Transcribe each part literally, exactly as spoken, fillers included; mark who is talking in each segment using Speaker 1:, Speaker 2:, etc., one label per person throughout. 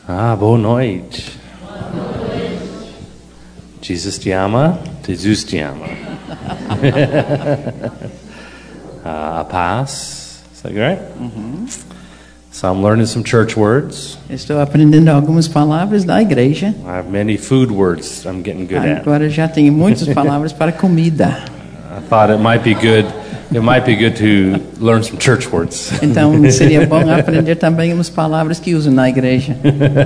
Speaker 1: Ah, boa noite. Jesus te ama, Jesus te ama. uh, a paz. Is that right?
Speaker 2: Uhum.
Speaker 1: So I'm learning some church words.
Speaker 2: Estou aprendendo algumas palavras da igreja.
Speaker 1: I have many food words I'm getting good at.
Speaker 2: Agora já tenho muitas palavras para comida.
Speaker 1: I thought it might be good. It might be good to learn some church words.
Speaker 2: Então seria bom aprender também umas palavras que usam na igreja.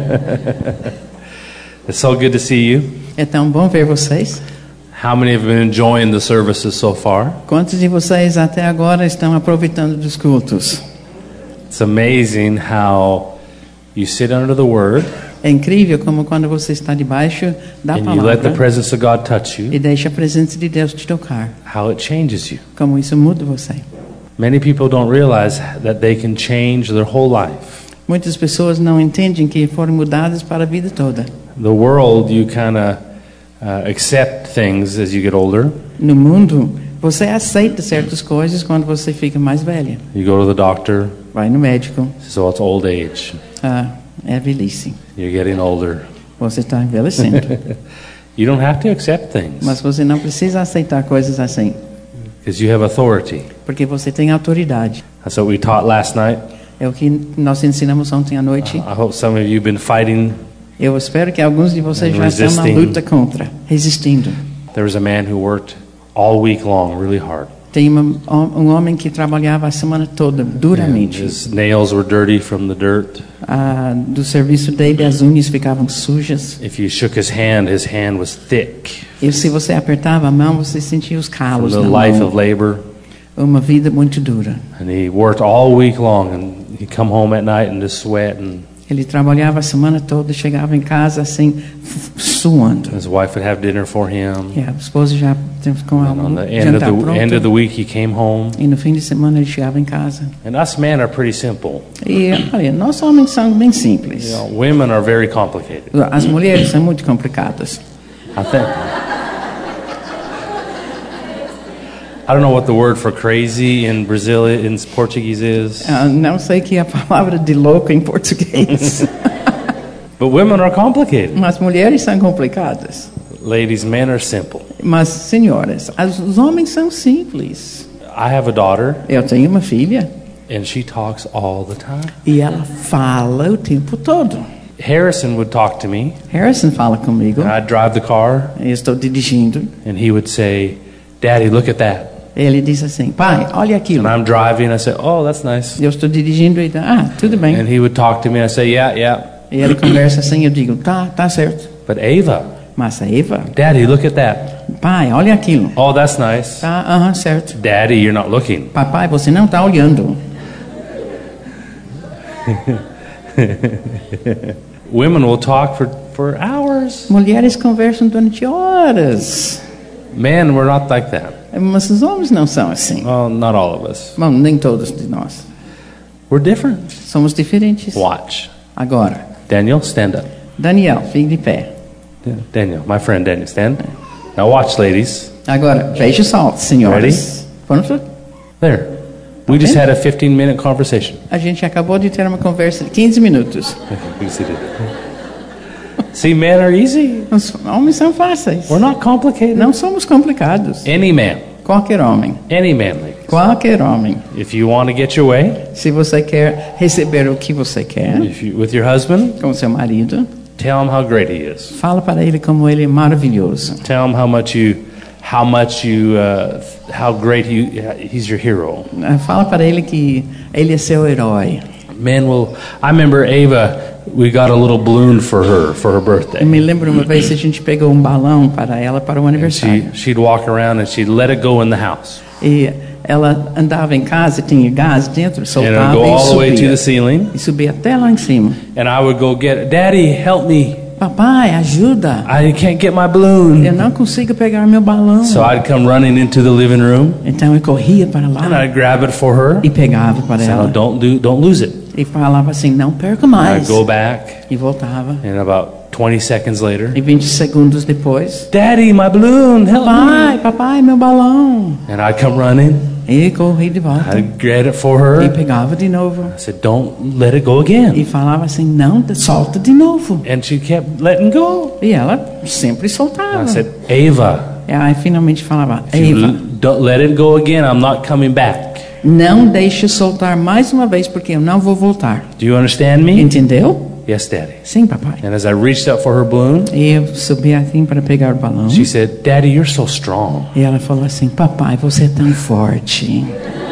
Speaker 1: It's so good to see you.
Speaker 2: É tão bom ver vocês.
Speaker 1: How many have been enjoying the services so far?
Speaker 2: Quantos de vocês até agora estão aproveitando dos cultos?
Speaker 1: It's amazing how you sit under the Word
Speaker 2: É incrível como quando você está debaixo da
Speaker 1: and you let the
Speaker 2: palavra
Speaker 1: presence of God touch you,
Speaker 2: e deixa a presença de Deus te tocar.
Speaker 1: how it changes you.
Speaker 2: Como isso muda você.
Speaker 1: Many people don't realize that they can change their whole life.
Speaker 2: Muitas pessoas não entendem que foram mudadas para a vida toda.
Speaker 1: The world, you kind of uh, accept things as you get older.
Speaker 2: No mundo, você aceita certas coisas quando você fica mais velha.
Speaker 1: You go to the doctor,
Speaker 2: Vai no médico.
Speaker 1: so it's old age.
Speaker 2: Ah, é a velhice.
Speaker 1: You're getting older.
Speaker 2: Você está envelhecendo.
Speaker 1: You don't have to accept things
Speaker 2: Mas você não precisa aceitar coisas assim.
Speaker 1: because you have authority.
Speaker 2: Porque você tem autoridade.
Speaker 1: That's what we taught last night.
Speaker 2: É o que nós ensinamos ontem à noite.
Speaker 1: I hope some of you have been fighting.
Speaker 2: Eu espero que alguns de vocês
Speaker 1: And
Speaker 2: já estão na
Speaker 1: resisting.
Speaker 2: luta contra. Resistindo.
Speaker 1: There was a man who worked all week long really hard.
Speaker 2: Tem uma, um homem que trabalhava a semana toda,
Speaker 1: And
Speaker 2: duramente.
Speaker 1: his nails were dirty from the dirt.
Speaker 2: Ah, do serviço dele, as unhas ficavam sujas.
Speaker 1: If you shook his hand, his hand was thick
Speaker 2: E se você apertava a mão, você sentia os
Speaker 1: from
Speaker 2: calos
Speaker 1: the
Speaker 2: na
Speaker 1: life
Speaker 2: mão.
Speaker 1: of labor.
Speaker 2: Uma vida muito dura.
Speaker 1: And he worked all week long, and he'd come home at night and just sweat. And
Speaker 2: Ele trabalhava a semana toda, chegava em casa assim, f- suando.
Speaker 1: his wife would have dinner for him.
Speaker 2: E a esposa já teve com
Speaker 1: And on
Speaker 2: a
Speaker 1: the end of
Speaker 2: jantar
Speaker 1: the end of the
Speaker 2: pronto.
Speaker 1: week, he came home.
Speaker 2: E no fim de semana ele chegava em casa.
Speaker 1: And us men are pretty simple.
Speaker 2: E olha, nós homens somos bem
Speaker 1: You
Speaker 2: simples.
Speaker 1: know, women are very complicated.
Speaker 2: As mulheres são muito complicadas.
Speaker 1: I think. I don't know what the word for crazy in Brazil in Portuguese is,
Speaker 2: Ah, não sei que é a palavra de louco em português.
Speaker 1: but women are complicated.
Speaker 2: Mas mulheres são complicadas.
Speaker 1: Ladies, men are simple.
Speaker 2: Mas, senhoras, as- os homens são simples.
Speaker 1: I have a daughter,
Speaker 2: Eu tenho uma filha
Speaker 1: and she talks all the time.
Speaker 2: e ela fala o tempo todo.
Speaker 1: Harrison would talk to me,
Speaker 2: Harrison fala comigo.
Speaker 1: and I'd drive the car,
Speaker 2: Eu estou dirigindo.
Speaker 1: and he would say, "Daddy, look at that."
Speaker 2: Ele diz assim, pai, olha aquilo.
Speaker 1: And I'm driving, I say, "Oh, that's nice."
Speaker 2: Eu estou dirigindo e ah, tudo bem.
Speaker 1: And he would talk to me, I say, "Yeah, yeah."
Speaker 2: E ele conversa assim, eu digo, tá, tá certo.
Speaker 1: But Ava,
Speaker 2: Mas a Eva,
Speaker 1: Daddy, look at that.
Speaker 2: pai, olha aquilo.
Speaker 1: Oh, that's nice.
Speaker 2: Tá, aham, certo.
Speaker 1: Daddy, you're not looking.
Speaker 2: Papai, você não está olhando.
Speaker 1: Women will talk for, for hours.
Speaker 2: Mulheres conversam durante horas.
Speaker 1: Men, we're not like that.
Speaker 2: Mas os homens não são assim.
Speaker 1: Well, not all of us.
Speaker 2: Bom, nem todos de nós.
Speaker 1: We're different.
Speaker 2: Somos diferentes.
Speaker 1: Watch.
Speaker 2: Agora,
Speaker 1: Daniel, stand up.
Speaker 2: Daniel, fique de pé.
Speaker 1: Daniel, my friend Daniel, stand. Now watch, ladies.
Speaker 2: Agora, veja só, senhoras. Pronto?
Speaker 1: There. We just had a fifteen minute conversation.
Speaker 2: A gente acabou de ter uma conversa de quinze minutos.
Speaker 1: You see it. See, men are easy.
Speaker 2: Os homens são fáceis.
Speaker 1: We're not complicated.
Speaker 2: Não somos complicados.
Speaker 1: Any man.
Speaker 2: Qualquer homem.
Speaker 1: Any man, ladies.
Speaker 2: Qualquer homem.
Speaker 1: If you want to get your way,
Speaker 2: Se você quer receber o que você quer
Speaker 1: if you, with your husband,
Speaker 2: com seu marido,
Speaker 1: tell him how great he is.
Speaker 2: fala para ele como ele é maravilhoso.
Speaker 1: Tell him how much you, how much you, uh, how great you, he's your hero.
Speaker 2: Fala para ele que ele é seu herói.
Speaker 1: Men will. I remember Ava. We got a little balloon for her for her birthday.
Speaker 2: Eu me lembro uma vez a gente pegou um balão para ela para o
Speaker 1: And
Speaker 2: aniversário.
Speaker 1: she she'd walk around and she'd let it go in the house.
Speaker 2: E ela andava em casa, tinha gás dentro,
Speaker 1: And it
Speaker 2: soltava
Speaker 1: would go
Speaker 2: e
Speaker 1: all the way to
Speaker 2: subia.
Speaker 1: the ceiling.
Speaker 2: E subia até lá em cima.
Speaker 1: And I would go get it. Daddy, help me.
Speaker 2: Papai, ajuda.
Speaker 1: I can't get my balloon.
Speaker 2: Eu não consigo pegar meu balão.
Speaker 1: So I'd come running into the living room
Speaker 2: Então eu corria para
Speaker 1: and
Speaker 2: lá
Speaker 1: I'd grab it for her.
Speaker 2: e pegava para
Speaker 1: So
Speaker 2: ela.
Speaker 1: don't do, don't lose it.
Speaker 2: E falava assim, não perca
Speaker 1: And
Speaker 2: mais.
Speaker 1: I'd go back,
Speaker 2: E voltava.
Speaker 1: and about twenty seconds later,
Speaker 2: E vinte segundos depois,
Speaker 1: Daddy, my balloon, help
Speaker 2: papai,
Speaker 1: me.
Speaker 2: papai, meu balão.
Speaker 1: And I'd come running.
Speaker 2: E corri de volta.
Speaker 1: I'd get it for
Speaker 2: E
Speaker 1: her.
Speaker 2: pegava de novo.
Speaker 1: I said, don't let it go
Speaker 2: E
Speaker 1: again.
Speaker 2: falava assim, não, solta de novo.
Speaker 1: And she kept letting go.
Speaker 2: E ela sempre soltava.
Speaker 1: I said, Ava,
Speaker 2: E aí finalmente falava,
Speaker 1: if you
Speaker 2: Eva,
Speaker 1: l- don't let it go again, I'm not coming back.
Speaker 2: não deixe soltar mais uma vez, porque eu não vou voltar.
Speaker 1: Do you understand me?
Speaker 2: Entendeu?
Speaker 1: Yes, Daddy.
Speaker 2: Sim, papai.
Speaker 1: And as I reached up for her balloon,
Speaker 2: E eu subi assim para pegar o balão.
Speaker 1: she said, Daddy, you're so strong.
Speaker 2: E ela falou assim, papai, você é tão forte.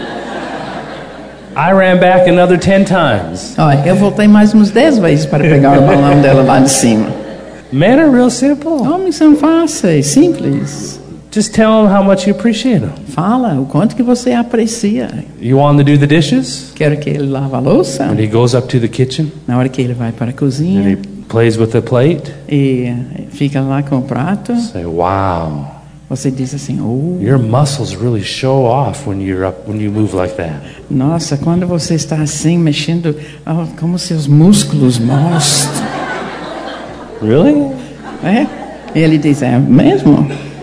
Speaker 1: I ran back another ten times.
Speaker 2: Olha, eu voltei mais uns dez vezes para pegar o balão dela lá de cima.
Speaker 1: Men are real simple.
Speaker 2: Homens são fáceis, simples.
Speaker 1: Just tell them how much you appreciate them.
Speaker 2: Fala o quanto que você aprecia.
Speaker 1: You want him to do the dishes?
Speaker 2: Quero que ele lave a louça.
Speaker 1: And he goes up to the kitchen
Speaker 2: Na hora que ele vai para a
Speaker 1: and he
Speaker 2: cozinha
Speaker 1: plays with the plate.
Speaker 2: e fica lá com o prato,
Speaker 1: Say, wow,
Speaker 2: você diz assim, oh,
Speaker 1: your muscles really show off when you're up when you move like that.
Speaker 2: nossa, quando você está assim, mexendo, oh, como seus músculos mostram.
Speaker 1: Really?
Speaker 2: É? E ele diz, é mesmo?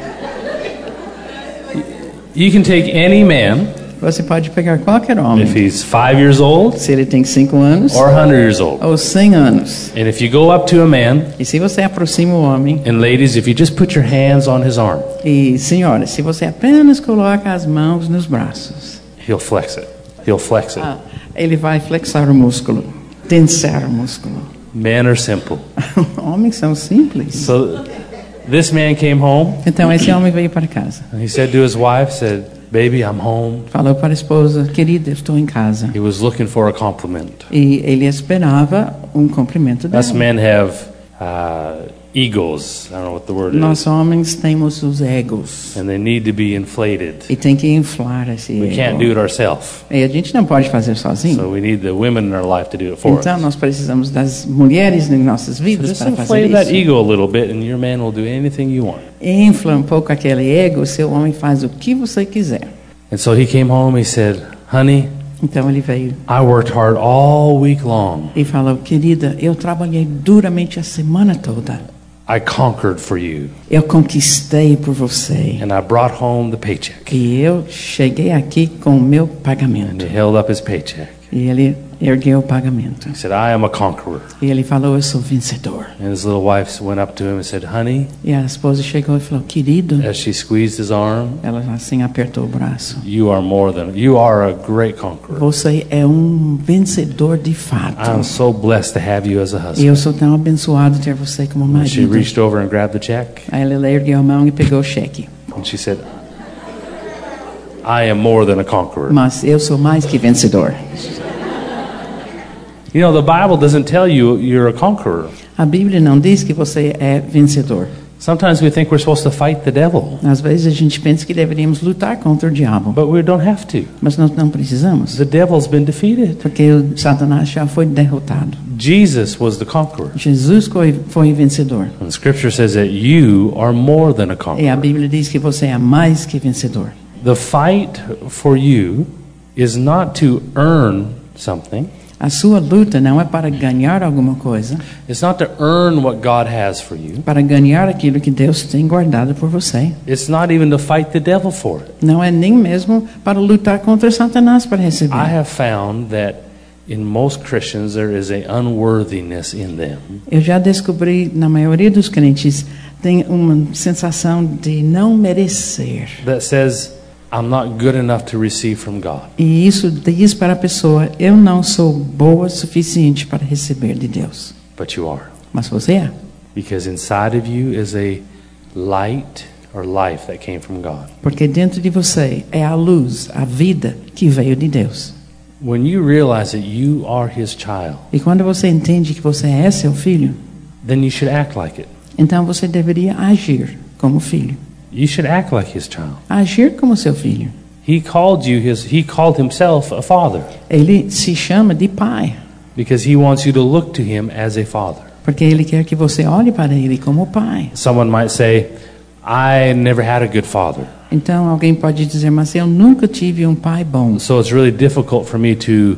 Speaker 1: You can take any man,
Speaker 2: Você pode pegar qualquer homem,
Speaker 1: if he's five years old
Speaker 2: se ele tem cinco anos
Speaker 1: or one hundred years old.
Speaker 2: ou cem anos.
Speaker 1: And if you go up to a man,
Speaker 2: E se você aproxima o homem,
Speaker 1: and ladies, if you just put your hands on his arm,
Speaker 2: e senhora, se você apenas coloca as mãos nos braços,
Speaker 1: he'll flex it. He'll flex it.
Speaker 2: ah, ele vai flexar o músculo, tensar o músculo.
Speaker 1: Men are simple.
Speaker 2: Homens são simples.
Speaker 1: So this man came home
Speaker 2: Então esse homem veio para casa.
Speaker 1: and he said to his wife, said, baby, I'm home.
Speaker 2: Falou para a esposa, querida, eu estou em casa.
Speaker 1: He was looking for a compliment.
Speaker 2: E ele esperava um cumprimento dela.
Speaker 1: Us men have uh, egos. I don't know what the word
Speaker 2: Nós
Speaker 1: is.
Speaker 2: homens temos os egos.
Speaker 1: And they need to be inflated.
Speaker 2: E tem que inflar esse
Speaker 1: We can't
Speaker 2: ego.
Speaker 1: do it ourselves.
Speaker 2: E a gente não pode fazer sozinho.
Speaker 1: So we need the women in our life to do it for
Speaker 2: Então
Speaker 1: us.
Speaker 2: nós precisamos das mulheres em nossas
Speaker 1: So
Speaker 2: vidas
Speaker 1: just
Speaker 2: para fazer
Speaker 1: inflate that
Speaker 2: isso.
Speaker 1: ego a little bit and your man will do anything you want.
Speaker 2: Infla um pouco aquele ego, o seu homem faz o que você quiser.
Speaker 1: And so he came home, he said, honey,
Speaker 2: Então ele veio
Speaker 1: I worked hard all week long.
Speaker 2: e falou, querida, eu trabalhei duramente a semana toda.
Speaker 1: I conquered for you.
Speaker 2: Eu conquistei por você.
Speaker 1: And I brought home the paycheck.
Speaker 2: E eu cheguei aqui com o meu
Speaker 1: And
Speaker 2: pagamento.
Speaker 1: he held up his paycheck.
Speaker 2: E ele ergueu o pagamento.
Speaker 1: He said, I am a conqueror.
Speaker 2: E ele falou, eu sou vencedor.
Speaker 1: And his little wife went up to him and said, honey,
Speaker 2: E a esposa chegou e falou, querido,
Speaker 1: as she squeezed his arm,
Speaker 2: ela assim apertou o braço.
Speaker 1: you are more than, you are a great conqueror.
Speaker 2: Você é um vencedor de fato.
Speaker 1: I'm so blessed to have you as a
Speaker 2: E
Speaker 1: husband.
Speaker 2: eu sou tão abençoado de ter você como
Speaker 1: And she
Speaker 2: marido.
Speaker 1: reached over and grabbed the check.
Speaker 2: Aí ela ergueu a mão e pegou o cheque.
Speaker 1: And she said, I am more than a conqueror.
Speaker 2: Mas eu sou mais que vencedor.
Speaker 1: You know, the Bible doesn't tell you you're a conqueror.
Speaker 2: A Bíblia não diz que você é vencedor.
Speaker 1: Sometimes we think we're supposed to fight the devil,
Speaker 2: Às vezes a gente pensa que deveríamos lutar contra o diabo.
Speaker 1: but we don't have to.
Speaker 2: Mas nós não precisamos.
Speaker 1: The devil's been defeated.
Speaker 2: Porque o Satanás já foi derrotado.
Speaker 1: Jesus was the conqueror.
Speaker 2: Jesus foi, foi vencedor.
Speaker 1: And Scripture says that you are more than a
Speaker 2: E a
Speaker 1: conqueror.
Speaker 2: Bíblia diz que você é mais que vencedor.
Speaker 1: The fight for you is not to earn something.
Speaker 2: A sua luta não é para ganhar alguma coisa,
Speaker 1: It's not to earn what God has for you.
Speaker 2: para ganhar aquilo que Deus tem guardado por você.
Speaker 1: It's not even to fight the devil for it.
Speaker 2: Não é nem mesmo para lutar contra Satanás para receber.
Speaker 1: I have found that in most Christians there is a unworthiness in them.
Speaker 2: Eu já descobri na maioria dos crentes tem uma sensação de não merecer.
Speaker 1: That says, I'm not good enough to receive from God.
Speaker 2: E isso diz para a pessoa: eu não sou boa o suficiente para receber de Deus.
Speaker 1: But you are.
Speaker 2: Mas você é.
Speaker 1: Because inside of you is a light or life that came from God.
Speaker 2: Porque dentro de você é a luz, a vida que veio de Deus.
Speaker 1: When you realize that you are His child,
Speaker 2: E quando você entende que você é seu filho,
Speaker 1: then you should act like it.
Speaker 2: então você deveria agir como filho.
Speaker 1: You should act like His child.
Speaker 2: Agir como seu filho.
Speaker 1: He called you His. He called Himself a father
Speaker 2: Ele se chama de pai,
Speaker 1: because He wants you to look to Him as a father.
Speaker 2: porque ele quer que você olhe para ele como pai.
Speaker 1: Someone might say, I never had a good father,
Speaker 2: Então alguém pode dizer, mas eu nunca tive um pai bom.
Speaker 1: so it's really difficult for me to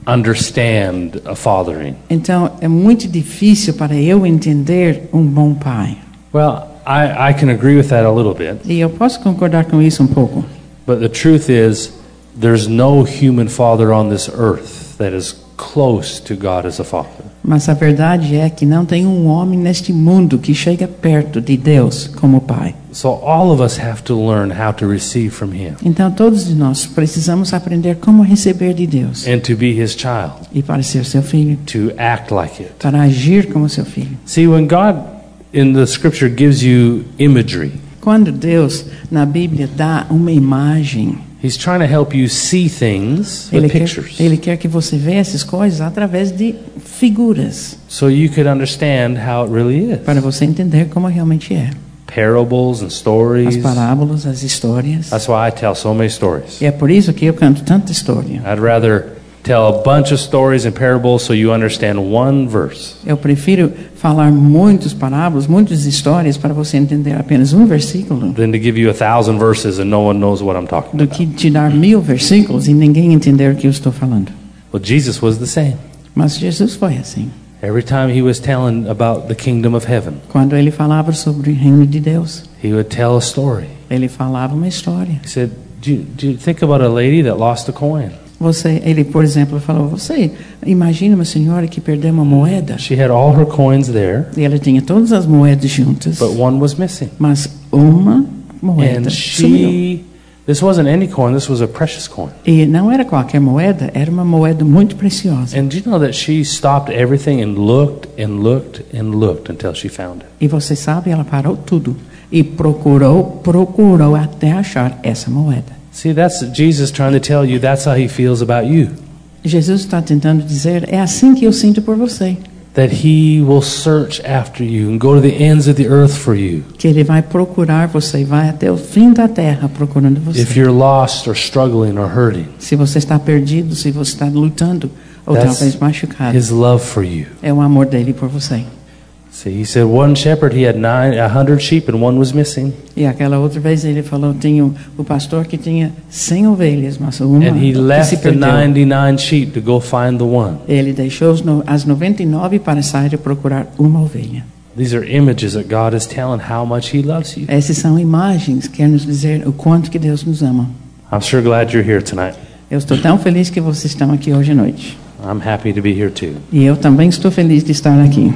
Speaker 1: understand a fathering.
Speaker 2: Então é muito difícil para eu entender um bom pai.
Speaker 1: Well, I, I can agree with that a little bit.
Speaker 2: E eu posso concordar com isso um pouco.
Speaker 1: But the truth is, there's no human father on this earth that is close to God as a father.
Speaker 2: Mas a verdade é que não tem um homem neste mundo que chega perto de Deus como pai.
Speaker 1: So all of us have to learn how to receive from Him
Speaker 2: Então todos de nós precisamos aprender como receber de Deus
Speaker 1: and to be His child,
Speaker 2: e para ser seu filho,
Speaker 1: to act like it.
Speaker 2: para agir como seu filho.
Speaker 1: See, when God in the Scripture gives you imagery,
Speaker 2: Quando Deus na Bíblia dá uma imagem,
Speaker 1: He's trying to help you see things with
Speaker 2: ele quer,
Speaker 1: pictures,
Speaker 2: ele quer que você veja essas coisas através de figuras,
Speaker 1: so you could understand how it really is.
Speaker 2: para você entender como realmente é.
Speaker 1: Parables and
Speaker 2: As
Speaker 1: stories.
Speaker 2: parábolas, as histórias.
Speaker 1: That's why I tell so many stories.
Speaker 2: E é por isso que eu canto tanta história.
Speaker 1: I'd rather tell a bunch of stories and parables so you understand one verse
Speaker 2: Eu prefiro falar muitos parábolas, muitas histórias para você entender apenas um versículo
Speaker 1: than to give you a thousand verses and no one knows what I'm talking
Speaker 2: do
Speaker 1: about.
Speaker 2: que te dar mil versículos e ninguém entender o que eu estou falando.
Speaker 1: Well, Jesus was the same.
Speaker 2: Mas Jesus foi assim.
Speaker 1: Every time he was telling about the kingdom of heaven,
Speaker 2: Quando ele falava sobre o reino de Deus,
Speaker 1: he would tell a story.
Speaker 2: ele falava uma história.
Speaker 1: He said, do you, do you think about a lady that lost a coin?
Speaker 2: Você, ele, por exemplo, falou: você imagina uma senhora que perdeu uma moeda
Speaker 1: She had all her coins there,
Speaker 2: e ela tinha todas as moedas juntas,
Speaker 1: but one was missing.
Speaker 2: mas uma moeda
Speaker 1: And
Speaker 2: sumiu.
Speaker 1: she, this wasn't any coin, this was a precious coin.
Speaker 2: E não era qualquer moeda, era uma moeda muito preciosa.
Speaker 1: And do you know that she stopped everything and looked and looked and looked until she found it?
Speaker 2: E você sabe, ela parou tudo e procurou, procurou até achar essa moeda.
Speaker 1: See, that's Jesus trying to tell you that's how he feels about you.
Speaker 2: Jesus está tentando dizer: é assim que eu sinto por você.
Speaker 1: That he will search after you and go to the ends of the earth for you.
Speaker 2: Que ele vai procurar você e vai até o fim da terra procurando você.
Speaker 1: If you're lost or struggling or hurting,
Speaker 2: Se você está perdido, se você está lutando ou
Speaker 1: that's
Speaker 2: talvez machucado,
Speaker 1: his love for you.
Speaker 2: é o amor dele por você.
Speaker 1: See, he said one shepherd, he had nine, a hundred sheep and one was missing.
Speaker 2: E aquela outra vez ele falou: tinha o, o pastor que tinha cem ovelhas, mas uma
Speaker 1: And he
Speaker 2: que se
Speaker 1: left the
Speaker 2: perdeu.
Speaker 1: ninety-nine sheep to go find the one.
Speaker 2: Ele deixou os no- as noventa e nove para sair e procurar uma ovelha.
Speaker 1: These are images that God is telling how much he loves you.
Speaker 2: Essas são imagens que querem nos dizer o quanto que Deus nos ama.
Speaker 1: I'm sure glad you're here tonight.
Speaker 2: Eu estou tão feliz que vocês estão aqui hoje à noite.
Speaker 1: I'm happy to be here too.
Speaker 2: E eu também estou feliz de estar aqui.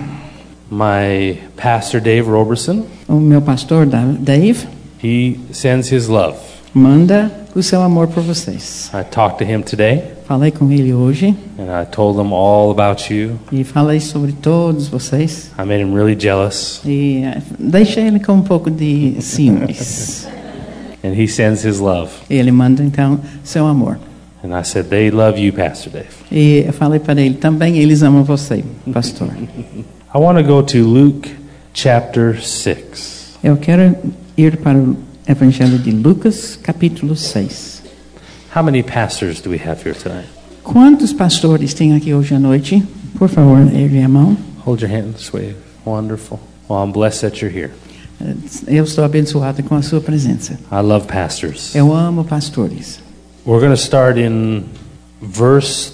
Speaker 1: My pastor, Dave Roberson,
Speaker 2: O meu pastor, Da- Dave,
Speaker 1: he sends his love.
Speaker 2: manda o seu amor por vocês.
Speaker 1: I talked to him today,
Speaker 2: Falei com ele hoje
Speaker 1: and I told him all about you.
Speaker 2: e falei sobre todos vocês.
Speaker 1: I made him really jealous,
Speaker 2: E eh, deixei ele com um pouco de ciúmes.
Speaker 1: and he sends his love.
Speaker 2: E ele manda então seu amor.
Speaker 1: And I said, they love you, Pastor Dave.
Speaker 2: E eu falei para ele também: eles amam você, pastor.
Speaker 1: I want to go to Luke chapter six.
Speaker 2: Eu quero ir para o Evangelho de Lucas, capítulo seis.
Speaker 1: How many pastors do we have here tonight?
Speaker 2: Quantos pastores tem aqui hoje à noite? Por favor, ergue a mão.
Speaker 1: Hold your hand this way. Wonderful. Well, I'm blessed that you're here.
Speaker 2: Eu estou abençoada com a sua presença.
Speaker 1: I love pastors.
Speaker 2: Eu amo pastores.
Speaker 1: We're going to start in verse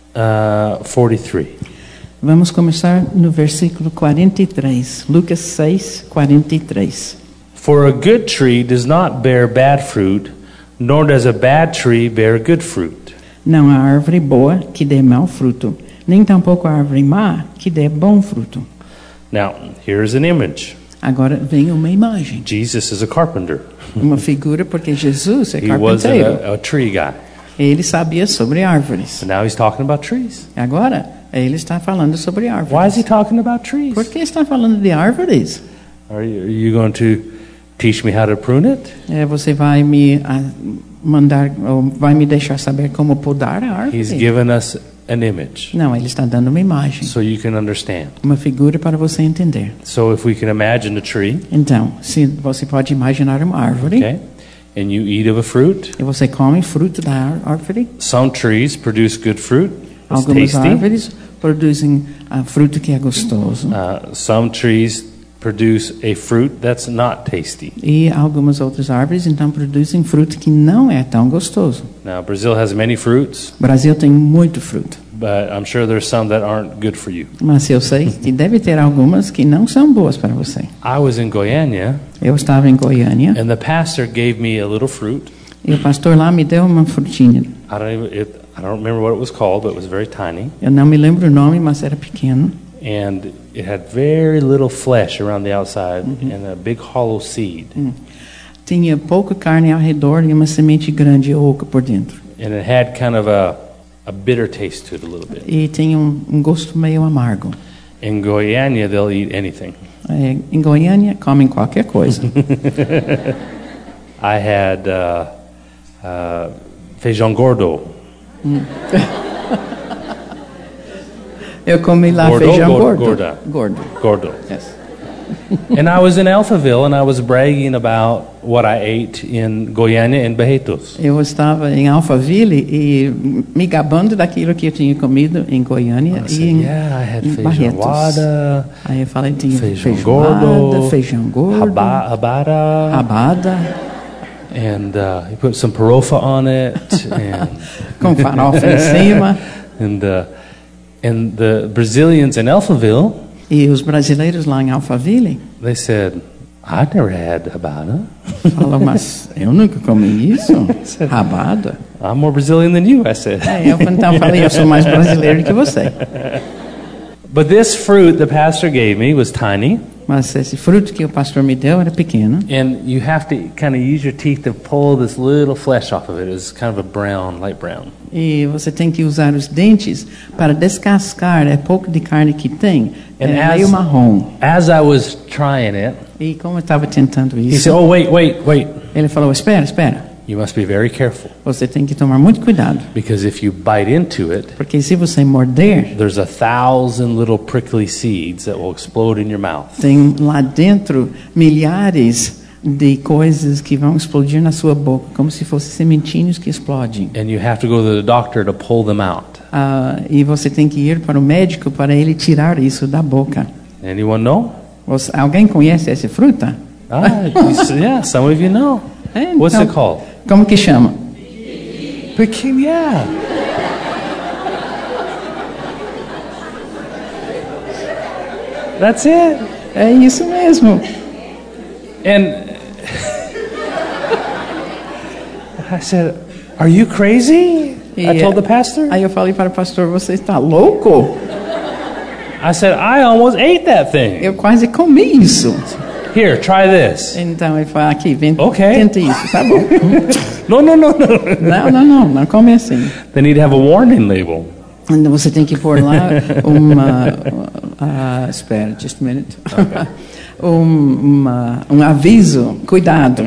Speaker 1: uh, forty-three.
Speaker 2: Vamos começar no versículo quarenta e três. Lucas seis, quarenta e três.
Speaker 1: For a good tree does not bear bad fruit, nor does a bad tree bear good fruit.
Speaker 2: Não há árvore boa que dê mau fruto, nem tampouco há árvore má que dê bom fruto.
Speaker 1: Now, here's an image.
Speaker 2: Agora vem uma imagem,
Speaker 1: Jesus is a carpenter.
Speaker 2: uma figura, porque Jesus é
Speaker 1: He was
Speaker 2: carpinteiro.
Speaker 1: a, a tree guy.
Speaker 2: Ele sabia sobre árvores.
Speaker 1: And now he's talking about trees.
Speaker 2: Agora, ele está falando sobre
Speaker 1: Why is he
Speaker 2: árvores.
Speaker 1: talking about trees?
Speaker 2: Por que está falando de árvores?
Speaker 1: Are you, are you going to teach me how to prune it?
Speaker 2: É, você vai me ah, mandar, ou vai me deixar saber como podar a árvore?
Speaker 1: He's given us an image
Speaker 2: Não, ele está dando uma imagem,
Speaker 1: so you can understand.
Speaker 2: uma figura para você entender.
Speaker 1: So if we can imagine a tree,
Speaker 2: Então, se você pode imaginar uma árvore,
Speaker 1: okay, and you eat of a fruit,
Speaker 2: e você come fruto da ár- árvore,
Speaker 1: some trees produce good fruit. It's
Speaker 2: algumas
Speaker 1: tasty.
Speaker 2: árvores produzem ah, fruto que é gostoso,
Speaker 1: Uh, some trees produce a fruit that's not tasty.
Speaker 2: e algumas outras árvores então produzem fruto que não é tão gostoso.
Speaker 1: Now, Brazil has many fruits,
Speaker 2: O Brasil tem muito fruto,
Speaker 1: but I'm sure there's some that aren't good for you.
Speaker 2: Mas eu sei que deve ter algumas que não são boas para você.
Speaker 1: I was in Goiânia,
Speaker 2: Eu estava em Goiânia
Speaker 1: and the pastor gave me a little fruit.
Speaker 2: e o pastor lá me deu uma frutinha.
Speaker 1: I don't even, it, I don't remember what it was called, but it was very tiny,
Speaker 2: Eu não me lembro o nome, mas era pequeno.
Speaker 1: and it had very little flesh around the outside and a big hollow seed.
Speaker 2: Tinha pouca carne ao redor e uma semente grande e oca por dentro.
Speaker 1: And it had kind of a, a bitter taste to it a little bit.
Speaker 2: E tinha um, um gosto meio amargo.
Speaker 1: In Goiânia, they'll eat anything.
Speaker 2: É, em Goiânia, comem qualquer coisa.
Speaker 1: I had uh, uh, feijão gordo.
Speaker 2: Eu comi lá
Speaker 1: Gordo,
Speaker 2: feijão
Speaker 1: gordo,
Speaker 2: gordo.
Speaker 1: gorda.
Speaker 2: Gordo.
Speaker 1: Gordo.
Speaker 2: Yes.
Speaker 1: And I was in Alphaville, and I was bragging about what I ate in Goiânia and Barretos.
Speaker 2: Eu estava em Alphaville e me gabando daquilo que eu tinha comido em Goiânia
Speaker 1: I
Speaker 2: e
Speaker 1: said,
Speaker 2: em,
Speaker 1: yeah, I had
Speaker 2: em Barretos.
Speaker 1: feijoada,
Speaker 2: Aí eu falei, tinha
Speaker 1: feijão
Speaker 2: feijoada,
Speaker 1: gordo,
Speaker 2: feijão gordo,
Speaker 1: haba- habara,
Speaker 2: rabada,
Speaker 1: and uh, he put some parofa on it, and
Speaker 2: com farofa em cima.
Speaker 1: and uh, and the Brazilians in Alphaville,
Speaker 2: E os brasileiros lá em Alphaville
Speaker 1: they said, I never had habana.
Speaker 2: falam, mas eu nunca comi isso, rabada.
Speaker 1: I'm more Brazilian than you, I said.
Speaker 2: É, eu então falei, eu sou mais brasileiro que você.
Speaker 1: But this fruit the pastor gave me was tiny,
Speaker 2: Mas esse fruto que o pastor me deu era pequeno.
Speaker 1: and you have to kind of use your teeth to pull this little flesh off of it. It's kind of a brown, light brown.
Speaker 2: E você tem que usar os dentes para descascar, é pouco de carne que tem, é
Speaker 1: And
Speaker 2: meio
Speaker 1: as-
Speaker 2: marrom.
Speaker 1: As I was trying it,
Speaker 2: E como eu estava tentando
Speaker 1: he said,
Speaker 2: isso,
Speaker 1: oh, wait, wait, wait.
Speaker 2: ele falou, espera, espera,
Speaker 1: You must be very careful,
Speaker 2: você tem que tomar muito cuidado,
Speaker 1: because if you bite into it,
Speaker 2: porque se você morder,
Speaker 1: there's a thousand little prickly seeds that will explode in your mouth.
Speaker 2: tem lá dentro milhares de coisas que vão explodir na sua boca, como se fossem sementinhos que explodem.
Speaker 1: And you have to go to the doctor to pull them out.
Speaker 2: Ah, e você tem que ir para o médico para ele tirar isso da boca.
Speaker 1: Anyone know?
Speaker 2: Você, alguém conhece essa fruta?
Speaker 1: Ah, you s- yeah, some of you know.
Speaker 2: É,
Speaker 1: What's
Speaker 2: então,
Speaker 1: it called?
Speaker 2: Como que chama?
Speaker 1: Pekin, yeah. That's it.
Speaker 2: É isso mesmo.
Speaker 1: And I said, are you crazy? I
Speaker 2: E,
Speaker 1: told the pastor.
Speaker 2: Aí eu falei para o pastor, você está louco?
Speaker 1: I said, I almost ate that thing.
Speaker 2: Eu quase comi isso.
Speaker 1: Here, try this.
Speaker 2: Então ele falou, aqui, vem,
Speaker 1: Ok.
Speaker 2: tenta isso, tá bom.
Speaker 1: No, no, no, no.
Speaker 2: Não, não, não, não come assim.
Speaker 1: They need to have a warning label.
Speaker 2: Então você tem que pôr lá uma... ah, espera, just a minute. um, uma, um aviso, cuidado.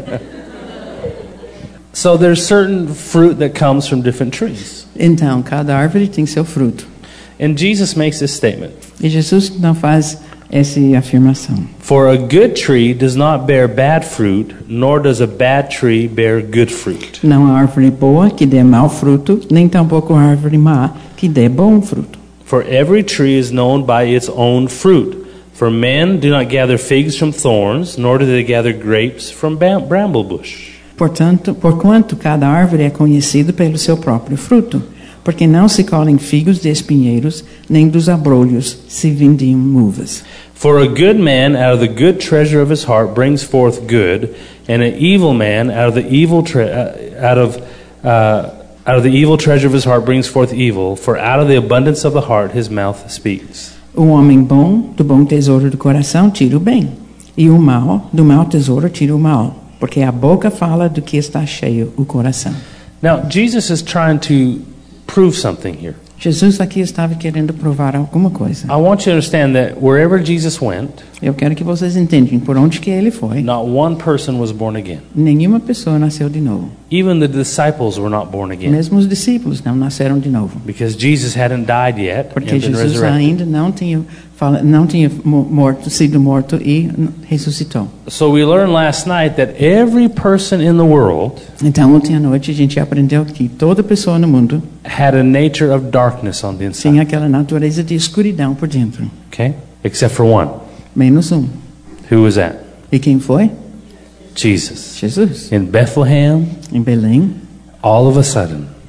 Speaker 1: So there's certain fruit that comes from different trees.
Speaker 2: Então, cada árvore tem seu fruto.
Speaker 1: And Jesus makes this statement.
Speaker 2: E Jesus não faz essa afirmação.
Speaker 1: For a good tree does not bear bad fruit, nor does a bad tree bear good fruit.
Speaker 2: Não há árvore boa que dê mau fruto, nem tampouco árvore má que dê bom fruto.
Speaker 1: For every tree is known by its own fruit. For men do not gather figs from thorns, nor do they gather grapes from bam- bramble bush.
Speaker 2: Portanto, porquanto cada árvore é conhecido pelo seu próprio fruto, porque não se colhem figos de espinheiros, nem dos abrolhos se vindiam uvas.
Speaker 1: For a good man out of the good treasure of his heart brings forth good, and an evil man out of the evil tre- uh, out of uh, out of the evil treasure of his heart brings forth evil. For out of the abundance of the heart his mouth speaks.
Speaker 2: O homem bom, do bom tesouro do coração, tira o bem, e o mal, do mau tesouro, tira o mal, porque a boca fala do que está cheio o coração.
Speaker 1: Now Jesus is trying to prove something here.
Speaker 2: Jesus aqui estava querendo provar alguma coisa.
Speaker 1: I want you to understand that wherever Jesus went,
Speaker 2: Eu quero que vocês entendam por onde que ele foi.
Speaker 1: not one person was born again.
Speaker 2: Nenhuma pessoa nasceu de novo.
Speaker 1: Even the disciples were not born again,
Speaker 2: Mesmo os discípulos não nasceram de novo.
Speaker 1: because Jesus hadn't died yet
Speaker 2: Porque
Speaker 1: and been
Speaker 2: Jesus
Speaker 1: resurrected.
Speaker 2: ainda não tinha, fala- não tinha mo- morto, sido morto e n- ressuscitou.
Speaker 1: So we learned last night that every person in the world
Speaker 2: Então, ontem à noite a gente aprendeu que toda pessoa no mundo
Speaker 1: had a nature of darkness on the inside.
Speaker 2: tinha aquela natureza de escuridão por dentro.
Speaker 1: Okay? Except for one.
Speaker 2: Menos um.
Speaker 1: Who was that?
Speaker 2: E quem foi?
Speaker 1: Jesus.
Speaker 2: Jesus.
Speaker 1: In Bethlehem,
Speaker 2: Em Belém,
Speaker 1: all of a sudden,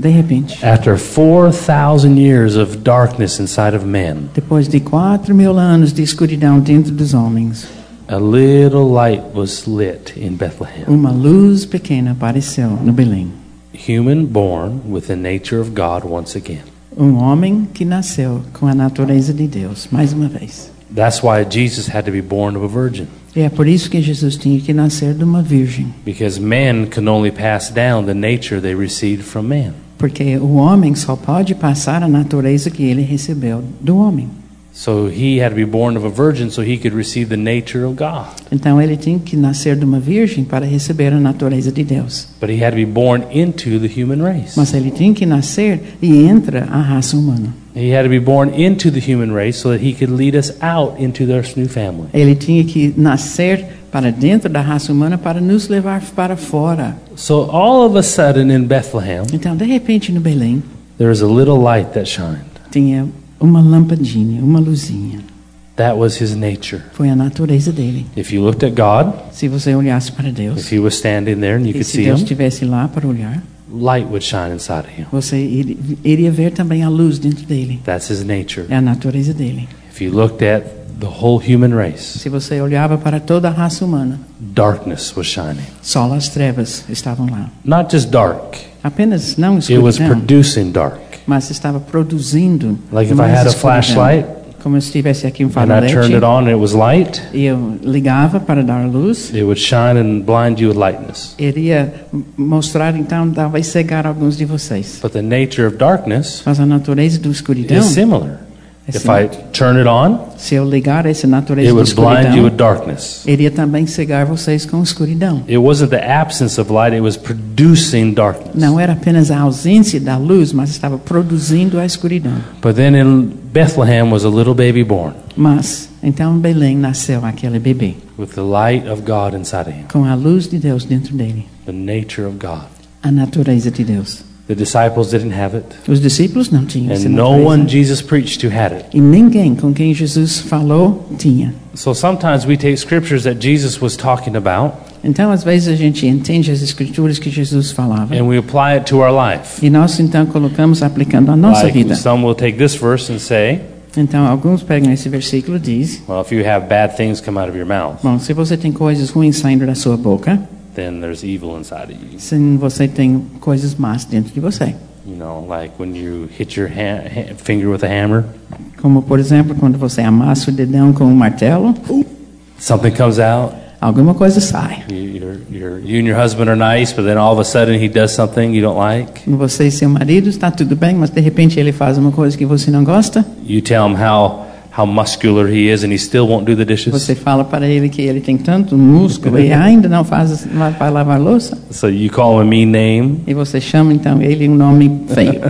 Speaker 2: De repente,
Speaker 1: after four thousand years of darkness inside of men,
Speaker 2: depois de quatro mil anos de escuridão dentro dos homens,
Speaker 1: a little light was lit in Bethlehem.
Speaker 2: uma luz pequena apareceu no Belém.
Speaker 1: Human born with the nature of God once again.
Speaker 2: Um homem que nasceu com a natureza de Deus, mais uma vez.
Speaker 1: That's why Jesus had to be born of a virgin.
Speaker 2: E é por isso que Jesus tinha que nascer de uma virgem.
Speaker 1: Because men can only pass down the nature they received from man.
Speaker 2: Porque o homem só pode passar a natureza que ele recebeu do homem.
Speaker 1: So he had to be born of a virgin so he could receive the nature of God.
Speaker 2: Então ele tinha que nascer de uma virgem para receber a natureza de Deus.
Speaker 1: But he had to be born into the human race.
Speaker 2: Mas ele tinha que nascer e entra a raça humana.
Speaker 1: He had to be born into the human race so that he could lead us out into this new family.
Speaker 2: Ele tinha que nascer para dentro da raça humana para nos levar para fora.
Speaker 1: So all of a sudden in Bethlehem,
Speaker 2: Então, de repente, no Belém,
Speaker 1: there was a little light that shined.
Speaker 2: tinha uma lampadinha, uma luzinha.
Speaker 1: That was his nature.
Speaker 2: Foi a natureza dele.
Speaker 1: If you looked at God,
Speaker 2: Se você olhasse para Deus,
Speaker 1: if he was standing there and you
Speaker 2: e
Speaker 1: could
Speaker 2: se
Speaker 1: see
Speaker 2: Deus
Speaker 1: him,
Speaker 2: estivesse lá para olhar,
Speaker 1: light would shine inside of him.
Speaker 2: você iri- iria ver também a luz dentro dele.
Speaker 1: That's his nature.
Speaker 2: É a natureza dele.
Speaker 1: If you looked at the whole human race,
Speaker 2: Se você olhava para toda a raça humana,
Speaker 1: darkness was shining.
Speaker 2: só as trevas estavam lá.
Speaker 1: Not just dark,
Speaker 2: Apenas não
Speaker 1: it was
Speaker 2: escuridão,
Speaker 1: producing dark.
Speaker 2: mas estava produzindo
Speaker 1: Like if I
Speaker 2: mais
Speaker 1: had a
Speaker 2: escuridão.
Speaker 1: flashlight
Speaker 2: Como se tivesse aqui um
Speaker 1: and I turned
Speaker 2: farolete
Speaker 1: it on and it was light,
Speaker 2: e eu ligava para dar luz,
Speaker 1: it would shine and blind you with lightness.
Speaker 2: iria mostrar então, talvez cegar alguns de vocês.
Speaker 1: But the nature of darkness
Speaker 2: Mas a natureza do escuridão,
Speaker 1: is similar.
Speaker 2: É
Speaker 1: If I
Speaker 2: similar.
Speaker 1: turn it on,
Speaker 2: se eu ligar essa natureza
Speaker 1: it
Speaker 2: da
Speaker 1: would blind you with
Speaker 2: escuridão,
Speaker 1: darkness.
Speaker 2: iria também cegar vocês com escuridão.
Speaker 1: It wasn't the absence of light, it was producing darkness.
Speaker 2: Não era apenas a ausência da luz, mas estava produzindo a escuridão.
Speaker 1: But then in Bethlehem was a little baby born
Speaker 2: Mas, então em Belém nasceu aquele bebê,
Speaker 1: with the light of God inside of him,
Speaker 2: com a luz de Deus dentro dele,
Speaker 1: the nature of God.
Speaker 2: a natureza de Deus.
Speaker 1: The disciples didn't have it,
Speaker 2: Os discípulos não tinham essa
Speaker 1: and no
Speaker 2: natureza.
Speaker 1: one Jesus preached to had it.
Speaker 2: E ninguém com quem Jesus falou tinha.
Speaker 1: So sometimes we take scriptures that Jesus was talking about
Speaker 2: Então, às vezes a gente entende as escrituras que Jesus falava
Speaker 1: and we apply it to our life.
Speaker 2: e nós então colocamos aplicando a nossa
Speaker 1: Like
Speaker 2: vida.
Speaker 1: some will take this verse and say,
Speaker 2: Então, alguns pegam esse versículo e diz:
Speaker 1: well, if you have bad things come out of your mouth,
Speaker 2: bom, se você tem coisas ruins saindo da sua boca,
Speaker 1: then there's evil inside of you.
Speaker 2: se você tem coisas más dentro de você.
Speaker 1: You know, like when you hit your ha- ha- finger with a hammer,
Speaker 2: Como, por exemplo, quando você amassa o dedão com um martelo,
Speaker 1: something comes out.
Speaker 2: alguma coisa sai.
Speaker 1: You, you're, you're, you and your husband are nice, but then all of a sudden he does something you don't like.
Speaker 2: Você e seu marido está tudo bem, mas de repente ele faz uma coisa que você não gosta.
Speaker 1: You tell him how, how muscular he is, and he still won't do the dishes.
Speaker 2: Você fala para ele que ele tem tanto músculo e ainda não faz, não vai lavar louça.
Speaker 1: So you call him a mean name.
Speaker 2: E você chama então ele um nome feio.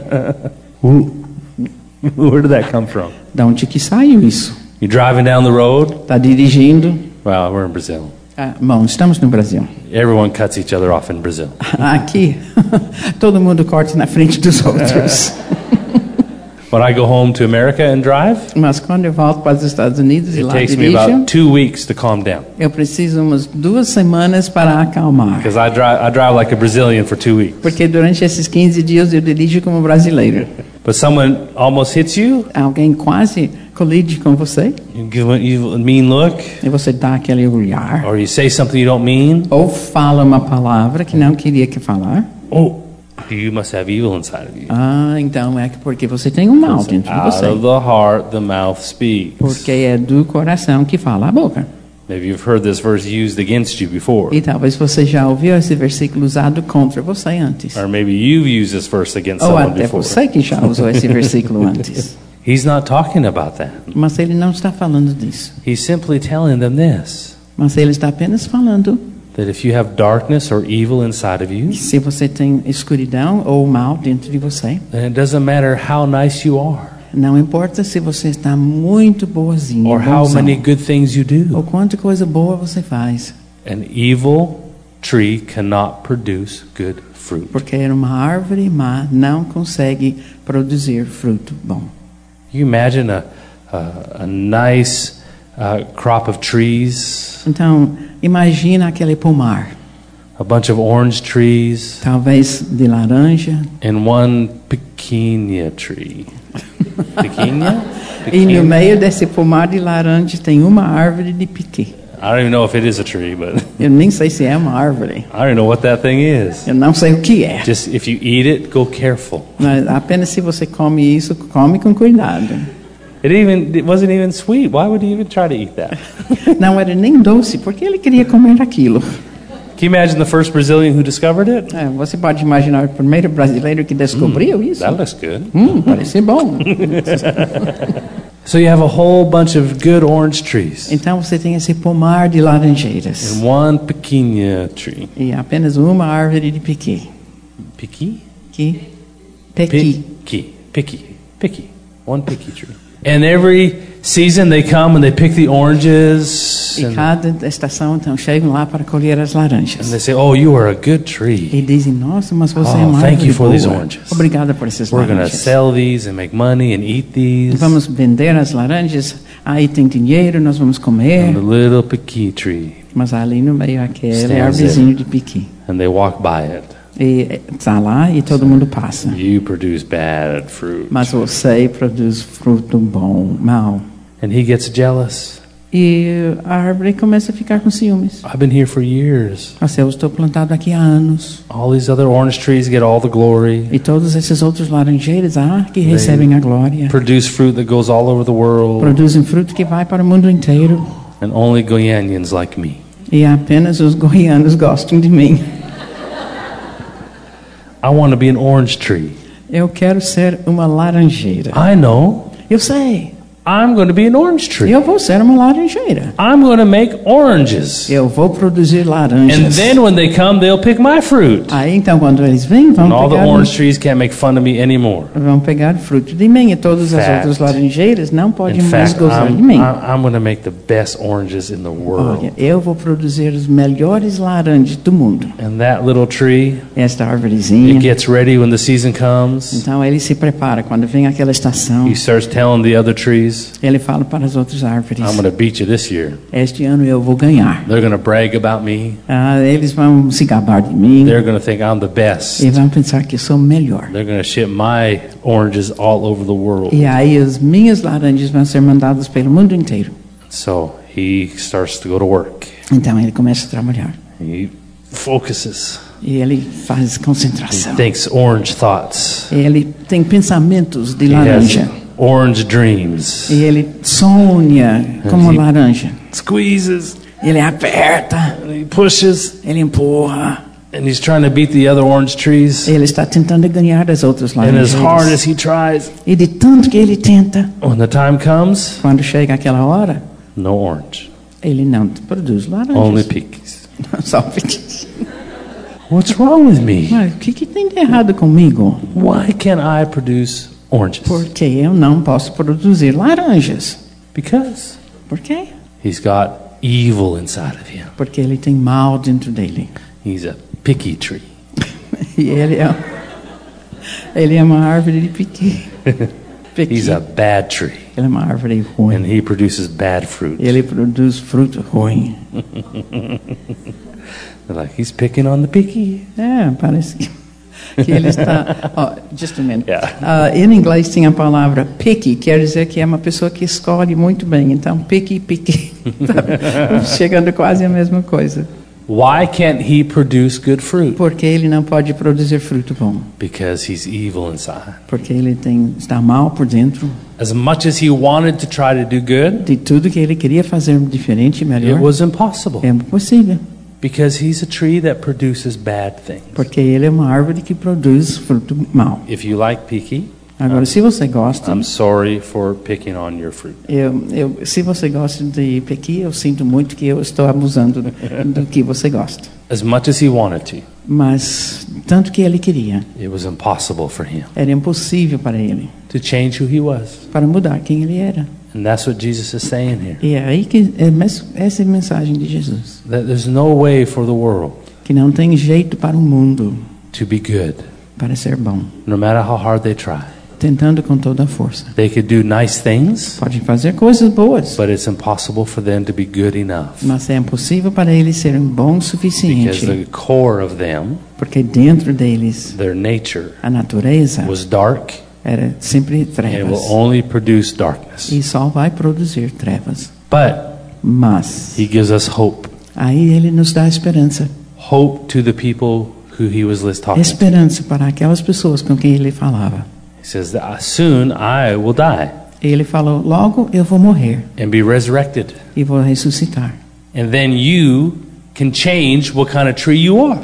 Speaker 1: Where did that come from?
Speaker 2: De onde que saiu isso?
Speaker 1: You're driving down the road.
Speaker 2: Está dirigindo.
Speaker 1: Well, we're in Brazil.
Speaker 2: Ah, bom, estamos no Brasil.
Speaker 1: Everyone cuts each other off in Brazil.
Speaker 2: Aqui, todo mundo corta na frente dos outros.
Speaker 1: When I go home to America and drive,
Speaker 2: Mas quando eu volto para os Estados Unidos e
Speaker 1: it
Speaker 2: lá
Speaker 1: takes me
Speaker 2: dirijo,
Speaker 1: about two weeks to calm down.
Speaker 2: eu preciso umas duas semanas para acalmar.
Speaker 1: Because I drive, I drive like a Brazilian for two weeks.
Speaker 2: Porque durante esses quinze dias eu dirijo como brasileiro.
Speaker 1: But someone almost hits you,
Speaker 2: Alguém quase colide com você
Speaker 1: you give a, you a mean look,
Speaker 2: e você dá aquele olhar.
Speaker 1: or you say something you don't mean.
Speaker 2: Ou fala uma palavra que não queria que falar.
Speaker 1: Oh, you must have evil inside of you.
Speaker 2: Ah, então é que porque você tem um mal dentro de
Speaker 1: Out
Speaker 2: você.
Speaker 1: of the heart, the mouth speaks.
Speaker 2: Porque é do coração que fala a boca.
Speaker 1: Maybe you've heard this verse used against you before.
Speaker 2: E talvez você já ouviu esse versículo usado contra você antes.
Speaker 1: Or maybe you've used this verse against
Speaker 2: Ou
Speaker 1: someone
Speaker 2: até
Speaker 1: before.
Speaker 2: você que já usou esse versículo antes.
Speaker 1: He's not talking about that.
Speaker 2: Mas ele não está falando disso.
Speaker 1: He's simply telling them this,
Speaker 2: Mas ele está apenas falando
Speaker 1: that if you have darkness or evil inside of you,
Speaker 2: que se você tem escuridão ou mal dentro de você,
Speaker 1: then it doesn't matter how nice you are
Speaker 2: não importa se você está muito boazinho
Speaker 1: or how
Speaker 2: bonzão,
Speaker 1: many good things you
Speaker 2: ou
Speaker 1: do.
Speaker 2: quanta coisa boa você faz.
Speaker 1: An evil tree cannot produce good fruit.
Speaker 2: Porque uma árvore má não consegue produzir fruto bom.
Speaker 1: You imagine a, a, a nice uh, crop of trees,
Speaker 2: Então, imagina aquele pomar,
Speaker 1: a bunch of orange trees,
Speaker 2: talvez de laranja.
Speaker 1: and one piquinha tree. Piquinha?
Speaker 2: E no
Speaker 1: Piquinha?
Speaker 2: meio desse pomar de laranja tem uma árvore de piqui.
Speaker 1: I don't even know if it is a tree, but
Speaker 2: Eu nem sei se é uma árvore.
Speaker 1: I don't even know what that thing is.
Speaker 2: Eu não sei o que é.
Speaker 1: Just if you eat it, go careful.
Speaker 2: Mas apenas se você come isso, come com cuidado.
Speaker 1: It even it wasn't even sweet. Why would he even try to eat that?
Speaker 2: Não era nem doce, porque ele queria comer aquilo.
Speaker 1: Can you imagine the first Brazilian who discovered it?
Speaker 2: É, você pode imaginar o primeiro brasileiro que descobriu isso?
Speaker 1: That looks good.
Speaker 2: Hum, parece bom.
Speaker 1: So you have a whole bunch of good orange trees
Speaker 2: Então você tem esse pomar de laranjeiras
Speaker 1: and one piquinha tree.
Speaker 2: e apenas uma árvore de piqui.
Speaker 1: Piqui?
Speaker 2: Que pequi.
Speaker 1: Picky. Picky. Picky. One picky tree. And every season they come and they pick the oranges
Speaker 2: E
Speaker 1: and,
Speaker 2: cada estação então chegam lá para colher as
Speaker 1: and
Speaker 2: laranjas.
Speaker 1: they say, "Oh, you are a good tree.
Speaker 2: E dizem: "Nossa, mas você
Speaker 1: Oh,
Speaker 2: é uma
Speaker 1: thank
Speaker 2: árvore
Speaker 1: you for these
Speaker 2: boa.
Speaker 1: oranges.
Speaker 2: Obrigada por esses
Speaker 1: We're going to
Speaker 2: laranjas.
Speaker 1: sell these and make money and eat these."
Speaker 2: Vamos vender as laranjas. Aí tem dinheiro, nós vamos
Speaker 1: And
Speaker 2: comer.
Speaker 1: the little picky tree,
Speaker 2: Mas ali no meio aquele
Speaker 1: Stands
Speaker 2: árvorezinho de piqui.
Speaker 1: and they walk by it.
Speaker 2: E está lá e todo mundo passa.
Speaker 1: You produce bad fruit.
Speaker 2: Mas você produz fruto bom, mal.
Speaker 1: And he gets jealous.
Speaker 2: E a árvore começa a ficar com ciúmes.
Speaker 1: I've been here for years.
Speaker 2: Mas eu estou plantado aqui há anos.
Speaker 1: All these other orange trees get all the glory.
Speaker 2: E todos esses outros laranjeiros, ah, que recebem a glória.
Speaker 1: Produce fruit that goes all over the world.
Speaker 2: Produzem fruto que vai para o mundo inteiro.
Speaker 1: And only Goianians like me.
Speaker 2: E apenas os goianos gostam de mim.
Speaker 1: I want to be an orange tree.
Speaker 2: Eu quero ser uma laranjeira.
Speaker 1: I know.
Speaker 2: Eu sei.
Speaker 1: I'm going to be an orange tree.
Speaker 2: Eu vou ser uma laranjeira.
Speaker 1: I'm going to make oranges.
Speaker 2: Eu vou produzir
Speaker 1: And
Speaker 2: laranjas.
Speaker 1: then when they come, they'll pick my fruit.
Speaker 2: Aí então quando eles vêm, vão
Speaker 1: And all the
Speaker 2: pegar,
Speaker 1: orange trees can't make fun of me anymore.
Speaker 2: vão pegar fruto de mim. E todas as
Speaker 1: Fact.
Speaker 2: outras laranjeiras não
Speaker 1: In
Speaker 2: podem mais
Speaker 1: fact,
Speaker 2: gozar
Speaker 1: I'm,
Speaker 2: de mim.
Speaker 1: I'm, I'm going to make the best oranges in the world.
Speaker 2: Olha, eu vou produzir os melhores laranjas do mundo.
Speaker 1: And that little tree,
Speaker 2: Esta
Speaker 1: it
Speaker 2: árvorezinha.
Speaker 1: gets ready when the season comes.
Speaker 2: Então ele se prepara quando vem aquela estação.
Speaker 1: He starts telling the other trees,
Speaker 2: Ele fala para as outras árvores:
Speaker 1: I'm going to beat you this year.
Speaker 2: este ano eu vou ganhar.
Speaker 1: They're going to brag about me.
Speaker 2: Ah, eles vão se gabar de mim
Speaker 1: They're going to think I'm the best.
Speaker 2: e vão pensar que eu sou o melhor.
Speaker 1: They're going to ship my oranges all over the world.
Speaker 2: E aí as minhas laranjas vão ser mandadas pelo mundo inteiro.
Speaker 1: So he starts to go to work.
Speaker 2: Então ele começa a trabalhar.
Speaker 1: He focuses.
Speaker 2: E ele faz
Speaker 1: He
Speaker 2: concentração.
Speaker 1: thinks orange thoughts.
Speaker 2: Ele tem pensamentos de
Speaker 1: He has
Speaker 2: laranja.
Speaker 1: orange dreams.
Speaker 2: E ele sonha como
Speaker 1: He-
Speaker 2: laranja.
Speaker 1: Squeezes.
Speaker 2: Ele aperta,
Speaker 1: And he pushes.
Speaker 2: ele empurra.
Speaker 1: And he's trying to beat the other orange trees.
Speaker 2: Ele está tentando ganhar das outras
Speaker 1: And as hard
Speaker 2: laranjas.
Speaker 1: as he tries,
Speaker 2: E de tanto que ele tenta,
Speaker 1: when the time comes,
Speaker 2: quando chega aquela hora,
Speaker 1: no orange.
Speaker 2: ele não produz laranjas.
Speaker 1: Only pickies.
Speaker 2: Só pequenos.
Speaker 1: What's wrong with me?
Speaker 2: Mas o que, que tem de errado comigo?
Speaker 1: Why can't I produce oranges?
Speaker 2: Porque eu não posso produzir laranjas.
Speaker 1: Because
Speaker 2: Por quê?
Speaker 1: he's got evil inside of him.
Speaker 2: Porque ele tem mal dentro dele.
Speaker 1: He's a picky tree.
Speaker 2: E ele é, ele é uma árvore de piqui. Piqui.
Speaker 1: He's a bad tree.
Speaker 2: Ele é uma árvore
Speaker 1: And
Speaker 2: ruim.
Speaker 1: he produces bad fruit.
Speaker 2: Ele produz fruto ruim.
Speaker 1: They're like, he's picking on the picky.
Speaker 2: É, parece que, que ele está... Oh, just a minute.
Speaker 1: Yeah.
Speaker 2: Ah, em inglês tem a palavra picky, quer dizer que é uma pessoa que escolhe muito bem. Então, picky, picky. Chegando quase a mesma coisa.
Speaker 1: Why can't he produce good fruit?
Speaker 2: Porque ele não pode produzir fruto bom.
Speaker 1: Because he's evil inside.
Speaker 2: Porque ele tem, está mal por dentro.
Speaker 1: As much as he wanted to try to do good,
Speaker 2: De tudo que ele queria fazer diferente e
Speaker 1: it
Speaker 2: melhor,
Speaker 1: was impossible.
Speaker 2: é impossível.
Speaker 1: Because he's a tree that produces bad things.
Speaker 2: Porque ele é uma árvore que produz fruto mau.
Speaker 1: If you like picky,
Speaker 2: Agora, se você gosta,
Speaker 1: I'm sorry for picking on your fruit.
Speaker 2: eu, eu, se você gosta de pequi, eu sinto muito que eu estou abusando do, do que você gosta.
Speaker 1: As much as he wanted to,
Speaker 2: Mas tanto que ele queria,
Speaker 1: it was impossible for him
Speaker 2: era impossível para ele,
Speaker 1: to change who he was.
Speaker 2: para mudar quem ele era.
Speaker 1: And that's what Jesus is saying here.
Speaker 2: E é aí que é mes- essa é a mensagem de Jesus,
Speaker 1: That there's no way for the world
Speaker 2: que não tem jeito para o mundo
Speaker 1: to be good,
Speaker 2: para ser bom.
Speaker 1: no matter how hard they try.
Speaker 2: tentando com toda a força.
Speaker 1: They could do nice things,
Speaker 2: Podem fazer coisas boas,
Speaker 1: but it's impossible for them to be good enough.
Speaker 2: mas é impossível para eles serem bons o
Speaker 1: Because
Speaker 2: suficiente,
Speaker 1: the core of them,
Speaker 2: porque dentro deles
Speaker 1: their nature,
Speaker 2: a natureza
Speaker 1: was dark,
Speaker 2: era sempre
Speaker 1: and it
Speaker 2: trevas
Speaker 1: will only produce darkness.
Speaker 2: e só vai produzir trevas.
Speaker 1: But
Speaker 2: Mas
Speaker 1: he gives us hope.
Speaker 2: aí ele nos dá esperança,
Speaker 1: Hope to the people who he was talking to.
Speaker 2: esperança para aquelas pessoas com quem ele falava.
Speaker 1: He says, that soon I will die
Speaker 2: Ele falou: logo eu vou morrer
Speaker 1: and be resurrected.
Speaker 2: e vou ressuscitar.
Speaker 1: And then you can change what kind of tree you are.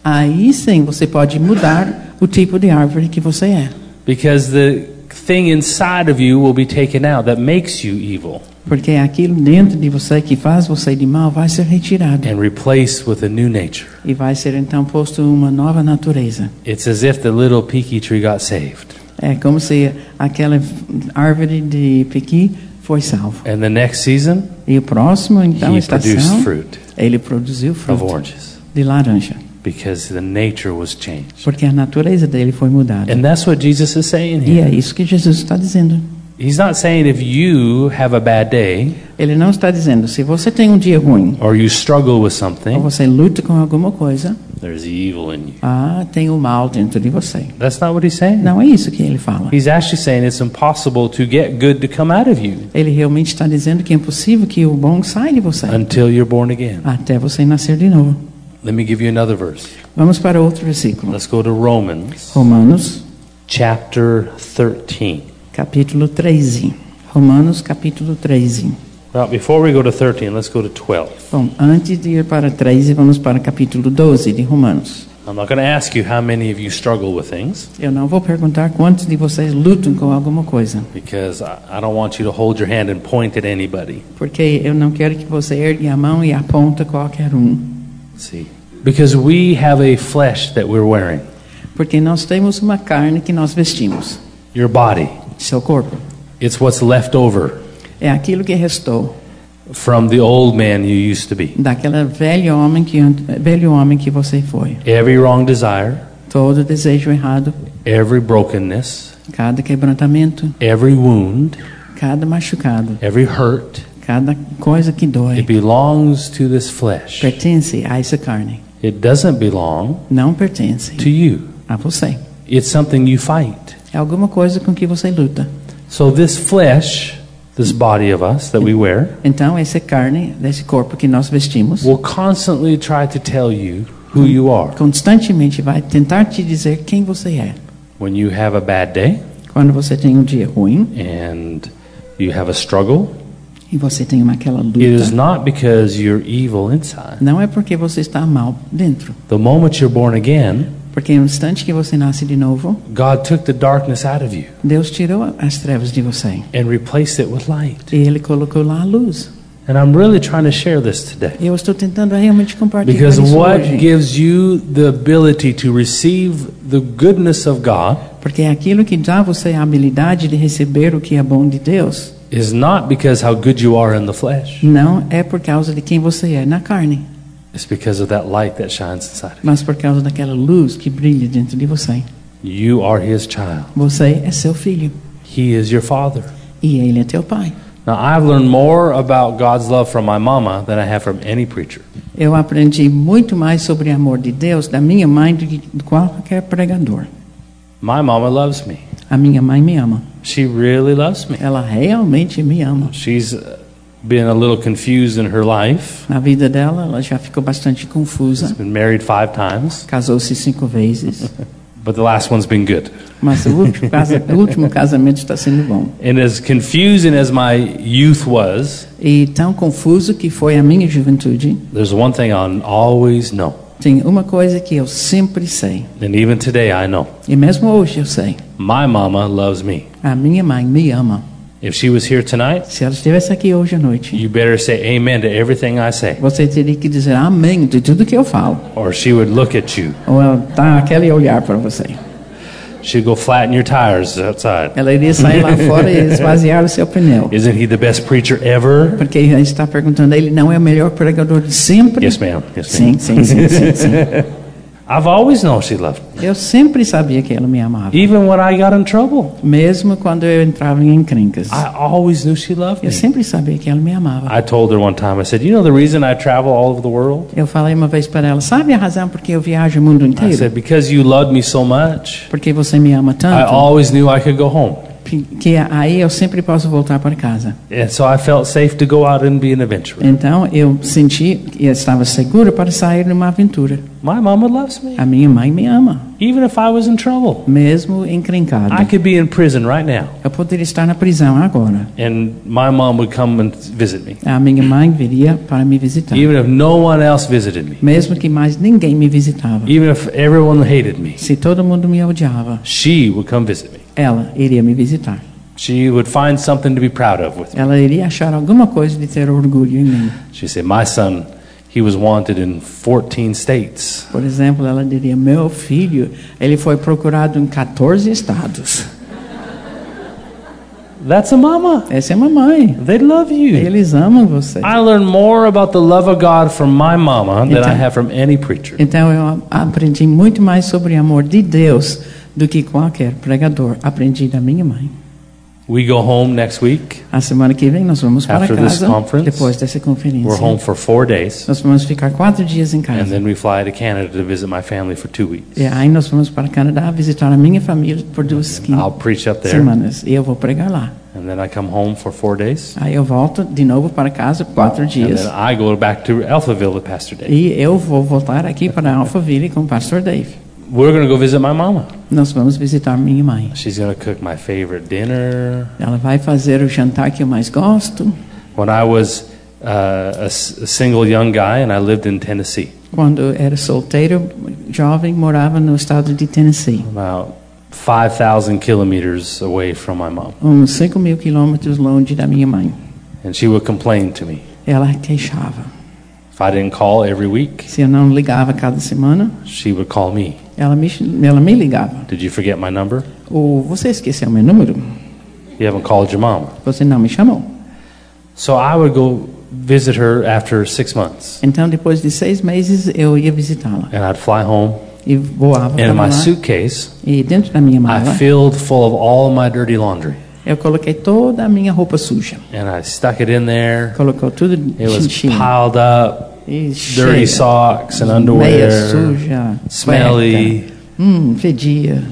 Speaker 2: Aí sim você pode mudar o tipo de árvore que você é,
Speaker 1: Because the thing inside of you will be taken out that makes you evil
Speaker 2: porque aquilo dentro de você que faz você de mal vai ser retirado
Speaker 1: and replaced with a new nature.
Speaker 2: e vai ser então posto uma nova natureza.
Speaker 1: It's as if the little peaky tree got saved.
Speaker 2: É como se aquela árvore de pequi foi salvo.
Speaker 1: And the next season,
Speaker 2: E o próximo, então,
Speaker 1: he
Speaker 2: estação,
Speaker 1: produced fruit
Speaker 2: ele produziu
Speaker 1: of
Speaker 2: fruto
Speaker 1: oranges
Speaker 2: de laranja,
Speaker 1: because the nature was changed.
Speaker 2: porque a natureza dele foi mudada.
Speaker 1: And that's what Jesus is saying
Speaker 2: E
Speaker 1: here.
Speaker 2: é isso que Jesus está dizendo.
Speaker 1: He's not saying if you have a bad day
Speaker 2: Ele não está dizendo, se você tem um dia ruim,
Speaker 1: or you struggle with
Speaker 2: ou
Speaker 1: something,
Speaker 2: você luta com alguma coisa,
Speaker 1: there's evil in you.
Speaker 2: ah, tem o mal dentro de você.
Speaker 1: That's not what he's saying.
Speaker 2: Não é isso que ele fala.
Speaker 1: He's actually saying it's impossible to get good to come out of you
Speaker 2: Ele realmente está dizendo que é impossível que o bom saia de você,
Speaker 1: until you're born again.
Speaker 2: até você nascer de novo.
Speaker 1: Let me give you another verse.
Speaker 2: Vamos para outro versículo.
Speaker 1: Let's go to Romans
Speaker 2: Romanos,
Speaker 1: chapter thirteen.
Speaker 2: capítulo treze. Romanos, capítulo treze.
Speaker 1: Well, before we go to thirteen, let's go to twelve.
Speaker 2: Bom, antes de ir para treze, vamos para o capítulo doze de Romanos.
Speaker 1: I'm not going to ask you how many of you struggle with things
Speaker 2: Eu não vou perguntar quantos de vocês lutam com alguma coisa,
Speaker 1: because I I don't want you to hold your hand and point at anybody.
Speaker 2: porque eu não quero que você ergue a mão e aponta qualquer um.
Speaker 1: See, because we have a flesh that we're wearing,
Speaker 2: Porque nós temos uma carne que nós vestimos,
Speaker 1: your body.
Speaker 2: seu corpo.
Speaker 1: It's what's left over
Speaker 2: É aquilo que restou
Speaker 1: from the old man you used to be.
Speaker 2: daquele velho homem que velho homem que você foi.
Speaker 1: Every wrong desire,
Speaker 2: Todo desejo errado,
Speaker 1: every brokenness,
Speaker 2: cada quebrantamento,
Speaker 1: every wound,
Speaker 2: cada machucado,
Speaker 1: every hurt,
Speaker 2: cada coisa que dói,
Speaker 1: it belongs to this flesh.
Speaker 2: pertence a essa carne.
Speaker 1: It doesn't belong
Speaker 2: Não pertence
Speaker 1: to you.
Speaker 2: a você.
Speaker 1: It's something you fight.
Speaker 2: É alguma coisa com que você luta.
Speaker 1: So this flesh, this body of us that we wear,
Speaker 2: Então, essa carne desse corpo que nós vestimos
Speaker 1: will constantly try to tell you who you are.
Speaker 2: constantemente vai tentar te dizer quem você é.
Speaker 1: When you have a bad day
Speaker 2: Quando você tem um dia ruim
Speaker 1: and you have a struggle,
Speaker 2: e você tem uma aquela
Speaker 1: it is
Speaker 2: luta,
Speaker 1: not because you're evil inside.
Speaker 2: não é porque você está mal dentro.
Speaker 1: The moment you're born again,
Speaker 2: Porque no instante que você nasce de novo,
Speaker 1: God took the darkness out of you
Speaker 2: Deus tirou as trevas de você
Speaker 1: and replaced it with light.
Speaker 2: e Ele colocou lá a luz.
Speaker 1: And I'm really trying to share this today.
Speaker 2: E eu estou tentando realmente compartilhar
Speaker 1: Because
Speaker 2: isso
Speaker 1: what
Speaker 2: hoje.
Speaker 1: gives you the ability to receive the goodness of God
Speaker 2: Porque é aquilo que dá a você a habilidade de receber o que é bom de Deus,
Speaker 1: is not because how good you are in the flesh.
Speaker 2: não é por causa de quem você é na carne,
Speaker 1: It's because of that light that shines inside of
Speaker 2: mas por causa daquela luz que brilha dentro de você.
Speaker 1: you. You are His child.
Speaker 2: Você é seu filho
Speaker 1: He is your father.
Speaker 2: e Ele é teu pai.
Speaker 1: Now, I've learned more about God's love from my mama than I have from any preacher.
Speaker 2: Eu aprendi muito mais sobre o amor de Deus da minha mãe do que de qualquer pregador.
Speaker 1: My mama loves me.
Speaker 2: A minha mãe me ama.
Speaker 1: She really loves me.
Speaker 2: Ela realmente me ama.
Speaker 1: She's uh, been a little confused in her life.
Speaker 2: Na vida dela, ela já ficou bastante
Speaker 1: She's
Speaker 2: confusa.
Speaker 1: been married five times,
Speaker 2: Casou-se cinco vezes.
Speaker 1: but the last one's been good.
Speaker 2: Mas o último, casa, o último casamento está sendo bom.
Speaker 1: And as confusing as my youth was,
Speaker 2: E tão confuso que foi a minha juventude,
Speaker 1: there's one thing I'll always know.
Speaker 2: tem uma coisa que eu sempre sei.
Speaker 1: And even today I know.
Speaker 2: E mesmo hoje eu sei.
Speaker 1: My mama loves me.
Speaker 2: A minha mãe me ama.
Speaker 1: If she was here tonight,
Speaker 2: Se ela estivesse aqui hoje à noite,
Speaker 1: you better say amen to everything I say,
Speaker 2: você teria que dizer amém de tudo que eu falo.
Speaker 1: or she would look at you.
Speaker 2: Ou ela tá aquele olhar para você.
Speaker 1: She'd go flatten your tires outside.
Speaker 2: Ela iria sair lá fora e esvaziar o seu pneu.
Speaker 1: Isn't he the best preacher ever?
Speaker 2: Porque a gente está perguntando, ele não é o melhor pregador de sempre?
Speaker 1: Yes, ma'am. Yes, ma'am.
Speaker 2: Sim, sim, sim, sim, sim.
Speaker 1: I've always known she loved me,
Speaker 2: Eu sempre sabia que ela me amava.
Speaker 1: even when I got in trouble.
Speaker 2: Mesmo quando eu entrava em encrencas.
Speaker 1: I always knew she loved
Speaker 2: Eu
Speaker 1: me.
Speaker 2: sempre sabia que ela me amava.
Speaker 1: I told her one time, I said, you know the reason I travel all over the world?
Speaker 2: Eu falei uma vez para ela, sabe a razão por que eu viajo o mundo
Speaker 1: I
Speaker 2: inteiro?
Speaker 1: said, because you loved me so much,
Speaker 2: Porque você me ama
Speaker 1: I
Speaker 2: tanto,
Speaker 1: always knew I could go home.
Speaker 2: que aí eu sempre posso voltar para casa.
Speaker 1: And so I felt safe to go out and be an adventurer.
Speaker 2: Então eu senti que eu estava seguro para sair numa aventura.
Speaker 1: My mama loves me.
Speaker 2: A minha mãe me ama,
Speaker 1: Even if I was in trouble,
Speaker 2: mesmo encrencado.
Speaker 1: I could be in prison right now,
Speaker 2: Eu poderia estar na prisão agora.
Speaker 1: and my mom would come and visit me.
Speaker 2: A minha mãe viria para me visitar,
Speaker 1: Even if no one else visited me,
Speaker 2: mesmo que mais ninguém me visitava.
Speaker 1: even if everyone hated me,
Speaker 2: Se todo mundo me odiava,
Speaker 1: she would come visit me.
Speaker 2: ela iria me visitar.
Speaker 1: She would find something to be proud of with me.
Speaker 2: Ela iria achar alguma coisa de ter orgulho em mim.
Speaker 1: She said, my son, he was wanted in fourteen states.
Speaker 2: Por exemplo, ela diria: meu filho, ele foi procurado em quatorze estados.
Speaker 1: That's a mama.
Speaker 2: Essa é a mamãe.
Speaker 1: They love you.
Speaker 2: Eles amam você.
Speaker 1: I learned more about the love of God from my mama than I have from any preacher.
Speaker 2: Então eu aprendi muito mais sobre o amor de Deus do que qualquer pregador. Aprendi da minha mãe.
Speaker 1: We go home next week.
Speaker 2: A semana que vem nós vamos para
Speaker 1: After this
Speaker 2: casa
Speaker 1: conference,
Speaker 2: depois dessa conferência.
Speaker 1: We're home for four days,
Speaker 2: Nós vamos ficar quatro dias em
Speaker 1: and
Speaker 2: casa.
Speaker 1: then we fly to Canada to visit my family for two weeks.
Speaker 2: E aí nós vamos para o Canadá visitar a minha família por duas quin-
Speaker 1: I'll preach up there,
Speaker 2: semanas. E eu vou pregar lá.
Speaker 1: and then I come home for four days,
Speaker 2: Aí eu volto de novo para casa por quatro
Speaker 1: and
Speaker 2: dias.
Speaker 1: then I go back to Alphaville with Pastor Dave.
Speaker 2: E eu vou voltar aqui para Alphaville com o pastor Dave.
Speaker 1: We're going to go visit my mama.
Speaker 2: Nós vamos visitar minha mãe.
Speaker 1: She's going to cook my favorite dinner.
Speaker 2: Ela vai fazer o jantar que eu mais gosto.
Speaker 1: When I was uh, a, s- a single young guy and I lived in Tennessee,
Speaker 2: Quando eu era solteiro, jovem, morava no estado de Tennessee,
Speaker 1: about five thousand kilometers away from my mom.
Speaker 2: uns cinco mil quilômetros longe da minha mãe.
Speaker 1: And she would complain to me.
Speaker 2: Ela queixava.
Speaker 1: If I didn't call every week,
Speaker 2: Se eu não ligava cada semana,
Speaker 1: she would call me.
Speaker 2: ela me, ela me ligava.
Speaker 1: Did you forget my number?
Speaker 2: Ou você esqueceu meu número?
Speaker 1: You haven't called your mom.
Speaker 2: Você não me chamou.
Speaker 1: So I would go visit her after six months.
Speaker 2: Então, depois de seis meses, eu ia visitá-la.
Speaker 1: And I'd fly home.
Speaker 2: E voava
Speaker 1: And
Speaker 2: para
Speaker 1: in my
Speaker 2: lá.
Speaker 1: suitcase,
Speaker 2: E dentro da minha
Speaker 1: I
Speaker 2: mala,
Speaker 1: filled full of all my dirty laundry.
Speaker 2: eu coloquei toda a minha roupa suja.
Speaker 1: And I stuck it in there.
Speaker 2: Colocou tudo
Speaker 1: It was
Speaker 2: chinchino.
Speaker 1: piled up,
Speaker 2: E
Speaker 1: dirty
Speaker 2: cheia.
Speaker 1: socks and
Speaker 2: Meia
Speaker 1: underwear,
Speaker 2: suja,
Speaker 1: smelly.
Speaker 2: cueca. Hum, fedia.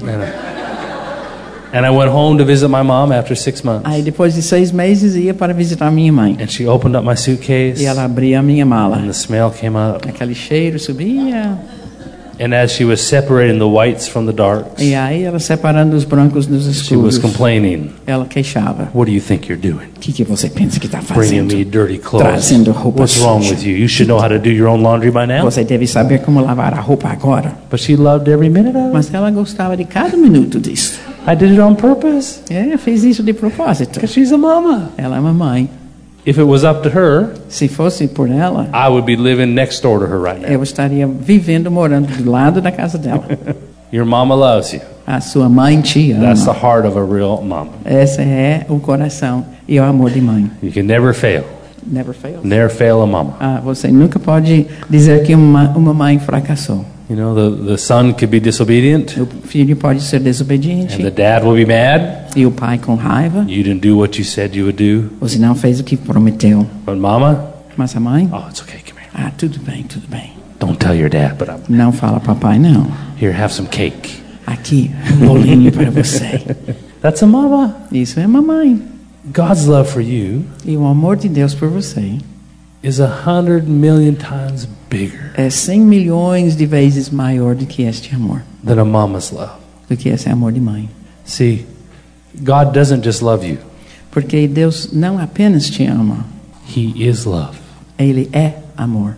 Speaker 1: And I went home to visit my mom after six months.
Speaker 2: Aí depois de seis meses ia para visitar minha mãe.
Speaker 1: And she opened up my suitcase,
Speaker 2: E ela abria a minha mala.
Speaker 1: and the smell came up.
Speaker 2: Aquele cheiro subia.
Speaker 1: And as she was separating the whites from the darks,
Speaker 2: E aí ela separando os brancos dos
Speaker 1: she was
Speaker 2: escuros.
Speaker 1: complaining,
Speaker 2: Ela queixava.
Speaker 1: what do you think you're doing?
Speaker 2: O que, que você pensa que está
Speaker 1: Bringing
Speaker 2: fazendo?
Speaker 1: me dirty clothes.
Speaker 2: Trazendo roupa
Speaker 1: What's wrong
Speaker 2: suja.
Speaker 1: with you? You should know how to do your own laundry by now.
Speaker 2: Você deve saber como lavar a roupa agora.
Speaker 1: But she loved every minute of it.
Speaker 2: Mas ela gostava de cada minuto disso.
Speaker 1: I did it on purpose,
Speaker 2: É, fez isso de propósito.
Speaker 1: because she's a mama.
Speaker 2: Ela é uma mãe.
Speaker 1: If it was up to her,
Speaker 2: Se fosse por ela,
Speaker 1: I would be living next door to her right now.
Speaker 2: eu estaria vivendo, morando do lado da casa dela.
Speaker 1: Your mama loves you.
Speaker 2: A sua mãe te
Speaker 1: That's the
Speaker 2: ama.
Speaker 1: heart of a real mama.
Speaker 2: Esse é o coração e o amor de mãe.
Speaker 1: You can never fail.
Speaker 2: Never fails.
Speaker 1: Never fail a mama.
Speaker 2: Ah, você nunca pode dizer que uma, uma mãe fracassou.
Speaker 1: You know, the, the son could be disobedient,
Speaker 2: O filho pode ser desobediente
Speaker 1: and the dad will be mad.
Speaker 2: e o pai com raiva.
Speaker 1: You didn't do what you said you would do.
Speaker 2: Você não fez o que prometeu.
Speaker 1: But mama,
Speaker 2: Mas a mãe?
Speaker 1: oh, it's okay. Come here.
Speaker 2: Ah, tudo bem, tudo bem.
Speaker 1: Don't tell your dad, but I'm
Speaker 2: Não fala papai, não.
Speaker 1: here. Have some cake.
Speaker 2: Aqui, um bolinho para você.
Speaker 1: That's a mama.
Speaker 2: Isso é mamãe.
Speaker 1: God's love for you
Speaker 2: E o amor de Deus por você
Speaker 1: is a hundred million times bigger
Speaker 2: é cem milhões de vezes maior do que este amor.
Speaker 1: than a mama's love.
Speaker 2: Do que esse amor de mãe.
Speaker 1: See, God doesn't just love you.
Speaker 2: Porque Deus não apenas te ama.
Speaker 1: He is love.
Speaker 2: Ele é amor.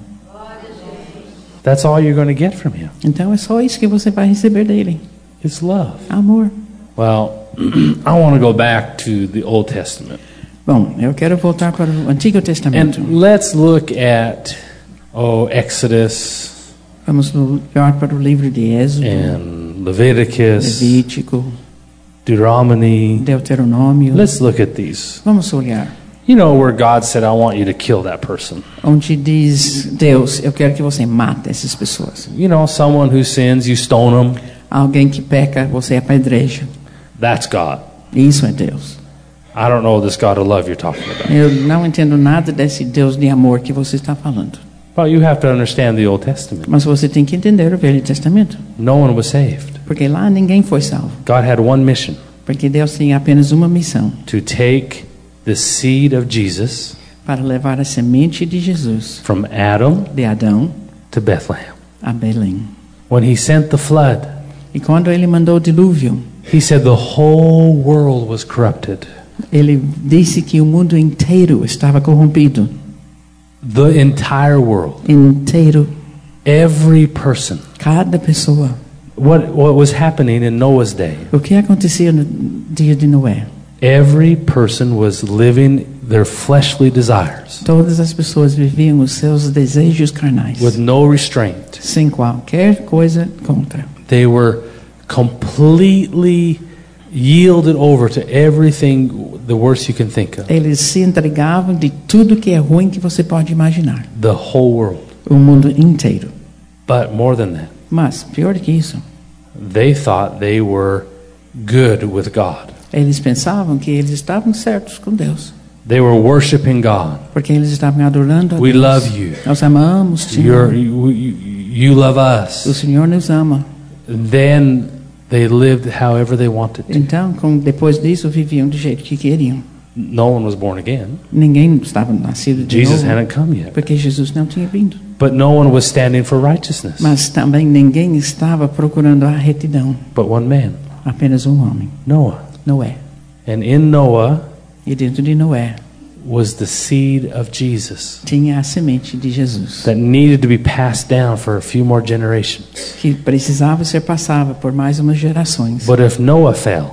Speaker 1: That's all you're going to get from him.
Speaker 2: Então é só isso que você vai receber dele.
Speaker 1: It's love.
Speaker 2: Amor.
Speaker 1: Well, I want to go back to the Old Testament.
Speaker 2: Bom, eu quero voltar para o Antigo Testamento.
Speaker 1: And let's look at, oh, Exodus
Speaker 2: Vamos olhar para o livro de Êxodo,
Speaker 1: and Leviticus,
Speaker 2: Levítico,
Speaker 1: Deuteronomy.
Speaker 2: Deuteronômio.
Speaker 1: Let's look at these.
Speaker 2: Vamos olhar.
Speaker 1: You know, where God said, I want you to kill that person.
Speaker 2: onde diz Deus, eu quero que você mate essas pessoas.
Speaker 1: You know, someone who sins, you stone them.
Speaker 2: Alguém que peca, você apedreja.
Speaker 1: That's God.
Speaker 2: Isso é Deus.
Speaker 1: I don't know this God of love you're talking about.
Speaker 2: Eu não entendo nada desse Deus de amor que você está falando.
Speaker 1: Well, you have to understand the Old Testament.
Speaker 2: Mas você tem que entender o Velho Testamento.
Speaker 1: No one was saved.
Speaker 2: Porque lá ninguém foi salvo.
Speaker 1: God had one mission,
Speaker 2: Porque Deus tinha apenas uma missão.
Speaker 1: to take the seed of Jesus
Speaker 2: Para levar a semente de Jesus,
Speaker 1: from Adam
Speaker 2: de Adão,
Speaker 1: to Bethlehem.
Speaker 2: a Belém.
Speaker 1: When he sent the flood,
Speaker 2: E quando ele mandou o dilúvio,
Speaker 1: he said the whole world was corrupted.
Speaker 2: ele disse que o mundo inteiro estava corrompido.
Speaker 1: The entire world.
Speaker 2: Inteiro.
Speaker 1: Every person.
Speaker 2: Cada pessoa.
Speaker 1: What, what was happening in Noah's day?
Speaker 2: O que acontecia no dia de Noé?
Speaker 1: Every person was living their fleshly desires
Speaker 2: Todas as pessoas viviam os seus desejos carnais,
Speaker 1: with no restraint.
Speaker 2: sem qualquer coisa contra.
Speaker 1: They were completely yielded over to everything the worst you can think of.
Speaker 2: Eles se entregavam de tudo que é ruim que você pode imaginar.
Speaker 1: The whole world.
Speaker 2: O mundo inteiro.
Speaker 1: But more than that,
Speaker 2: Mas, pior que isso,
Speaker 1: they thought they were good with God.
Speaker 2: eles pensavam que eles estavam certos com Deus.
Speaker 1: They were worshiping God.
Speaker 2: Porque eles estavam adorando a
Speaker 1: We
Speaker 2: Deus.
Speaker 1: love you.
Speaker 2: Nós amamos,
Speaker 1: You're,
Speaker 2: Senhor.
Speaker 1: you, you you love
Speaker 2: O
Speaker 1: us.
Speaker 2: Senhor nos ama.
Speaker 1: Then they lived however they wanted to.
Speaker 2: Então, com, depois disso, viviam do jeito que queriam.
Speaker 1: No one was born again.
Speaker 2: Ninguém estava nascido de
Speaker 1: Jesus
Speaker 2: novo,
Speaker 1: hadn't come yet.
Speaker 2: porque Jesus não tinha vindo.
Speaker 1: But no one was standing for righteousness.
Speaker 2: Mas também ninguém estava procurando a retidão.
Speaker 1: But one man,
Speaker 2: Apenas um homem,
Speaker 1: Noah.
Speaker 2: Noé.
Speaker 1: And in Noah
Speaker 2: E dentro de Noé
Speaker 1: was the seed of Jesus
Speaker 2: tinha a semente de Jesus,
Speaker 1: that needed to be passed down for a few more generations.
Speaker 2: que precisava ser passada por mais umas gerações.
Speaker 1: But if Noah fell,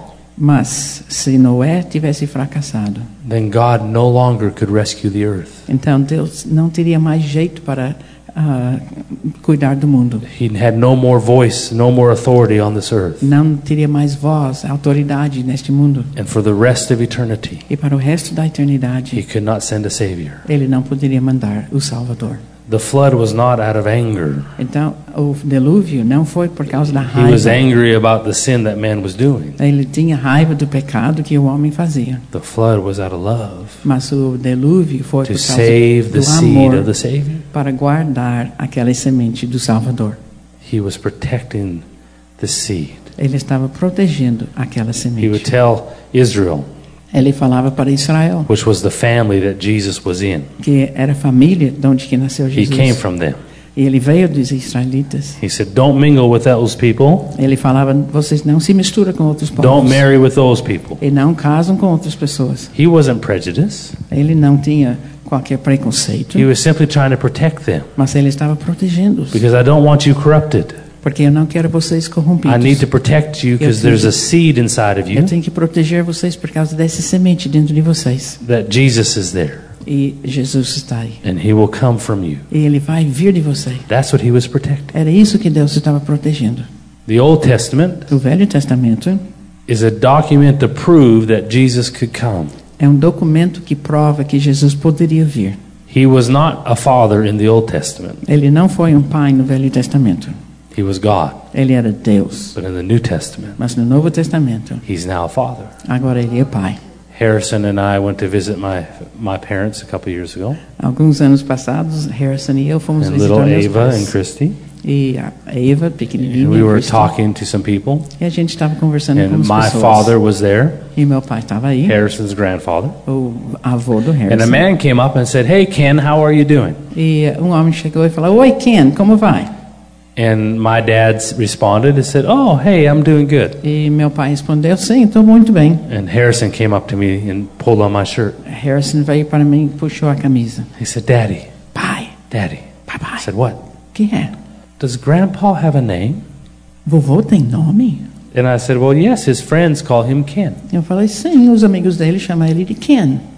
Speaker 2: Mas se Noé tivesse fracassado,
Speaker 1: then God no longer could rescue the earth.
Speaker 2: então Deus não teria mais jeito para ah, cuidar do mundo.
Speaker 1: He had no more voice, no more authority on this earth.
Speaker 2: Não teria mais voz, autoridade neste mundo.
Speaker 1: And for the rest of eternity,
Speaker 2: E para o resto da
Speaker 1: he
Speaker 2: eternidade,
Speaker 1: could not send a savior.
Speaker 2: ele não poderia mandar o Salvador.
Speaker 1: The flood was not out of anger.
Speaker 2: Então, o dilúvio não foi por causa da
Speaker 1: He was
Speaker 2: raiva.
Speaker 1: angry about the sin that man was doing.
Speaker 2: Ele tinha raiva do pecado que o homem fazia.
Speaker 1: The flood was out of love
Speaker 2: Mas o dilúvio foi
Speaker 1: to
Speaker 2: por causa
Speaker 1: save the
Speaker 2: do
Speaker 1: seed
Speaker 2: amor
Speaker 1: of the Savior.
Speaker 2: para guardar aquela semente do Salvador.
Speaker 1: He was protecting the seed.
Speaker 2: Ele estava protegendo aquela
Speaker 1: He would
Speaker 2: semente.
Speaker 1: tell Israel,
Speaker 2: Ele falava para Israel,
Speaker 1: which was the family that Jesus was in.
Speaker 2: que era a família de onde que nasceu
Speaker 1: He came
Speaker 2: Jesus.
Speaker 1: from them.
Speaker 2: E ele veio dos israelitas.
Speaker 1: He said, don't mingle with those people.
Speaker 2: Ele falava, vocês não se misturam com outros povos.
Speaker 1: Don't marry with those people.
Speaker 2: E não casam com outras pessoas.
Speaker 1: He wasn't prejudiced.
Speaker 2: Ele não tinha qualquer preconceito,
Speaker 1: He was simply trying to protect them.
Speaker 2: mas ele estava protegendo-os.
Speaker 1: Because I don't want you corrupted.
Speaker 2: Porque eu não quero vocês
Speaker 1: I need
Speaker 2: corrompidos.
Speaker 1: to protect you because there's a seed inside of
Speaker 2: Eu
Speaker 1: you
Speaker 2: tenho que proteger vocês por causa dessa semente dentro de vocês.
Speaker 1: that Jesus is there.
Speaker 2: E Jesus está aí.
Speaker 1: And he will come from you.
Speaker 2: E ele vai vir de você.
Speaker 1: That's what he was protecting.
Speaker 2: Era isso que Deus estava protegendo.
Speaker 1: The Old Testament
Speaker 2: O Velho Testamento
Speaker 1: is a document to prove that Jesus could come.
Speaker 2: é um documento que prova que Jesus poderia vir.
Speaker 1: He was not a father in the Old Testament.
Speaker 2: Ele não foi um pai no Velho Testamento.
Speaker 1: He was God.
Speaker 2: Ele era Deus.
Speaker 1: But in the New Testament,
Speaker 2: Mas no Novo Testamento,
Speaker 1: he's now a father.
Speaker 2: agora ele é pai.
Speaker 1: Harrison and I went to visit my my parents a couple years ago.
Speaker 2: Alguns anos passados, Harrison e eu fomos
Speaker 1: And
Speaker 2: visitar
Speaker 1: little
Speaker 2: meus
Speaker 1: Ava and
Speaker 2: pais.
Speaker 1: Christy.
Speaker 2: E a Eva, pequenininha,
Speaker 1: And we were
Speaker 2: Christy.
Speaker 1: talking to some people.
Speaker 2: E a gente estava conversando com
Speaker 1: And
Speaker 2: as
Speaker 1: my
Speaker 2: pessoas.
Speaker 1: father was there,
Speaker 2: E meu pai estava aí,
Speaker 1: Harrison's grandfather.
Speaker 2: o avô do
Speaker 1: And a
Speaker 2: Harrison.
Speaker 1: man came up and said, "Hey Ken, how are you doing?"
Speaker 2: E um homem chegou e falou, oi Ken, como vai?
Speaker 1: And my dad responded and said, "Oh, hey, I'm doing good."
Speaker 2: E meu pai respondeu, sim, estou muito bem.
Speaker 1: And Harrison came up to me and pulled on my shirt.
Speaker 2: Harrison veio para mim e puxou a camisa.
Speaker 1: He said, "Daddy,
Speaker 2: Pai,
Speaker 1: Daddy."
Speaker 2: papai,
Speaker 1: I said, "What?
Speaker 2: o que é?
Speaker 1: Does Grandpa have a name?"
Speaker 2: Vovô tem nome?
Speaker 1: And I said, "Well, yes, his friends call him Ken."
Speaker 2: Eu falei, sim, os amigos dele chamam ele de Ken.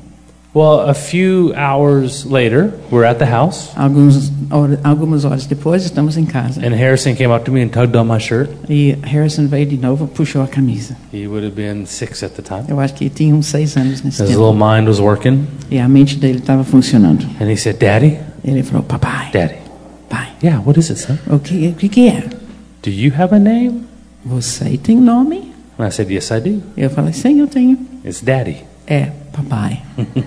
Speaker 1: Well, a few hours later, we're at the house,
Speaker 2: Alguns, hor- algumas horas depois, estamos em casa.
Speaker 1: and Harrison came up to me and tugged on my shirt.
Speaker 2: E Harrison veio de novo, puxou a camisa.
Speaker 1: He would have been six at the time.
Speaker 2: Eu acho que tinha uns seis anos nesse
Speaker 1: His
Speaker 2: tempo.
Speaker 1: little mind was working,
Speaker 2: E a mente dele estava funcionando.
Speaker 1: and he said, "Daddy,
Speaker 2: Ele falou, papai,
Speaker 1: Daddy,
Speaker 2: pai,
Speaker 1: yeah, what is it, son?
Speaker 2: o que, o que que é?
Speaker 1: Do you have a name?"
Speaker 2: Você tem nome?
Speaker 1: And I said, "Yes, I do.
Speaker 2: Eu falei, sim, eu tenho.
Speaker 1: It's Daddy."
Speaker 2: É, papai.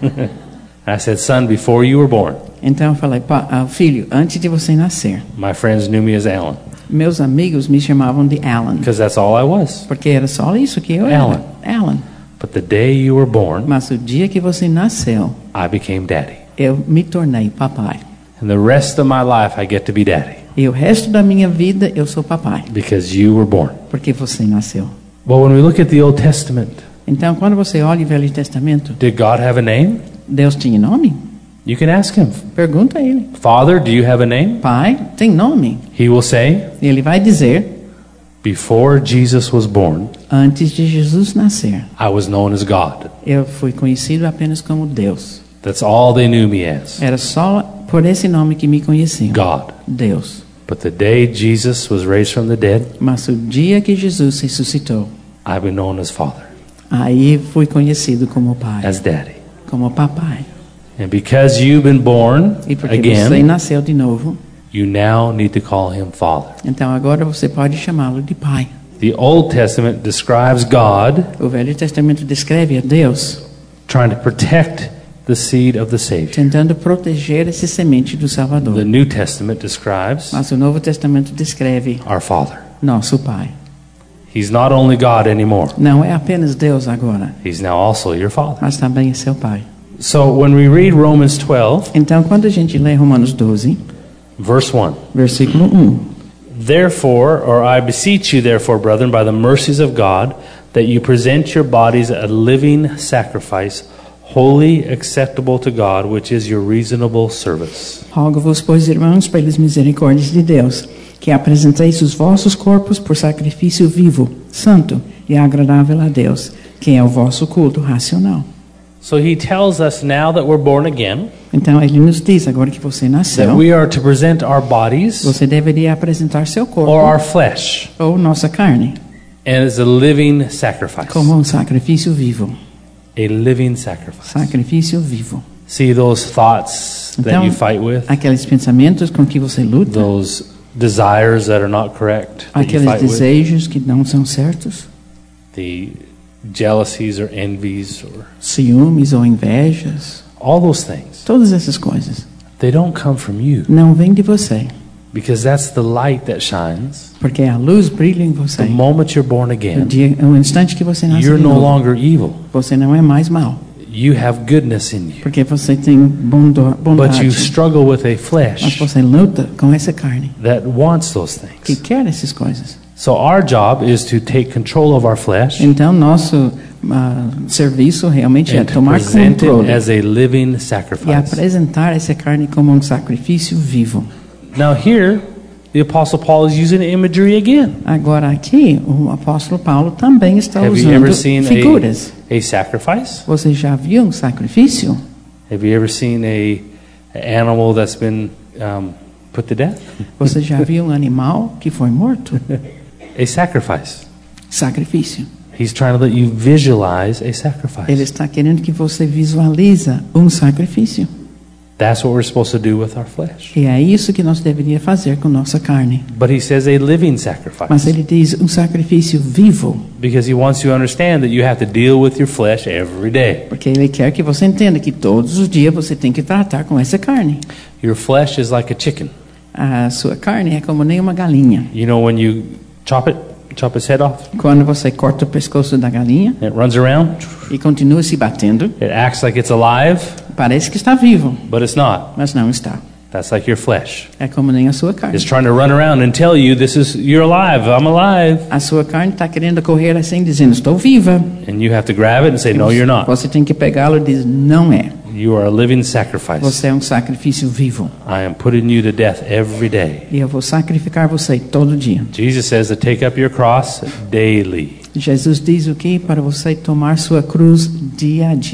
Speaker 1: I said, "Son, before you were born,
Speaker 2: Então eu falei, "Pa- ah, filho, antes de você nascer,
Speaker 1: my friends knew me as Alan,
Speaker 2: meus amigos me chamavam de Alan.
Speaker 1: because that's all I was.
Speaker 2: Porque era só isso que eu
Speaker 1: Alan.
Speaker 2: era. Alan.
Speaker 1: But the day you were born,
Speaker 2: Mas o dia que você nasceu,
Speaker 1: I became Daddy.
Speaker 2: eu me tornei papai.
Speaker 1: And the rest of my life, I get to be Daddy,
Speaker 2: E o resto da minha vida eu sou papai.
Speaker 1: because you were born."
Speaker 2: Porque você nasceu.
Speaker 1: Well, when we look at the Old Testament,
Speaker 2: Então, quando você olha o Velho Testamento,
Speaker 1: did God have a name?
Speaker 2: Deus tinha nome?
Speaker 1: You can ask him.
Speaker 2: Pergunta a ele.
Speaker 1: Father, do you have a name?
Speaker 2: Pai, tem nome?
Speaker 1: He will say,
Speaker 2: Ele vai dizer,
Speaker 1: before Jesus was born,
Speaker 2: antes de Jesus nascer,
Speaker 1: I was known as God.
Speaker 2: eu fui conhecido apenas como Deus.
Speaker 1: That's all they knew me as,
Speaker 2: Era só por esse nome que me conheciam.
Speaker 1: God.
Speaker 2: Deus.
Speaker 1: But the day Jesus was raised from the dead,
Speaker 2: Mas o dia que Jesus ressuscitou,
Speaker 1: I've been known as Father,
Speaker 2: aí fui conhecido como pai,
Speaker 1: as Daddy.
Speaker 2: como papai.
Speaker 1: And because you've been born
Speaker 2: E porque você
Speaker 1: again,
Speaker 2: nasceu de novo,
Speaker 1: you now need to call him Father.
Speaker 2: então agora você pode chamá-lo de pai.
Speaker 1: The Old Testament describes God
Speaker 2: O Velho Testamento descreve a Deus
Speaker 1: trying to protect the seed of the Savior.
Speaker 2: tentando proteger essa semente do
Speaker 1: The
Speaker 2: Salvador.
Speaker 1: New Testament describes
Speaker 2: Mas o Novo Testamento descreve
Speaker 1: our Father.
Speaker 2: nosso pai.
Speaker 1: He's not only God anymore,
Speaker 2: Não é apenas Deus agora,
Speaker 1: he's now also your Father.
Speaker 2: mas também é seu pai.
Speaker 1: So when we read Romans twelve,
Speaker 2: Então, quando a gente lê Romanos doze,
Speaker 1: verse one,
Speaker 2: versículo um,
Speaker 1: therefore, or I beseech you, therefore, brethren, by the mercies of God, that you present your bodies a living sacrifice, holy, acceptable to God, which is your reasonable service.
Speaker 2: rogo-vos, pois, irmãos, pelas misericórdias de Deus, que apresenteis os vossos corpos por sacrifício vivo, santo e agradável a Deus, que é o vosso culto racional.
Speaker 1: So he tells us now that we're born again,
Speaker 2: Então, ele nos diz, agora que você
Speaker 1: that
Speaker 2: nasceu,
Speaker 1: we are to present our bodies
Speaker 2: você deveria apresentar seu corpo
Speaker 1: or our flesh
Speaker 2: ou nossa carne
Speaker 1: as a living sacrifice.
Speaker 2: como um sacrifício vivo.
Speaker 1: A living sacrifice.
Speaker 2: Sacrifício vivo.
Speaker 1: See those thoughts that
Speaker 2: Então,
Speaker 1: you fight with,
Speaker 2: aqueles pensamentos com que você luta,
Speaker 1: those desires that are not correct that you
Speaker 2: aqueles
Speaker 1: fight with,
Speaker 2: desejos que não são certos,
Speaker 1: the jealousies or envies or
Speaker 2: ciúmes ou invejas,
Speaker 1: all those things.
Speaker 2: todas essas coisas
Speaker 1: They don't come from you,
Speaker 2: não vêm de você,
Speaker 1: because that's the light that shines.
Speaker 2: porque a luz brilha em você.
Speaker 1: The moment you're born
Speaker 2: No
Speaker 1: again,
Speaker 2: dia, no instante que você nasce
Speaker 1: you're
Speaker 2: de
Speaker 1: no
Speaker 2: novo,
Speaker 1: longer evil.
Speaker 2: você não é mais mal,
Speaker 1: You have goodness in you,
Speaker 2: porque você tem bondo-
Speaker 1: but you
Speaker 2: bondade,
Speaker 1: struggle with a
Speaker 2: mas
Speaker 1: flesh
Speaker 2: você luta com essa carne
Speaker 1: that wants those
Speaker 2: que
Speaker 1: things.
Speaker 2: quer essas coisas.
Speaker 1: So our job is to take control of our flesh
Speaker 2: Então nosso ah, serviço realmente é
Speaker 1: and to
Speaker 2: tomar
Speaker 1: present it
Speaker 2: controle
Speaker 1: as a living
Speaker 2: e
Speaker 1: sacrifice.
Speaker 2: apresentar essa carne como um sacrifício vivo.
Speaker 1: Now here, the Apostle Paul is using imagery again.
Speaker 2: Agora aqui, o apóstolo Paulo também está
Speaker 1: Have you
Speaker 2: usando
Speaker 1: ever seen
Speaker 2: figuras.
Speaker 1: a, a sacrifice?
Speaker 2: Você já viu um sacrifício?
Speaker 1: Have you ever seen a, a animal that's been um, put to death?
Speaker 2: Você já viu um animal que foi morto?
Speaker 1: A sacrifice.
Speaker 2: Sacrifício.
Speaker 1: He's trying to let you visualize a sacrifice.
Speaker 2: Ele está querendo que você visualiza um sacrifício.
Speaker 1: That's what we're supposed to do with our flesh.
Speaker 2: E é isso que nós deveríamos fazer com nossa carne.
Speaker 1: But he says a living
Speaker 2: Mas
Speaker 1: sacrifice,
Speaker 2: ele diz um sacrifício vivo,
Speaker 1: because he wants you to understand that you have to deal with your flesh every day.
Speaker 2: porque ele quer que você entenda que todos os dias você tem que tratar com essa carne.
Speaker 1: Your flesh is like a chicken.
Speaker 2: A sua carne é como nem uma galinha.
Speaker 1: You know when you chop it, chop its head off,
Speaker 2: Quando você corta o pescoço da galinha
Speaker 1: and it runs around,
Speaker 2: e continua se batendo,
Speaker 1: it acts like it's alive,
Speaker 2: parece que está vivo,
Speaker 1: but it's not.
Speaker 2: mas não está.
Speaker 1: That's like your flesh.
Speaker 2: É como nem a sua carne.
Speaker 1: It's trying to run around and tell you this is you're alive, I'm alive.
Speaker 2: A sua carne está querendo correr assim, dizendo, estou viva.
Speaker 1: And you have to grab it and say, no, you're not.
Speaker 2: Você tem que pegá-lo e dizer, não é.
Speaker 1: You are a living sacrifice.
Speaker 2: Você é um sacrifício vivo.
Speaker 1: I am putting you to death every day.
Speaker 2: E eu vou sacrificar você todo dia.
Speaker 1: Jesus says to take up your cross daily.
Speaker 2: Jesus diz o que? Para você tomar sua cruz dia a dia.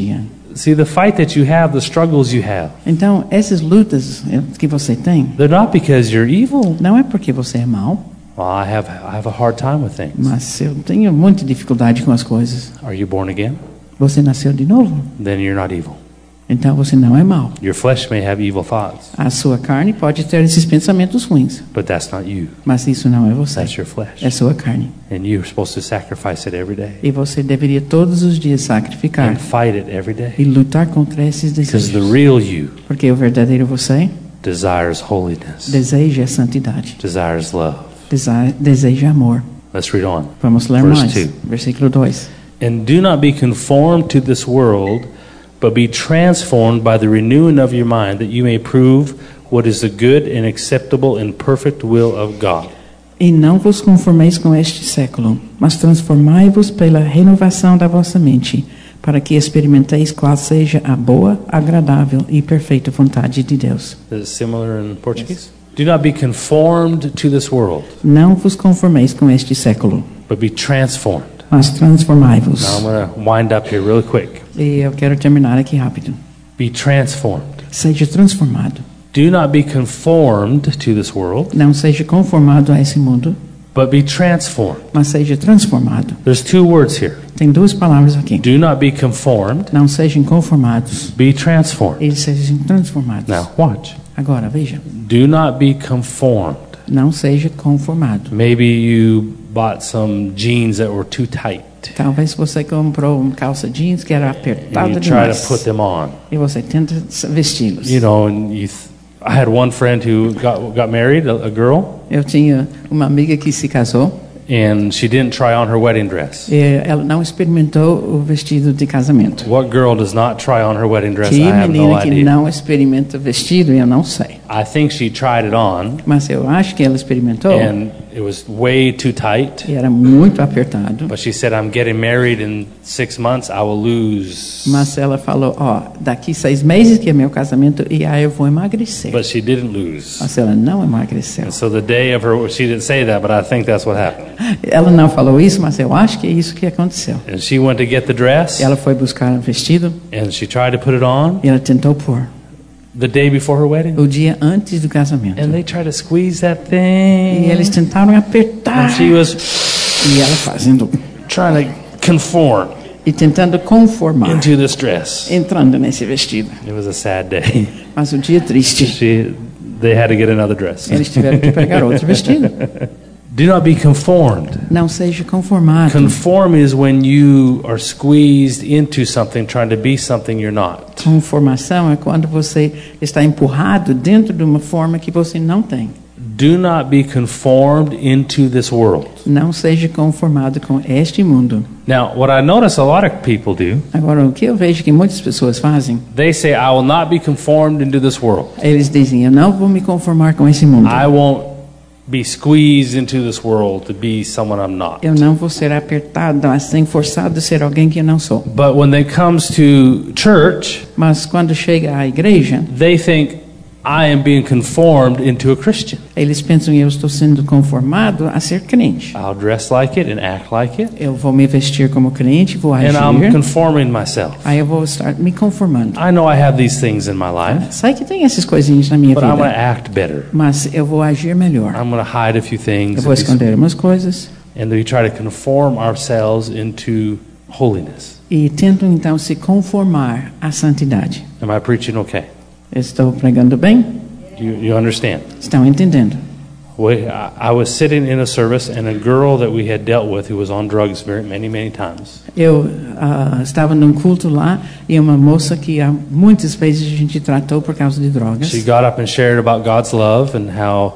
Speaker 1: See, the fight that you have, the struggles you have,
Speaker 2: Então, essas lutas que você tem,
Speaker 1: they're not because you're evil.
Speaker 2: não é porque você é mau,
Speaker 1: Well, I have I have a hard time with things.
Speaker 2: mas eu tenho muita dificuldade com as coisas.
Speaker 1: Are you born again?
Speaker 2: Você nasceu de novo,
Speaker 1: Then you're not evil.
Speaker 2: então você não é mau.
Speaker 1: Your flesh may have evil thoughts,
Speaker 2: A sua carne pode ter esses pensamentos ruins,
Speaker 1: but that's not you.
Speaker 2: mas isso não é você,
Speaker 1: That's your flesh.
Speaker 2: é sua carne.
Speaker 1: And you're supposed to sacrifice it every day
Speaker 2: E você deveria todos os dias sacrificar
Speaker 1: and fight it every
Speaker 2: e
Speaker 1: day.
Speaker 2: lutar contra esses
Speaker 1: Because the
Speaker 2: desejos.
Speaker 1: real you
Speaker 2: Porque o verdadeiro você
Speaker 1: desires holiness,
Speaker 2: deseja a santidade,
Speaker 1: desires love.
Speaker 2: desa- deseja amor.
Speaker 1: Let's read on.
Speaker 2: Vamos ler
Speaker 1: Verse
Speaker 2: mais.
Speaker 1: two.
Speaker 2: Versículo dois.
Speaker 1: And do not be conformed to this world, but be transformed by the renewing of your mind, that you may prove what is the good and acceptable and perfect will of God.
Speaker 2: E não vos conformeis com este século, mas transformai-vos pela renovação da vossa mente, para que experimenteis qual seja a boa, agradável e perfeita vontade de Deus.
Speaker 1: Is it similar in Portuguese? Do not be conformed to this world,
Speaker 2: Não vos conformeis com este século,
Speaker 1: but be transformed.
Speaker 2: mas transformai-vos.
Speaker 1: Now I'm going to wind up here really quick.
Speaker 2: E eu quero terminar aqui rápido.
Speaker 1: Be transformed.
Speaker 2: Seja transformado.
Speaker 1: Do not be conformed to this world,
Speaker 2: Não seja conformado a esse mundo,
Speaker 1: but be transformed.
Speaker 2: mas seja transformado.
Speaker 1: There's two words here.
Speaker 2: Tem duas palavras aqui.
Speaker 1: Do not be conformed,
Speaker 2: Não sejam conformados,
Speaker 1: be transformed.
Speaker 2: eles sejam transformados.
Speaker 1: Now, watch.
Speaker 2: Agora, veja.
Speaker 1: Do not be conformed.
Speaker 2: Não seja conformado.
Speaker 1: Maybe you bought some jeans that were too tight,
Speaker 2: Talvez você comprou uma calça jeans que era
Speaker 1: and
Speaker 2: apertada
Speaker 1: you try
Speaker 2: demais.
Speaker 1: to put them on.
Speaker 2: E você tenta vesti-los.
Speaker 1: You know, and you. Th- I had one friend who got got married, a, a girl,
Speaker 2: Eu tinha uma amiga que se casou
Speaker 1: and she didn't try on her wedding dress.
Speaker 2: e ela não experimentou o vestido de casamento.
Speaker 1: What girl does not try on her wedding dress?
Speaker 2: Que
Speaker 1: I have no
Speaker 2: menina que
Speaker 1: idea.
Speaker 2: não experimenta vestido, eu não sei.
Speaker 1: I think she tried it on,
Speaker 2: Mas eu acho que ela experimentou
Speaker 1: and it was way too tight.
Speaker 2: e era muito apertado.
Speaker 1: But she said, "I'm getting married in six months. I will lose."
Speaker 2: Mas ela falou, ó, daqui seis meses que é meu casamento e aí eu vou emagrecer.
Speaker 1: But she didn't lose.
Speaker 2: Mas ela não emagreceu.
Speaker 1: And so the day of her, she didn't say that, but I think that's what happened.
Speaker 2: Ela não falou isso, mas eu acho que é isso que aconteceu.
Speaker 1: And she went to get the dress,
Speaker 2: Ela foi buscar o vestido
Speaker 1: and she tried to put it on
Speaker 2: e ela tentou pôr
Speaker 1: the day before her wedding.
Speaker 2: o dia antes do casamento.
Speaker 1: And they tried to squeeze that
Speaker 2: E
Speaker 1: thing.
Speaker 2: eles tentaram apertar.
Speaker 1: And she was
Speaker 2: E ela fazendo
Speaker 1: trying to conform
Speaker 2: e tentando conformar,
Speaker 1: into this dress.
Speaker 2: entrando nesse vestido.
Speaker 1: It was a sad day.
Speaker 2: Mas o dia triste,
Speaker 1: She, they had to get another dress.
Speaker 2: eles tiveram que pegar outro vestido.
Speaker 1: Do not be conformed.
Speaker 2: Não seja conformado.
Speaker 1: Conform is when you are squeezed into something, trying to be something you're not.
Speaker 2: Conformação é quando você está empurrado dentro de uma forma que você não tem.
Speaker 1: Do not be conformed into this world.
Speaker 2: Não seja conformado com este mundo.
Speaker 1: Now, what I notice a lot of people do,
Speaker 2: Agora, o que eu vejo que muitas pessoas fazem,
Speaker 1: they say, I will not be conformed into this world.
Speaker 2: eles dizem, eu não vou me conformar com esse mundo.
Speaker 1: I won't be squeezed into this world to be someone I'm not.
Speaker 2: Eu não vou ser apertado, assim, forçado a ser alguém que eu não sou.
Speaker 1: But when it comes to church,
Speaker 2: Mas quando chega à igreja,
Speaker 1: they think, I am being conformed into a Christian.
Speaker 2: eles pensam eu estou sendo conformado a ser crente.
Speaker 1: I'll dress like it and act like it,
Speaker 2: Eu vou me vestir como crente, vou
Speaker 1: and I'm
Speaker 2: agir,
Speaker 1: conforming myself.
Speaker 2: aí eu vou estar me conformando.
Speaker 1: I know I have these things in my life,
Speaker 2: Sei que tem essas coisinhas na minha
Speaker 1: but I'm going to
Speaker 2: vida,
Speaker 1: act better.
Speaker 2: mas eu vou agir melhor.
Speaker 1: I'm going to hide a few things.
Speaker 2: Eu vou esconder umas coisas
Speaker 1: And we try to conform ourselves into holiness.
Speaker 2: e tento então se conformar à santidade.
Speaker 1: Am I preaching okay?
Speaker 2: Estou pregando bem?
Speaker 1: You, you understand?
Speaker 2: Estão entendendo?
Speaker 1: We, I, I was sitting in a service, and a girl that we had dealt with who was on drugs very many, many times.
Speaker 2: Eu ah, estava num culto lá e uma moça que há muitas vezes a gente tratou por causa de drogas.
Speaker 1: She got up and shared about God's love and how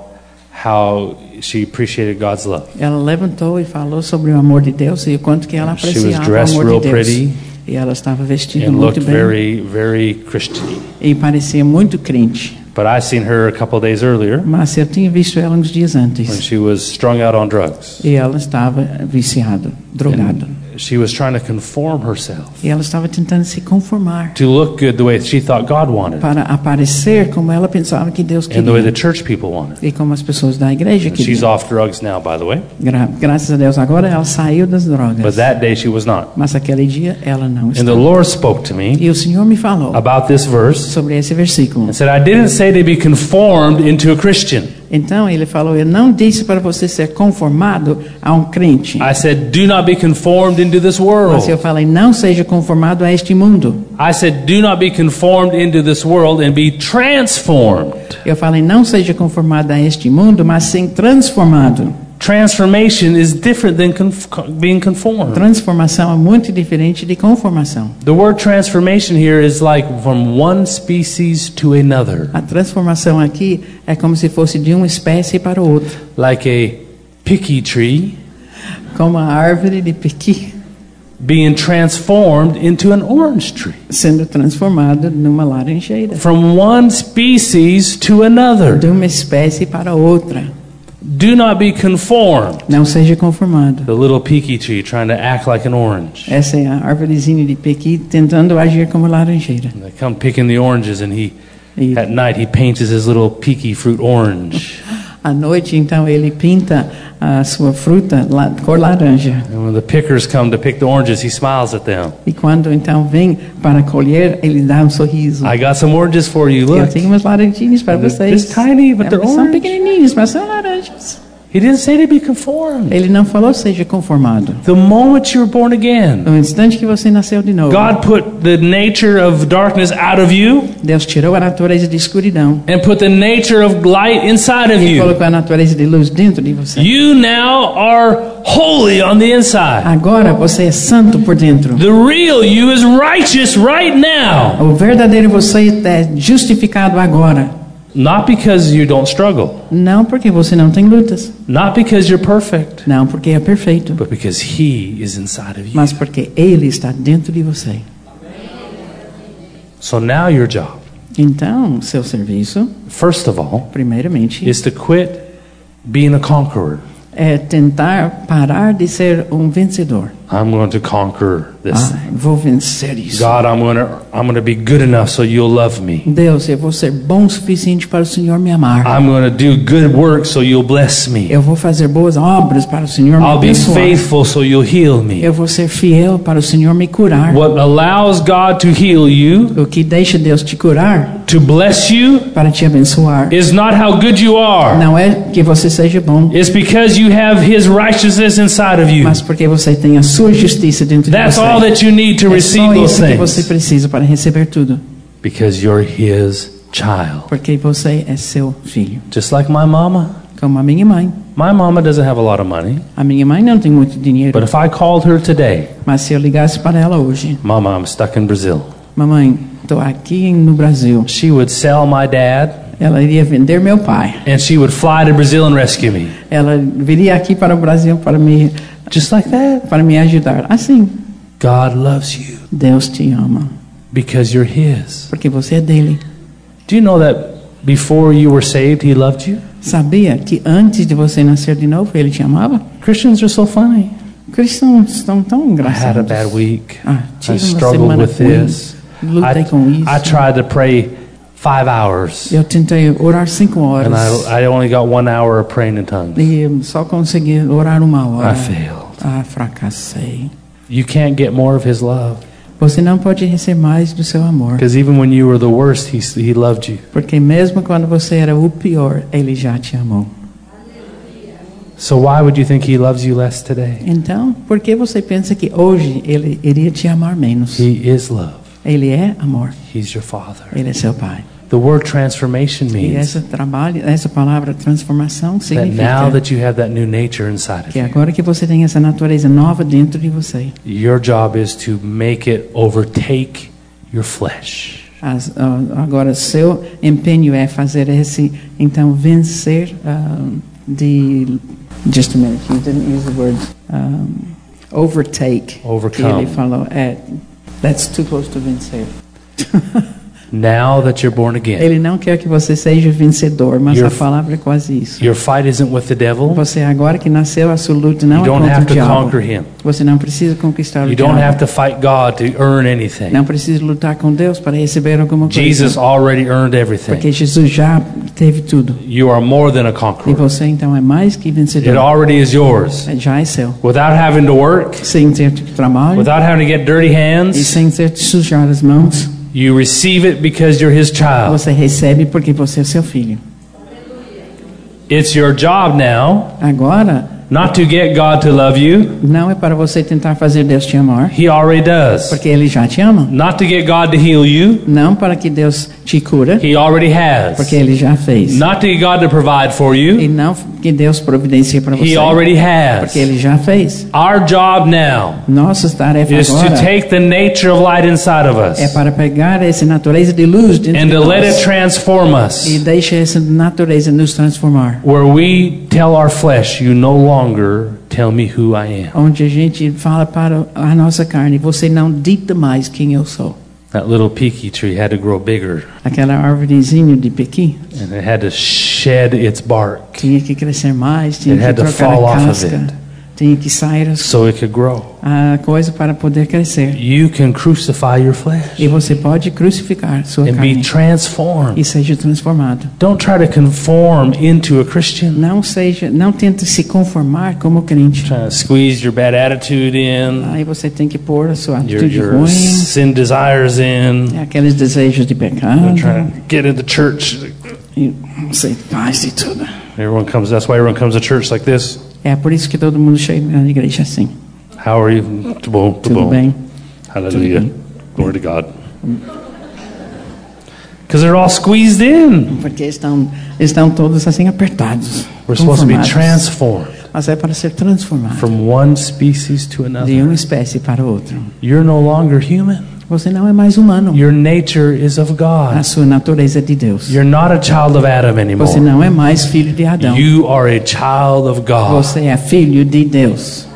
Speaker 1: how she appreciated God's love.
Speaker 2: Ela levantou e falou sobre o amor de Deus e o quanto que ela
Speaker 1: She was
Speaker 2: apreciava o
Speaker 1: dressed
Speaker 2: amor
Speaker 1: real
Speaker 2: de Deus.
Speaker 1: pretty
Speaker 2: E ela estava vestida
Speaker 1: and
Speaker 2: muito
Speaker 1: looked
Speaker 2: bem
Speaker 1: very, very Christian-y.
Speaker 2: e parecia muito crente.
Speaker 1: But I seen her a couple of days earlier
Speaker 2: Mas eu tinha visto ela uns dias
Speaker 1: when
Speaker 2: antes
Speaker 1: she was strung out on drugs.
Speaker 2: e ela estava viciada, drogada.
Speaker 1: And she was trying to conform herself
Speaker 2: E ela estava tentando se conformar
Speaker 1: to look good the way she thought God wanted
Speaker 2: para aparecer como ela pensava que Deus
Speaker 1: and the way the
Speaker 2: queria.
Speaker 1: church people wanted.
Speaker 2: E como as pessoas da igreja
Speaker 1: And she's
Speaker 2: queriam.
Speaker 1: off drugs now, by the way.
Speaker 2: Gra graças a Deus, agora ela saiu das
Speaker 1: But
Speaker 2: drogas.
Speaker 1: that day she was not.
Speaker 2: Mas aquele dia ela não
Speaker 1: And the
Speaker 2: estava.
Speaker 1: Lord spoke to me
Speaker 2: E o Senhor me falou
Speaker 1: about this verse
Speaker 2: sobre esse versículo.
Speaker 1: and said, I didn't say to be conformed into a Christian.
Speaker 2: Então ele falou, eu não disse para você ser conformado a um crente.
Speaker 1: I said, do not be conformed into this world.
Speaker 2: Mas eu falei, não seja conformado a este mundo.
Speaker 1: I said, do not be conformed into this world and be transformed.
Speaker 2: Eu falei, não seja conformado a este mundo, mas sim transformado.
Speaker 1: Transformation is different than conf being conformed.
Speaker 2: Transformação é muito diferente de conformação.
Speaker 1: The word transformation here is like from one species to another.
Speaker 2: A transformação aqui é como se fosse de uma espécie para outra.
Speaker 1: Like a picky tree
Speaker 2: Como a árvore de piqui
Speaker 1: being transformed into an orange tree.
Speaker 2: sendo transformada numa laranjeira.
Speaker 1: From one species to another.
Speaker 2: De uma espécie para outra.
Speaker 1: Do not be conformed.
Speaker 2: Não seja conformado.
Speaker 1: The little peaky tree trying to act like an orange.
Speaker 2: Essa é a árvorezinha de piqui tentando agir como laranjeira.
Speaker 1: They come picking the oranges and he,
Speaker 2: E
Speaker 1: at night, he paints his little peaky fruit orange.
Speaker 2: à noite, então, ele pinta a sua fruta la, cor laranja.
Speaker 1: And when the pickers come to pick the oranges, he smiles at them.
Speaker 2: E quando então vem para colher, ele dá um sorriso.
Speaker 1: I got some oranges for you,
Speaker 2: Eu
Speaker 1: look.
Speaker 2: tenho umas laranjinhas para
Speaker 1: They're
Speaker 2: vocês.
Speaker 1: just tiny, but they're
Speaker 2: Elas são
Speaker 1: orange.
Speaker 2: pequenininhas, mas são laranjas.
Speaker 1: He didn't say to be conformed.
Speaker 2: Ele não falou seja conformado.
Speaker 1: The moment you were born again,
Speaker 2: No instante que você nasceu de novo,
Speaker 1: God put the nature of darkness out of you
Speaker 2: Deus tirou a natureza de escuridão
Speaker 1: and put the nature of light inside of
Speaker 2: e
Speaker 1: you.
Speaker 2: colocou a natureza de luz dentro de você.
Speaker 1: You now are holy on the inside.
Speaker 2: Agora você é santo por dentro.
Speaker 1: The real you is righteous right now.
Speaker 2: O verdadeiro você é justificado agora.
Speaker 1: Not because you don't struggle,
Speaker 2: Não porque você não tem lutas.
Speaker 1: not because you're perfect,
Speaker 2: Não porque é perfeito.
Speaker 1: but because He is inside of you.
Speaker 2: Mas porque Ele está dentro de você.
Speaker 1: So now your job,
Speaker 2: Então, seu serviço,
Speaker 1: first of all,
Speaker 2: primeiramente,
Speaker 1: is to quit being a conqueror.
Speaker 2: é tentar parar de ser um vencedor.
Speaker 1: I'm going to conquer this.
Speaker 2: Ah, vou vencer isso.
Speaker 1: God, I'm going to I'm going to be good enough so you'll love me.
Speaker 2: Deus, eu vou ser bom o suficiente para o Senhor me amar.
Speaker 1: I'm going to do good work so you'll bless me.
Speaker 2: Eu vou fazer boas obras para o Senhor me
Speaker 1: I'll be
Speaker 2: abençoar.
Speaker 1: faithful so you'll heal me.
Speaker 2: Eu vou ser fiel para o Senhor me curar.
Speaker 1: What allows God to heal you,
Speaker 2: O que deixa Deus te curar,
Speaker 1: to bless you,
Speaker 2: para te abençoar,
Speaker 1: is not how good you are.
Speaker 2: não é que você seja bom,
Speaker 1: It's because you have His righteousness inside of you.
Speaker 2: mas porque você tem a sua justiça dentro de
Speaker 1: That's all
Speaker 2: você.
Speaker 1: that you need to
Speaker 2: É
Speaker 1: receive
Speaker 2: só
Speaker 1: those
Speaker 2: isso que você
Speaker 1: things.
Speaker 2: precisa para receber tudo,
Speaker 1: Because you're His child.
Speaker 2: porque você é seu filho.
Speaker 1: Just like my mama.
Speaker 2: Como a minha mãe.
Speaker 1: My mama doesn't have a lot of money,
Speaker 2: A minha mãe não tem muito dinheiro,
Speaker 1: but if I called her today,
Speaker 2: mas se eu ligasse para ela hoje,
Speaker 1: Mama, I'm stuck in Brazil,
Speaker 2: mamãe, estou aqui no Brasil,
Speaker 1: she would sell my dad
Speaker 2: ela iria vender meu pai.
Speaker 1: and she would fly to Brazil and rescue me.
Speaker 2: Ela viria aqui para o Brasil para me
Speaker 1: Just like that.
Speaker 2: para me ajudar. Assim,
Speaker 1: God loves you
Speaker 2: Deus te ama,
Speaker 1: because you're His.
Speaker 2: porque você é dele.
Speaker 1: Do you know that before you were saved, He loved you?
Speaker 2: Sabia que antes de você nascer de novo, ele te amava?
Speaker 1: Christians are so funny.
Speaker 2: Cristãos estão tão
Speaker 1: I had a
Speaker 2: engraçados.
Speaker 1: bad week.
Speaker 2: Ah,
Speaker 1: I
Speaker 2: tive uma
Speaker 1: struggled
Speaker 2: semana
Speaker 1: with
Speaker 2: ruim.
Speaker 1: this.
Speaker 2: Lutei
Speaker 1: I,
Speaker 2: com isso.
Speaker 1: I tried to pray five hours,
Speaker 2: Eu tentei orar cinco horas
Speaker 1: and I, I only got one hour of praying in tongues.
Speaker 2: e só consegui orar uma hora.
Speaker 1: I failed.
Speaker 2: Ah, fracassei.
Speaker 1: You can't get more of His love.
Speaker 2: Você não pode receber mais do seu amor,
Speaker 1: Because even when you were the worst, he, he loved you.
Speaker 2: porque mesmo quando você era o pior, ele já te amou.
Speaker 1: So why would you think He loves you less today?
Speaker 2: Então, por que você pensa que hoje ele iria te amar menos?
Speaker 1: He is love.
Speaker 2: Ele é amor.
Speaker 1: He's your Father.
Speaker 2: Ele é seu pai.
Speaker 1: The word transformation
Speaker 2: E
Speaker 1: means
Speaker 2: essa trabalho, essa palavra transformação
Speaker 1: that now
Speaker 2: significa
Speaker 1: that you have that new nature inside of
Speaker 2: que
Speaker 1: you,
Speaker 2: agora que você tem essa natureza nova dentro de você,
Speaker 1: your job is to make it overtake your flesh.
Speaker 2: as, uh, agora seu empenho é fazer esse, então vencer uh, de, just a minute, you didn't use the word um, overtake.
Speaker 1: Overcome.
Speaker 2: Que ele falou, é, that's too close to vencer.
Speaker 1: now that you're born again.
Speaker 2: Ele não quer que você seja vencedor, mas
Speaker 1: Your-
Speaker 2: a palavra é quase isso.
Speaker 1: Your fight isn't with the devil.
Speaker 2: Você agora que nasceu, a sua luta não
Speaker 1: You
Speaker 2: é
Speaker 1: don't
Speaker 2: contra
Speaker 1: have
Speaker 2: o
Speaker 1: to
Speaker 2: diabo.
Speaker 1: conquer him.
Speaker 2: Você não precisa conquistar o
Speaker 1: You
Speaker 2: diabo.
Speaker 1: don't have to fight God to earn anything.
Speaker 2: Não precisa lutar com Deus para receber alguma coisa.
Speaker 1: Jesus already earned
Speaker 2: Porque
Speaker 1: everything.
Speaker 2: Jesus já teve tudo.
Speaker 1: You are more than a
Speaker 2: E
Speaker 1: conqueror.
Speaker 2: você então é mais que
Speaker 1: It
Speaker 2: vencedor.
Speaker 1: already is yours.
Speaker 2: Já é seu.
Speaker 1: Without having to work,
Speaker 2: Sem ter trabalho
Speaker 1: without having to get dirty
Speaker 2: e
Speaker 1: hands,
Speaker 2: sem ter de sujar as mãos.
Speaker 1: you receive it because you're his child.
Speaker 2: Você recebe porque você é seu filho.
Speaker 1: It's your job now
Speaker 2: Agora,
Speaker 1: not to get God to love you.
Speaker 2: não é para você tentar fazer Deus te amar,
Speaker 1: He already does.
Speaker 2: porque Ele já te ama.
Speaker 1: Not to get God to heal you.
Speaker 2: Não para que Deus te cura,
Speaker 1: He already
Speaker 2: porque
Speaker 1: has.
Speaker 2: Ele já fez.
Speaker 1: Not to get God to provide for
Speaker 2: E
Speaker 1: you.
Speaker 2: não que Deus providencia para
Speaker 1: He
Speaker 2: você,
Speaker 1: already
Speaker 2: porque
Speaker 1: has.
Speaker 2: Ele já fez.
Speaker 1: Our job now
Speaker 2: Nossa tarefa
Speaker 1: is to
Speaker 2: agora
Speaker 1: take the nature of light inside of
Speaker 2: é
Speaker 1: us
Speaker 2: para pegar essa natureza de luz dentro
Speaker 1: and
Speaker 2: de
Speaker 1: to let it
Speaker 2: nós
Speaker 1: transform
Speaker 2: e
Speaker 1: us,
Speaker 2: deixa essa natureza nos transformar.
Speaker 1: where we tell our flesh, you no longer tell me who I am.
Speaker 2: Onde a gente fala para a nossa carne, você não dita mais quem eu sou.
Speaker 1: That little peaky tree had to grow bigger,
Speaker 2: Aquela árvorezinha de pequi
Speaker 1: and it had to shed its bark
Speaker 2: tinha que crescer mais, tinha
Speaker 1: It
Speaker 2: que
Speaker 1: had to
Speaker 2: trocar
Speaker 1: fall
Speaker 2: a
Speaker 1: off of
Speaker 2: casca,
Speaker 1: it.
Speaker 2: tinha que sair as-
Speaker 1: so it could grow.
Speaker 2: a coisa para poder crescer.
Speaker 1: You can crucify your flesh
Speaker 2: E você pode crucificar sua
Speaker 1: and be
Speaker 2: carne
Speaker 1: transformed.
Speaker 2: e seja transformado.
Speaker 1: Don't try to conform into a Christian.
Speaker 2: Não seja, não tente se conformar como crente.
Speaker 1: Trying to squeeze your bad attitude in,
Speaker 2: Aí você tem que pôr a sua
Speaker 1: your,
Speaker 2: atitude
Speaker 1: your
Speaker 2: ruim,
Speaker 1: sin desires in.
Speaker 2: aqueles desejos de pecado,
Speaker 1: Trying to get into church.
Speaker 2: e você faz de tudo.
Speaker 1: Everyone comes. That's why everyone comes to church like this.
Speaker 2: É por isso que todo mundo chega na igreja assim.
Speaker 1: How are you? Tudo
Speaker 2: Tudo bem?
Speaker 1: Hallelujah.
Speaker 2: Tudo bem.
Speaker 1: Glory to God. Because they're all squeezed in.
Speaker 2: Porque estão, estão todos assim apertados.
Speaker 1: We're supposed to be
Speaker 2: conformados.
Speaker 1: transformed
Speaker 2: Mas é para ser transformado
Speaker 1: from one species to
Speaker 2: de
Speaker 1: another.
Speaker 2: uma espécie para outra.
Speaker 1: You're no longer human.
Speaker 2: Você não é mais humano.
Speaker 1: Your nature is of
Speaker 2: A
Speaker 1: God.
Speaker 2: sua natureza é de Deus.
Speaker 1: You're not a child of Adam
Speaker 2: Você
Speaker 1: anymore.
Speaker 2: não é mais filho de Adão.
Speaker 1: You are a child of God.
Speaker 2: Você é filho de Deus.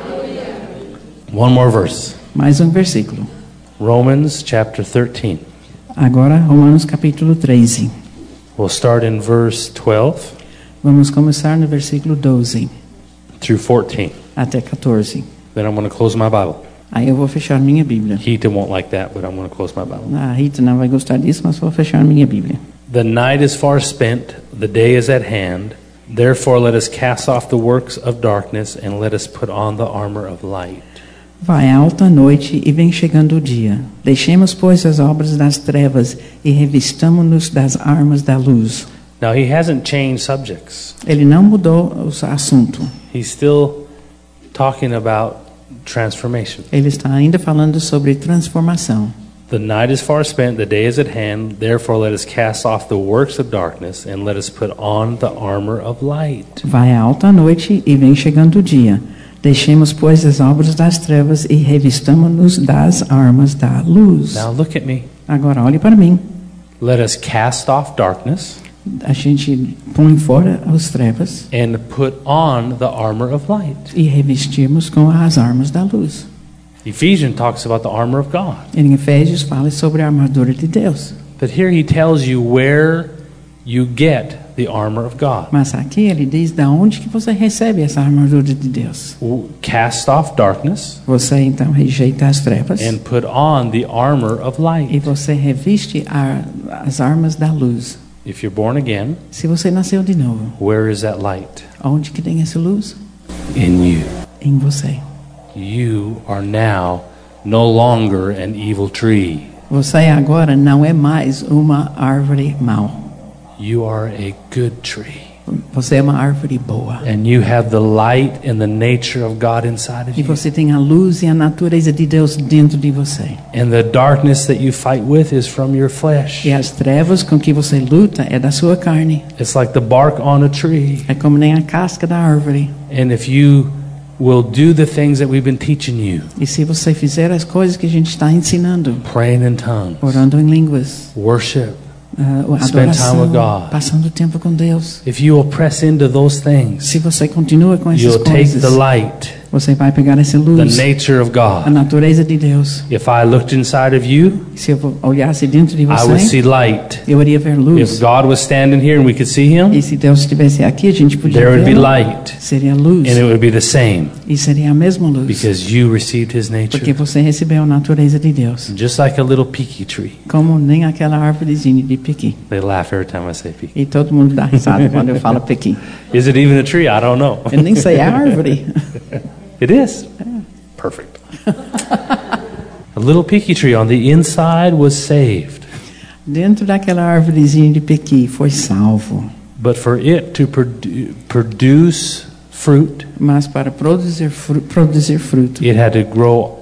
Speaker 1: One more verse.
Speaker 2: Mais um versículo.
Speaker 1: Romans chapter thirteen.
Speaker 2: Agora, Romanos capítulo treze.
Speaker 1: We'll start in verse twelve
Speaker 2: Vamos começar no versículo doze
Speaker 1: through fourteen.
Speaker 2: até quatorze.
Speaker 1: Then I'm going to close my Bible.
Speaker 2: Aí eu vou fechar minha Bíblia.
Speaker 1: Heaton won't like that, but I'm going to close my Bible.
Speaker 2: A Rita não vai gostar disso, mas vou fechar minha Bíblia.
Speaker 1: The night is far spent, the day is at hand. Therefore let us cast off the works of darkness and let us put on the armor of light.
Speaker 2: Vai alta a noite e vem chegando o dia. Deixemos, pois, as obras das trevas e revistamo-nos das armas da luz.
Speaker 1: Now he hasn't changed subjects.
Speaker 2: Ele não mudou o assunto.
Speaker 1: He's still talking about transformation.
Speaker 2: Ele está ainda falando sobre transformação.
Speaker 1: The night is far spent, the day is at hand. Therefore let us cast off the works of darkness and let us put on the armor of light.
Speaker 2: Vai alta a noite e vem chegando o dia. Deixemos, pois, as obras das trevas e revistamo-nos das armas da luz.
Speaker 1: Now look at me.
Speaker 2: Agora olhe para mim.
Speaker 1: Let us cast off darkness
Speaker 2: A gente põe fora as trevas
Speaker 1: and put on the armor of light.
Speaker 2: e revestimos com as armas da luz.
Speaker 1: Ephesians talks about the armor of God.
Speaker 2: Em Efésios fala sobre a armadura de Deus.
Speaker 1: But here he tells you where you get the armor of God.
Speaker 2: Mas aqui ele diz da onde que você recebe essa armadura de Deus.
Speaker 1: Cast off darkness
Speaker 2: Você então rejeita as trevas
Speaker 1: and put on the armor of
Speaker 2: e
Speaker 1: light.
Speaker 2: você reviste a, as armas da luz.
Speaker 1: If you're born again,
Speaker 2: Se você nasceu de novo,
Speaker 1: where is that light?
Speaker 2: onde que tem essa luz?
Speaker 1: In you.
Speaker 2: Em você.
Speaker 1: You are now no longer an evil tree.
Speaker 2: Você agora não é mais uma árvore mau.
Speaker 1: You are a good tree.
Speaker 2: Você é uma árvore boa.
Speaker 1: And you have the light and the nature of God inside of
Speaker 2: E
Speaker 1: you.
Speaker 2: você tem a luz e a natureza de Deus dentro de você.
Speaker 1: And the darkness that you fight with is from your flesh.
Speaker 2: E as trevas com que você luta é da sua carne.
Speaker 1: It's like the bark on a tree.
Speaker 2: É como nem a casca da árvore.
Speaker 1: And if you will do the things that we've been teaching you,
Speaker 2: E se você fizer as coisas que a gente está ensinando,
Speaker 1: praying in tongues,
Speaker 2: orando em línguas,
Speaker 1: worship,
Speaker 2: uh,
Speaker 1: Spend time
Speaker 2: adoração,
Speaker 1: with God.
Speaker 2: passando tempo com Deus.
Speaker 1: if you will press into those things,
Speaker 2: Se você continua com essas
Speaker 1: you'll take
Speaker 2: coisas,
Speaker 1: the light
Speaker 2: Você vai pegar essa
Speaker 1: the
Speaker 2: luz,
Speaker 1: nature of
Speaker 2: a
Speaker 1: God.
Speaker 2: natureza de Deus.
Speaker 1: If I looked inside of you,
Speaker 2: Se eu olhasse dentro de
Speaker 1: I would see
Speaker 2: você,
Speaker 1: light.
Speaker 2: eu iria ver
Speaker 1: If
Speaker 2: luz.
Speaker 1: God was standing here and we could see Him,
Speaker 2: E se Deus estivesse aqui, a gente podia
Speaker 1: there would be
Speaker 2: ver.
Speaker 1: light.
Speaker 2: Seria luz.
Speaker 1: And it would be the same
Speaker 2: E seria a mesma luz.
Speaker 1: because you received His
Speaker 2: Porque
Speaker 1: nature.
Speaker 2: você recebeu a natureza de Deus.
Speaker 1: Just like a little peaky tree.
Speaker 2: Como nem aquela árvorezinha de pequi.
Speaker 1: They laugh every time I say peaky.
Speaker 2: E todo mundo dá risada quando eu falo pequi.
Speaker 1: Is it even a tree? I don't know.
Speaker 2: Eu nem sei a árvore.
Speaker 1: It is. Perfect. A little peaky tree on the inside was saved.
Speaker 2: Dentro daquela árvorezinha de pequi foi salvo.
Speaker 1: But for it to produ- produce fruit,
Speaker 2: Mas para produzir, fru produzir fruto,
Speaker 1: it had to grow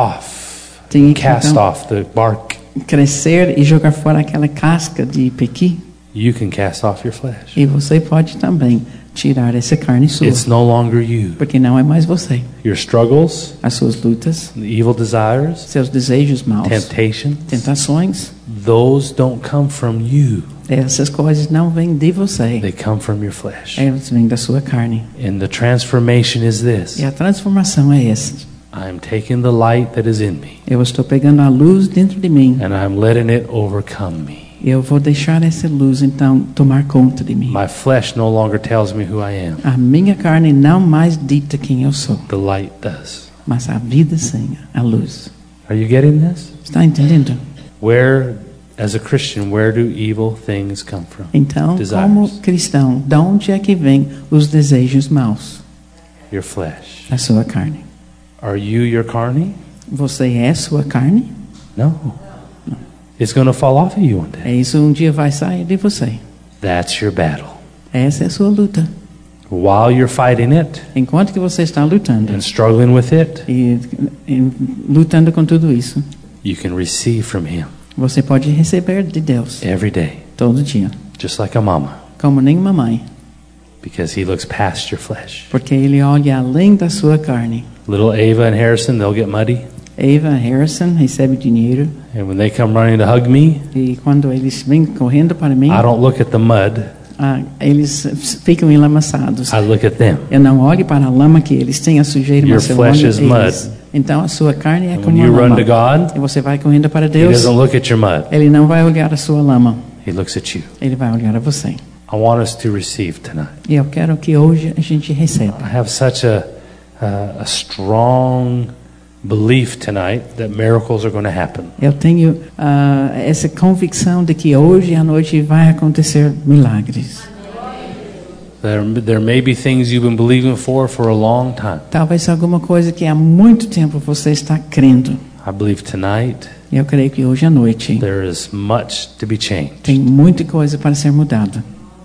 Speaker 1: off,
Speaker 2: tinha que
Speaker 1: cast
Speaker 2: então
Speaker 1: off the bark.
Speaker 2: crescer e jogar fora aquela casca de pequi.
Speaker 1: You can cast off your flesh.
Speaker 2: E você pode também tirar essa carne sua.
Speaker 1: It's no longer you.
Speaker 2: Porque não é mais você.
Speaker 1: Your struggles,
Speaker 2: As suas lutas,
Speaker 1: the evil desires,
Speaker 2: seus desejos maus,
Speaker 1: temptations,
Speaker 2: tentações,
Speaker 1: those don't come from you.
Speaker 2: essas coisas não vêm de você.
Speaker 1: They come from your flesh.
Speaker 2: Elas vêm da sua carne.
Speaker 1: And the transformation is this.
Speaker 2: E a transformação é essa.
Speaker 1: I'm taking the light that is in me
Speaker 2: Eu estou pegando a luz dentro de mim.
Speaker 1: and I'm letting it overcome me.
Speaker 2: Eu vou deixar essa luz então tomar conta de mim.
Speaker 1: My flesh no longer tells me who I am.
Speaker 2: A minha carne não mais dita quem eu sou,
Speaker 1: The light does.
Speaker 2: mas a vida sim, a luz.
Speaker 1: Are you getting this?
Speaker 2: Está entendendo?
Speaker 1: Where, as a Christian, where do evil things come from?
Speaker 2: Então,
Speaker 1: Desires.
Speaker 2: como cristão, de onde é que vêm os desejos maus?
Speaker 1: Your flesh.
Speaker 2: Da sua carne.
Speaker 1: Are you your carne?
Speaker 2: Você é sua carne?
Speaker 1: No. It's going to fall off of you one day.
Speaker 2: É isso, um dia vai sair de você.
Speaker 1: That's your battle.
Speaker 2: Essa é a sua luta.
Speaker 1: While you're fighting it
Speaker 2: Enquanto que você está lutando
Speaker 1: and struggling with it,
Speaker 2: e, e lutando com tudo isso,
Speaker 1: you can receive from Him
Speaker 2: você pode receber de Deus
Speaker 1: every day,
Speaker 2: todo dia,
Speaker 1: just like a mama,
Speaker 2: como nenhuma mãe,
Speaker 1: because He looks past your flesh.
Speaker 2: porque Ele olha além da sua carne.
Speaker 1: Little Ava and Harrison, they'll get muddy,
Speaker 2: Ava Harrison recebe dinheiro
Speaker 1: and when they come running to hug me,
Speaker 2: e quando eles vêm correndo para mim,
Speaker 1: I don't look at the mud,
Speaker 2: ah, eles ficam enlamaçados.
Speaker 1: I look at them.
Speaker 2: Eu não olho para a lama que eles têm, a sujeira,
Speaker 1: Your
Speaker 2: mas eu
Speaker 1: flesh
Speaker 2: olho
Speaker 1: is
Speaker 2: eles.
Speaker 1: mud.
Speaker 2: Então a sua carne é
Speaker 1: And when
Speaker 2: como a
Speaker 1: you run
Speaker 2: lama.
Speaker 1: to God,
Speaker 2: E você vai correndo para
Speaker 1: He
Speaker 2: Deus,
Speaker 1: doesn't look at your mud,
Speaker 2: Ele não vai olhar a sua lama,
Speaker 1: He looks at you.
Speaker 2: Ele vai olhar a você.
Speaker 1: I want us to receive tonight.
Speaker 2: E eu quero que hoje a gente receba.
Speaker 1: I have such a, uh, a strong belief tonight that miracles are going to happen.
Speaker 2: Eu tenho ah, essa convicção de que hoje à noite vai acontecer milagres.
Speaker 1: There, there may be things you've been believing for for a long time.
Speaker 2: Talvez alguma coisa que há muito tempo você está crendo.
Speaker 1: I believe tonight
Speaker 2: Eu creio que hoje à noite
Speaker 1: there is much to be changed.
Speaker 2: tem muita coisa para ser mudada.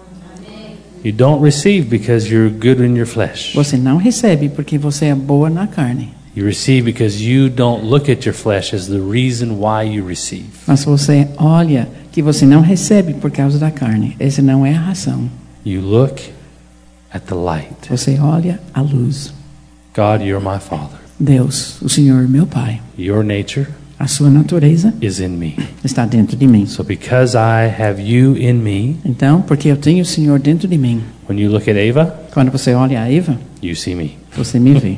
Speaker 1: You don't receive because you're good in your flesh.
Speaker 2: Você não recebe porque você é boa na carne.
Speaker 1: You receive because you don't look at your flesh as the reason why you receive.
Speaker 2: Mas você olha que você não recebe por causa da carne. Essa não é a razão.
Speaker 1: You look at the light.
Speaker 2: Você olha a luz.
Speaker 1: God, you're my Father.
Speaker 2: Deus, o Senhor, meu Pai,
Speaker 1: Your nature
Speaker 2: a sua natureza
Speaker 1: is in me.
Speaker 2: está dentro de mim.
Speaker 1: So because I have you in me,
Speaker 2: Então, porque eu tenho o Senhor dentro de mim,
Speaker 1: when you look at Ava,
Speaker 2: quando você olha a Eva,
Speaker 1: you see me.
Speaker 2: você me vê.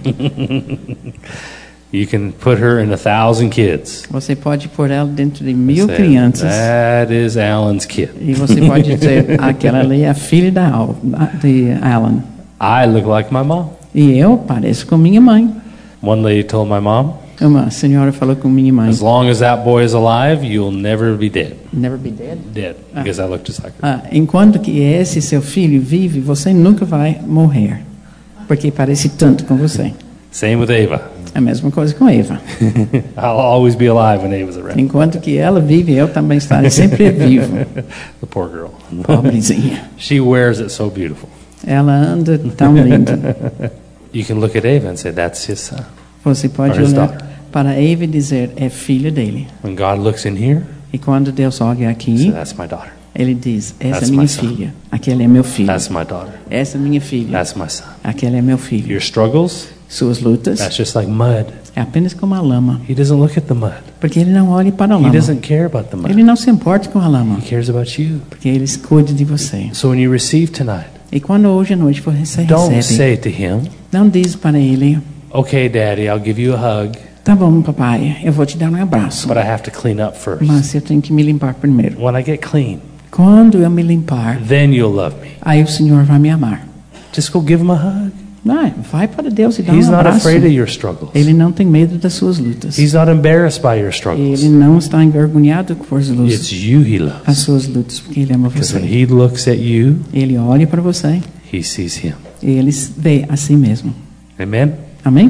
Speaker 1: You can put her in a thousand kids.
Speaker 2: Você pode pôr ela dentro de mil
Speaker 1: Say,
Speaker 2: crianças.
Speaker 1: that is Alan's kid.
Speaker 2: E você pode dizer, aquela ali é a filha da Al, de Alan.
Speaker 1: I look like my mom.
Speaker 2: E eu pareço com minha mãe.
Speaker 1: One lady told my mom,
Speaker 2: Uma senhora falou com minha mãe.
Speaker 1: as long as that boy is alive, you'll never be dead.
Speaker 2: Never be dead.
Speaker 1: Dead. Because I look just like her.
Speaker 2: Ah, enquanto que esse seu filho vive, você nunca vai morrer. Porque parece tanto com você.
Speaker 1: Same with Ava.
Speaker 2: A mesma coisa com Eva.
Speaker 1: I'll always be alive when Ava's around.
Speaker 2: Enquanto que ela vive, eu também estarei sempre vivo.
Speaker 1: The poor girl.
Speaker 2: Pobrezinha.
Speaker 1: She wears it so beautiful.
Speaker 2: Ela anda tão linda.
Speaker 1: You can look at Ava and say, that's his son.
Speaker 2: Você pode
Speaker 1: Or his
Speaker 2: olhar
Speaker 1: daughter.
Speaker 2: para Eva e dizer, é filha dele.
Speaker 1: When God looks in here,
Speaker 2: E quando Deus olha
Speaker 1: say,
Speaker 2: aqui,
Speaker 1: that's my daughter.
Speaker 2: Ele diz, essa
Speaker 1: That's
Speaker 2: é minha
Speaker 1: my son.
Speaker 2: filha. Aquele é meu filho.
Speaker 1: That's my daughter.
Speaker 2: Essa é minha filha.
Speaker 1: That's my son.
Speaker 2: Aquele é meu filho.
Speaker 1: Your struggles,
Speaker 2: Suas lutas
Speaker 1: that's just like mud.
Speaker 2: é apenas como a lama.
Speaker 1: He doesn't look at the mud.
Speaker 2: Porque ele não olha para a
Speaker 1: He
Speaker 2: lama.
Speaker 1: doesn't care about the mud.
Speaker 2: Ele não se importa com a lama.
Speaker 1: He cares about you.
Speaker 2: Porque ele cuida de você.
Speaker 1: So when you receive tonight,
Speaker 2: E quando hoje à noite você
Speaker 1: don't
Speaker 2: recebe,
Speaker 1: say to him,
Speaker 2: não diz para ele,
Speaker 1: Okay, Daddy, I'll give you a hug,
Speaker 2: Tá bom, papai, eu vou te dar um abraço.
Speaker 1: but I have to clean up first.
Speaker 2: Mas eu tenho que me limpar primeiro.
Speaker 1: When I get clean,
Speaker 2: Quando eu me limpar,
Speaker 1: then you'll love me.
Speaker 2: aí o Senhor vai me amar.
Speaker 1: Just go give him a hug.
Speaker 2: Vai, vai para Deus e dá
Speaker 1: He's
Speaker 2: um
Speaker 1: not
Speaker 2: abraço.
Speaker 1: afraid of your struggles.
Speaker 2: Ele não tem medo das suas lutas.
Speaker 1: He's not embarrassed by your struggles.
Speaker 2: Ele não está envergonhado por as
Speaker 1: It's
Speaker 2: lutas,
Speaker 1: you he loves.
Speaker 2: as suas lutas, porque ele ama
Speaker 1: Because when
Speaker 2: você.
Speaker 1: he looks at you,
Speaker 2: Ele olha para você
Speaker 1: he sees him.
Speaker 2: e ele vê a si mesmo.
Speaker 1: Amen?
Speaker 2: Amém?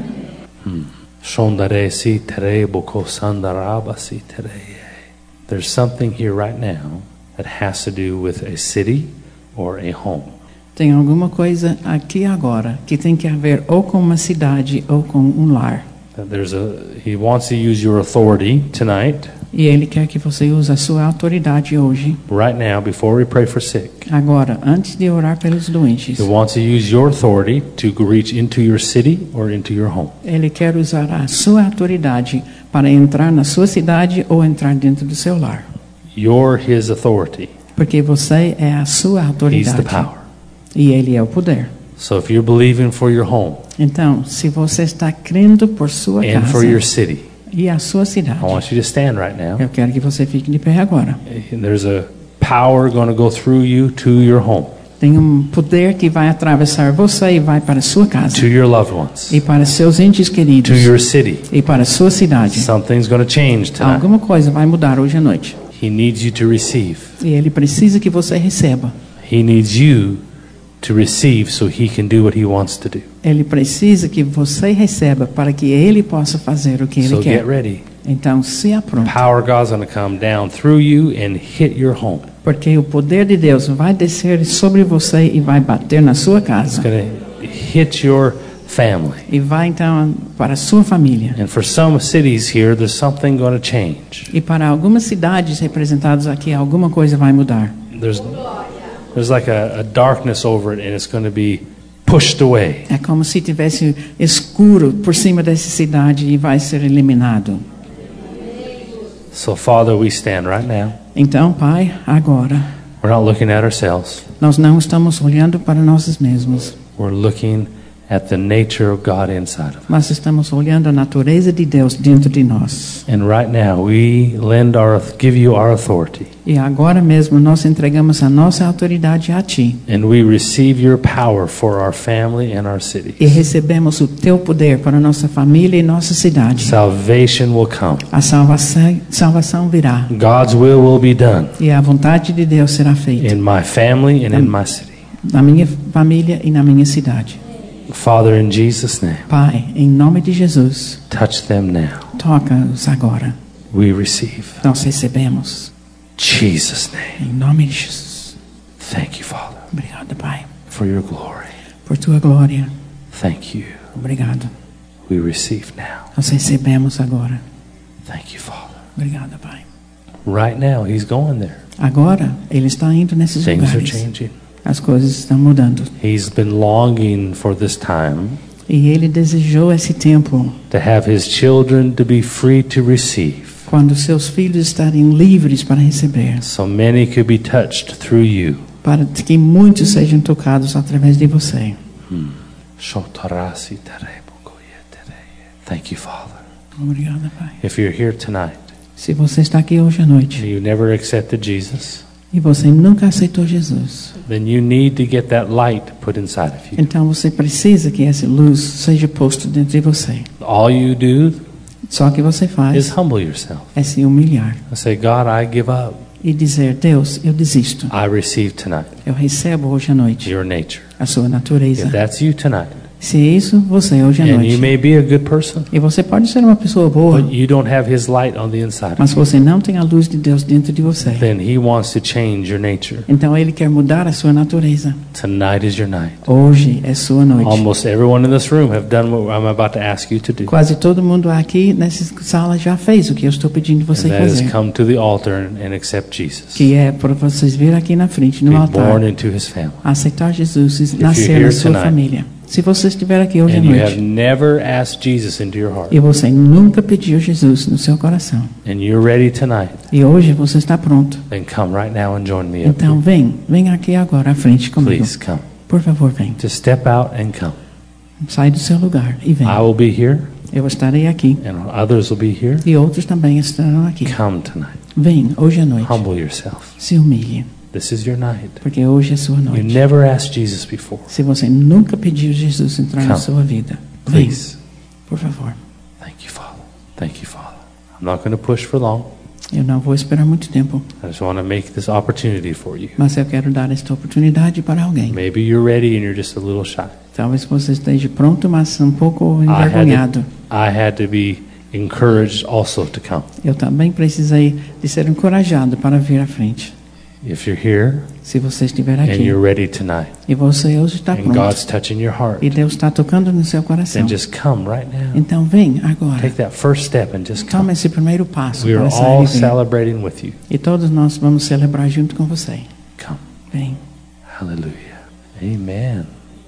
Speaker 1: Shondaresi tere boko sandarabasi tereye. There's something here right now that has to do with a city or a home.
Speaker 2: Tem alguma coisa aqui agora que tem que ver ou com uma cidade ou com um lar.
Speaker 1: That There's a, he wants to use your authority tonight,
Speaker 2: E ele quer que você use a sua autoridade hoje,
Speaker 1: right now, before we pray for sick.
Speaker 2: agora, antes de orar pelos doentes.
Speaker 1: He wants to use your authority to reach into your city or into your home.
Speaker 2: Ele quer usar a sua autoridade para entrar na sua cidade ou entrar dentro do seu lar.
Speaker 1: You're his authority.
Speaker 2: Porque você é a sua
Speaker 1: He's
Speaker 2: autoridade.
Speaker 1: the power.
Speaker 2: E ele é o poder.
Speaker 1: So if you're believing for your home
Speaker 2: Então, se você está crendo por sua
Speaker 1: and for
Speaker 2: casa
Speaker 1: your city,
Speaker 2: e a sua cidade,
Speaker 1: I want you to stand right now.
Speaker 2: eu quero que você fique de pé agora.
Speaker 1: And there's a power going to go through you to your home,
Speaker 2: Tem um poder que vai atravessar você e vai para a sua casa.
Speaker 1: to your loved ones,
Speaker 2: E para seus entes queridos.
Speaker 1: to your city.
Speaker 2: E para a sua cidade.
Speaker 1: Something's going to change tonight.
Speaker 2: Alguma coisa vai mudar hoje à noite.
Speaker 1: He needs you to receive.
Speaker 2: E ele precisa que você receba.
Speaker 1: He needs you to receive so he can do what he wants to do.
Speaker 2: Ele precisa que você receba para que ele possa fazer o que ele
Speaker 1: So
Speaker 2: quer.
Speaker 1: get ready.
Speaker 2: Então, se apronte.
Speaker 1: Power of God's going to come down through you and hit your home.
Speaker 2: Porque o poder de Deus vai descer sobre você e vai bater na sua
Speaker 1: It's
Speaker 2: casa.
Speaker 1: going to hit your family.
Speaker 2: E vai então para a sua família.
Speaker 1: And for some cities here, there's something going to change.
Speaker 2: E para algumas cidades representadas aqui, alguma coisa vai mudar.
Speaker 1: There's there's like a, a darkness over it, and it's going to be pushed away.
Speaker 2: É como se tivesse escuro por cima dessa cidade e vai ser eliminado.
Speaker 1: So, Father, we stand right now.
Speaker 2: Então, Pai, agora,
Speaker 1: We're not looking at ourselves.
Speaker 2: nós não estamos olhando para nós mesmos.
Speaker 1: We're looking at the nature of God inside of us.
Speaker 2: Nós estamos olhando a natureza de Deus dentro de nós.
Speaker 1: And right now, we lend our, give you our authority.
Speaker 2: E agora mesmo nós entregamos a nossa autoridade a Ti.
Speaker 1: And we receive your power for our family and our
Speaker 2: E
Speaker 1: cities.
Speaker 2: recebemos o Teu poder para a nossa família e nossa cidade.
Speaker 1: Salvation will come.
Speaker 2: A salvação, salvação virá.
Speaker 1: God's will will be done
Speaker 2: E a vontade de Deus será feita.
Speaker 1: in my family and in my city.
Speaker 2: Na minha família e na minha cidade.
Speaker 1: Father, in Jesus' name,
Speaker 2: Pai, em nome de Jesus,
Speaker 1: touch them now.
Speaker 2: toca-os agora.
Speaker 1: We receive.
Speaker 2: Nós recebemos.
Speaker 1: Jesus' name.
Speaker 2: Em nome de Jesus.
Speaker 1: Thank you, Father,
Speaker 2: Obrigado, Pai,
Speaker 1: for your glory.
Speaker 2: por Tua glória.
Speaker 1: Thank you.
Speaker 2: Obrigado.
Speaker 1: We receive now.
Speaker 2: Nós recebemos agora.
Speaker 1: Thank you, Father.
Speaker 2: Obrigado, Pai.
Speaker 1: Right now, He's going there.
Speaker 2: Agora, Ele está indo nesses
Speaker 1: Things are
Speaker 2: lugares.
Speaker 1: changing.
Speaker 2: As coisas estão mudando.
Speaker 1: He's been longing for this time
Speaker 2: E Ele desejou esse tempo,
Speaker 1: to have His children to be free to receive.
Speaker 2: quando seus filhos estarem livres para receber,
Speaker 1: So many could be touched through you.
Speaker 2: para que muitos sejam tocados através de você.
Speaker 1: Shotarasi terebokoye tereye. Thank you, Father.
Speaker 2: Obrigada, Pai.
Speaker 1: If you're here tonight
Speaker 2: Se você está aqui hoje à
Speaker 1: and
Speaker 2: noite
Speaker 1: you never accepted Jesus,
Speaker 2: e você nunca aceitou Jesus,
Speaker 1: then you need to get that light put inside of you.
Speaker 2: então você precisa que essa luz seja posta dentro de você.
Speaker 1: All you do
Speaker 2: Só que você
Speaker 1: is
Speaker 2: faz
Speaker 1: humble yourself
Speaker 2: é se humilhar
Speaker 1: and say, God, I give up.
Speaker 2: e dizer: Deus, eu desisto.
Speaker 1: I receive tonight
Speaker 2: Eu recebo hoje à noite
Speaker 1: your nature.
Speaker 2: a sua natureza.
Speaker 1: If that's you tonight,
Speaker 2: Se é isso, você hoje à
Speaker 1: and you
Speaker 2: noite.
Speaker 1: may be a good person,
Speaker 2: E você pode ser uma pessoa boa,
Speaker 1: but you don't have His light on the inside of
Speaker 2: mas
Speaker 1: you,
Speaker 2: você não tem a luz de Deus dentro de você.
Speaker 1: then He wants to change your nature.
Speaker 2: Então Ele quer mudar a sua natureza.
Speaker 1: Tonight is your night.
Speaker 2: Hoje é sua noite.
Speaker 1: Almost everyone in this room have done what I'm about to ask you to do.
Speaker 2: Quase todo mundo aqui nessa sala já fez o que eu estou pedindo
Speaker 1: And
Speaker 2: você
Speaker 1: that is
Speaker 2: fazer.
Speaker 1: come to the altar and, and accept Jesus.
Speaker 2: Que é para vocês vir aqui na frente, no
Speaker 1: Be
Speaker 2: altar,
Speaker 1: born into His family.
Speaker 2: aceitar Jesus e
Speaker 1: you're
Speaker 2: nascer
Speaker 1: here
Speaker 2: na sua
Speaker 1: tonight,
Speaker 2: família. Se você estiver aqui hoje à
Speaker 1: And you have
Speaker 2: noite
Speaker 1: never asked Jesus into your heart.
Speaker 2: e você nunca pediu Jesus no seu coração,
Speaker 1: And you're ready tonight.
Speaker 2: e hoje você está pronto,
Speaker 1: Then come right now and join me up
Speaker 2: então
Speaker 1: here.
Speaker 2: vem, vem aqui agora à frente comigo.
Speaker 1: Please come.
Speaker 2: Por favor, vem.
Speaker 1: Just step out and come.
Speaker 2: Sai do seu lugar e vem.
Speaker 1: I will be here,
Speaker 2: Eu estarei aqui
Speaker 1: and others will be here.
Speaker 2: e outros também estarão aqui.
Speaker 1: Come tonight.
Speaker 2: Vem hoje à noite.
Speaker 1: Humble yourself.
Speaker 2: Se humilhe,
Speaker 1: This is your night.
Speaker 2: porque hoje é sua
Speaker 1: You
Speaker 2: noite.
Speaker 1: never asked Jesus before.
Speaker 2: Se você nunca pediu Jesus entrar na
Speaker 1: Come.
Speaker 2: sua vida, vem,
Speaker 1: Please.
Speaker 2: por favor.
Speaker 1: Thank you, Father. Thank you, Father. I'm not going to push for long.
Speaker 2: Eu não vou esperar muito tempo,
Speaker 1: I just want to make this opportunity for you.
Speaker 2: mas eu quero dar esta oportunidade para alguém.
Speaker 1: Maybe you're ready and you're just a little shy.
Speaker 2: Talvez você esteja pronto, mas um pouco
Speaker 1: I had
Speaker 2: envergonhado.
Speaker 1: to, I had to be encouraged also to come.
Speaker 2: Eu também precisei de ser encorajado para vir à frente.
Speaker 1: If you're here
Speaker 2: Se você estiver
Speaker 1: and
Speaker 2: aqui
Speaker 1: you're ready tonight,
Speaker 2: e você hoje está
Speaker 1: and God's
Speaker 2: pronto
Speaker 1: touching your heart,
Speaker 2: e Deus está tocando no seu coração,
Speaker 1: then just come right now.
Speaker 2: então vem agora.
Speaker 1: Take that first step and just
Speaker 2: Toma
Speaker 1: come.
Speaker 2: esse primeiro passo
Speaker 1: We are
Speaker 2: para sair
Speaker 1: all
Speaker 2: e vir.
Speaker 1: celebrating with you.
Speaker 2: E todos nós vamos celebrar junto com você.
Speaker 1: Come.
Speaker 2: Vem.
Speaker 1: Hallelujah. Amen.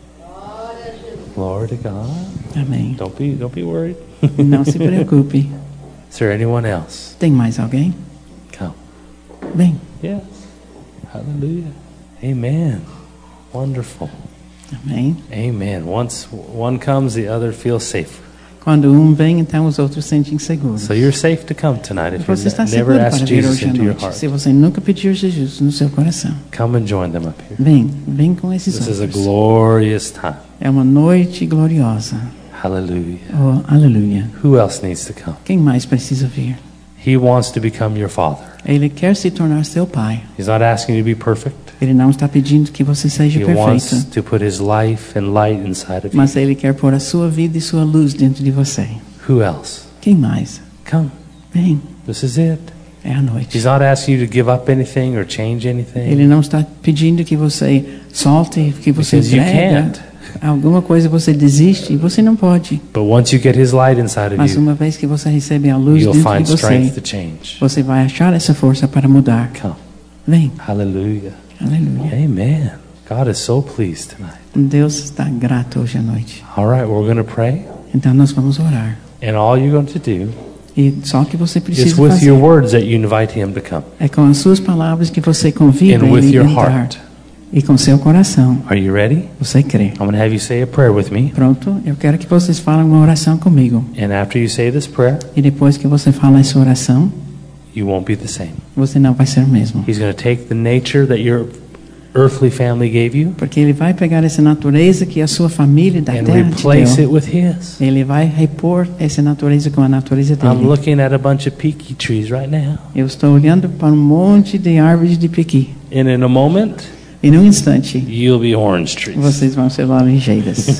Speaker 1: Glory to God.
Speaker 2: Amém.
Speaker 1: Don't be don't be worried.
Speaker 2: Não se preocupe.
Speaker 1: Is there anyone else?
Speaker 2: Tem mais alguém?
Speaker 1: Come.
Speaker 2: Vem.
Speaker 1: Yes. Hallelujah. Amen. Wonderful.
Speaker 2: Amém.
Speaker 1: Amen. Once one comes, the other feels safe.
Speaker 2: Quando um vem, então os outros sentem seguros.
Speaker 1: So you're safe to come tonight if
Speaker 2: Você está
Speaker 1: you've never
Speaker 2: seguro para
Speaker 1: asked
Speaker 2: vir
Speaker 1: Jesus
Speaker 2: hoje à
Speaker 1: into your
Speaker 2: noite.
Speaker 1: heart.
Speaker 2: Se você nunca pediu Jesus no seu coração,
Speaker 1: Come and join them up here.
Speaker 2: vem, vem com esses
Speaker 1: This is a
Speaker 2: outros.
Speaker 1: glorious time.
Speaker 2: É uma noite gloriosa.
Speaker 1: Hallelujah.
Speaker 2: Oh, aleluia.
Speaker 1: Who else needs to come?
Speaker 2: Quem mais precisa vir?
Speaker 1: He wants to become your father.
Speaker 2: Ele quer se tornar seu pai.
Speaker 1: He's not asking you to be perfect.
Speaker 2: Ele não está pedindo que você seja
Speaker 1: He wants
Speaker 2: perfeito,
Speaker 1: to put his life and light inside of you.
Speaker 2: mas ele quer pôr a sua vida e sua luz dentro de você.
Speaker 1: Who else?
Speaker 2: Quem mais?
Speaker 1: Come.
Speaker 2: Vem.
Speaker 1: This is it.
Speaker 2: É a noite.
Speaker 1: He's not asking you to give up anything or change anything.
Speaker 2: Ele não está pedindo que você solte, que você
Speaker 1: Because you
Speaker 2: entrega
Speaker 1: can't.
Speaker 2: alguma coisa, você desiste. Você não pode.
Speaker 1: But once you get his light inside of
Speaker 2: Mas
Speaker 1: you,
Speaker 2: uma vez que você recebe a luz
Speaker 1: you'll
Speaker 2: dentro
Speaker 1: find
Speaker 2: de você,
Speaker 1: strength to change.
Speaker 2: você vai achar essa força para mudar.
Speaker 1: Come.
Speaker 2: Vem.
Speaker 1: Hallelujah.
Speaker 2: Aleluia.
Speaker 1: Amen. God is so pleased tonight.
Speaker 2: Deus está grato hoje à noite.
Speaker 1: All right, we're going to pray.
Speaker 2: Então nós vamos orar.
Speaker 1: And all you're going to do
Speaker 2: E só o que você
Speaker 1: is
Speaker 2: precisa
Speaker 1: with
Speaker 2: fazer
Speaker 1: your words that you invite him to come.
Speaker 2: é com as suas palavras que você convida
Speaker 1: And with
Speaker 2: ele a
Speaker 1: your
Speaker 2: entrar.
Speaker 1: heart.
Speaker 2: E com seu coração.
Speaker 1: Are you ready?
Speaker 2: Você crê.
Speaker 1: I'm going to have you say a prayer with me.
Speaker 2: Pronto? Eu quero que vocês falem uma oração comigo.
Speaker 1: And after you say this prayer,
Speaker 2: E depois que você fala essa oração,
Speaker 1: you won't be the same.
Speaker 2: você não vai ser o mesmo.
Speaker 1: He's going to take the nature that your earthly family gave you
Speaker 2: Porque ele vai pegar essa natureza que a sua família da
Speaker 1: and
Speaker 2: terra te
Speaker 1: replace it
Speaker 2: deu.
Speaker 1: with his.
Speaker 2: Ele vai repor essa natureza com a natureza
Speaker 1: I'm
Speaker 2: dele.
Speaker 1: looking at a bunch of peaky trees right now.
Speaker 2: Eu estou olhando para um monte de árvores de piqui.
Speaker 1: And in a moment,
Speaker 2: E num instante,
Speaker 1: you'll be orange trees.
Speaker 2: vocês vão ser laranjeiras.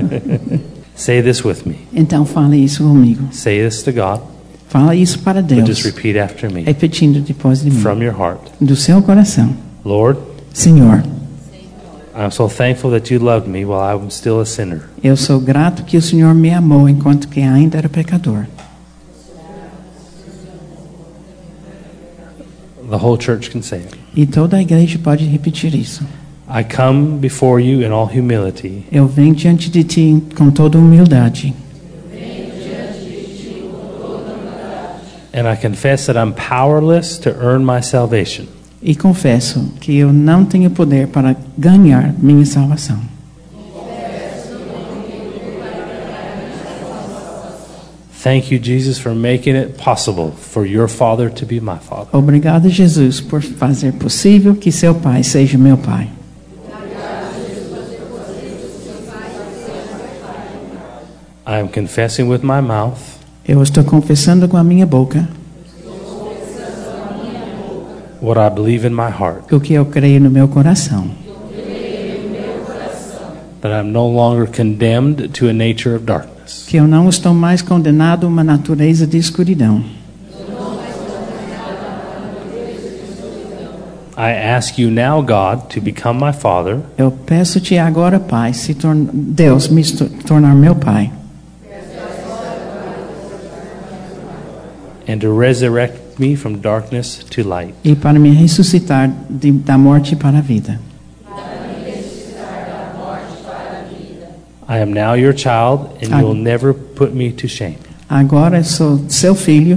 Speaker 1: Say this with me.
Speaker 2: Então fale isso comigo.
Speaker 1: Say this to God,
Speaker 2: Fala isso para
Speaker 1: but just
Speaker 2: Deus.
Speaker 1: repeat after me
Speaker 2: Repetindo depois de mim.
Speaker 1: from your heart.
Speaker 2: Do seu coração.
Speaker 1: Lord,
Speaker 2: Senhor,
Speaker 1: I'm so thankful that you loved me while I was still a sinner.
Speaker 2: eu sou grato que o Senhor me amou enquanto que ainda era pecador.
Speaker 1: The whole church can say it.
Speaker 2: E toda a igreja pode repetir isso.
Speaker 1: I come before you in all humility,
Speaker 2: Eu venho diante de ti com toda humildade.
Speaker 1: and I confess that I'm powerless to earn my salvation.
Speaker 2: E confesso que eu não tenho poder para ganhar minha salvação.
Speaker 1: Thank you, Jesus, for making it possible for your Father to be my Father.
Speaker 2: Obrigado, Jesus, por fazer possível que seu pai seja meu pai.
Speaker 1: I am confessing with my mouth
Speaker 2: Eu estou confessando com a minha boca
Speaker 1: what I believe in my heart,
Speaker 2: o que eu creio no meu coração.
Speaker 1: that I'm no longer condemned to a nature of darkness.
Speaker 2: Que eu não estou mais condenado a uma natureza de escuridão.
Speaker 1: I ask you now, God, to become my Father,
Speaker 2: Eu peço-te agora, Pai, se torna, Deus me sto- tornar meu pai.
Speaker 1: and to resurrect me from darkness to light.
Speaker 2: E para me ressuscitar de, da morte para a vida.
Speaker 1: I am now your child, and
Speaker 2: I-
Speaker 1: you will never put me to shame.
Speaker 2: Agora eu sou seu filho.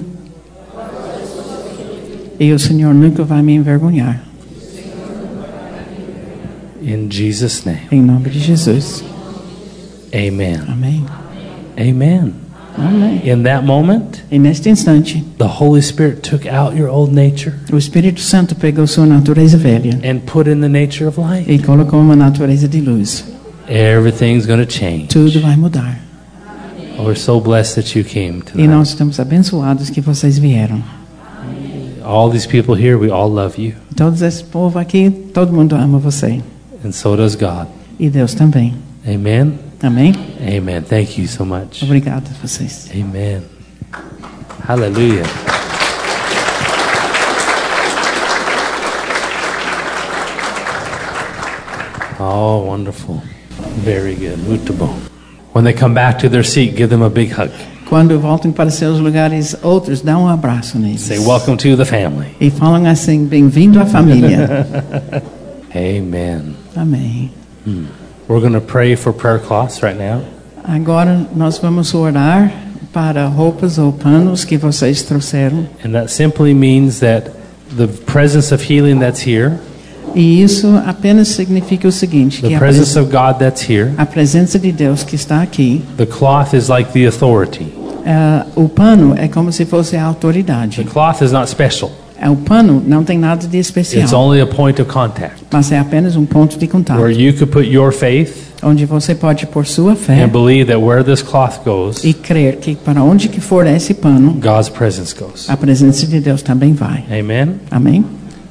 Speaker 2: E o Senhor nunca vai me envergonhar.
Speaker 1: In Jesus' name,
Speaker 2: Em nome de Jesus.
Speaker 1: Amen.
Speaker 2: Amém.
Speaker 1: Amen.
Speaker 2: Amém.
Speaker 1: In that moment,
Speaker 2: E neste instante,
Speaker 1: the Holy Spirit took out your old nature
Speaker 2: o Espírito Santo pegou sua natureza velha
Speaker 1: and put in the nature of light.
Speaker 2: e colocou uma natureza de luz.
Speaker 1: Everything's going to change.
Speaker 2: Tudo vai mudar.
Speaker 1: We're so blessed that you came
Speaker 2: E
Speaker 1: tonight.
Speaker 2: nós estamos abençoados que vocês vieram.
Speaker 1: All these people here, we all love you.
Speaker 2: Todos esse povo aqui, todo mundo ama você.
Speaker 1: And so does God.
Speaker 2: E Deus também.
Speaker 1: Amen.
Speaker 2: Amém?
Speaker 1: Amen. Thank you so much.
Speaker 2: Obrigado a vocês.
Speaker 1: Amen. Hallelujah. Oh, wonderful. Very good. Muito bom. When they come back to their seat, give them a big hug.
Speaker 2: Quando voltem para seus lugares outros, dá um abraço neles.
Speaker 1: Say, welcome to the family.
Speaker 2: E falam assim, bem-vindo à família.
Speaker 1: Amen.
Speaker 2: Amém.
Speaker 1: Hmm. We're going to pray for prayer cloths right now.
Speaker 2: Agora nós vamos orar para roupas ou panos que vocês trouxeram.
Speaker 1: And that simply means that the presence of healing that's here,
Speaker 2: E isso apenas significa o seguinte, que
Speaker 1: the
Speaker 2: a,
Speaker 1: presence
Speaker 2: pres
Speaker 1: of God that's here,
Speaker 2: a presença de Deus que está aqui,
Speaker 1: the cloth is like the authority.
Speaker 2: uh, o pano é como se fosse a
Speaker 1: The
Speaker 2: autoridade.
Speaker 1: cloth is not special.
Speaker 2: É, o pano não tem nada de
Speaker 1: It's
Speaker 2: especial,
Speaker 1: only a point of contact
Speaker 2: mas é apenas um ponto de contato,
Speaker 1: where you could put your faith
Speaker 2: onde você pode pôr sua fé
Speaker 1: and believe that where this cloth goes,
Speaker 2: e crer que para onde que for esse pano,
Speaker 1: God's presence goes.
Speaker 2: a presença de Deus também vai.
Speaker 1: Amen.
Speaker 2: Amém?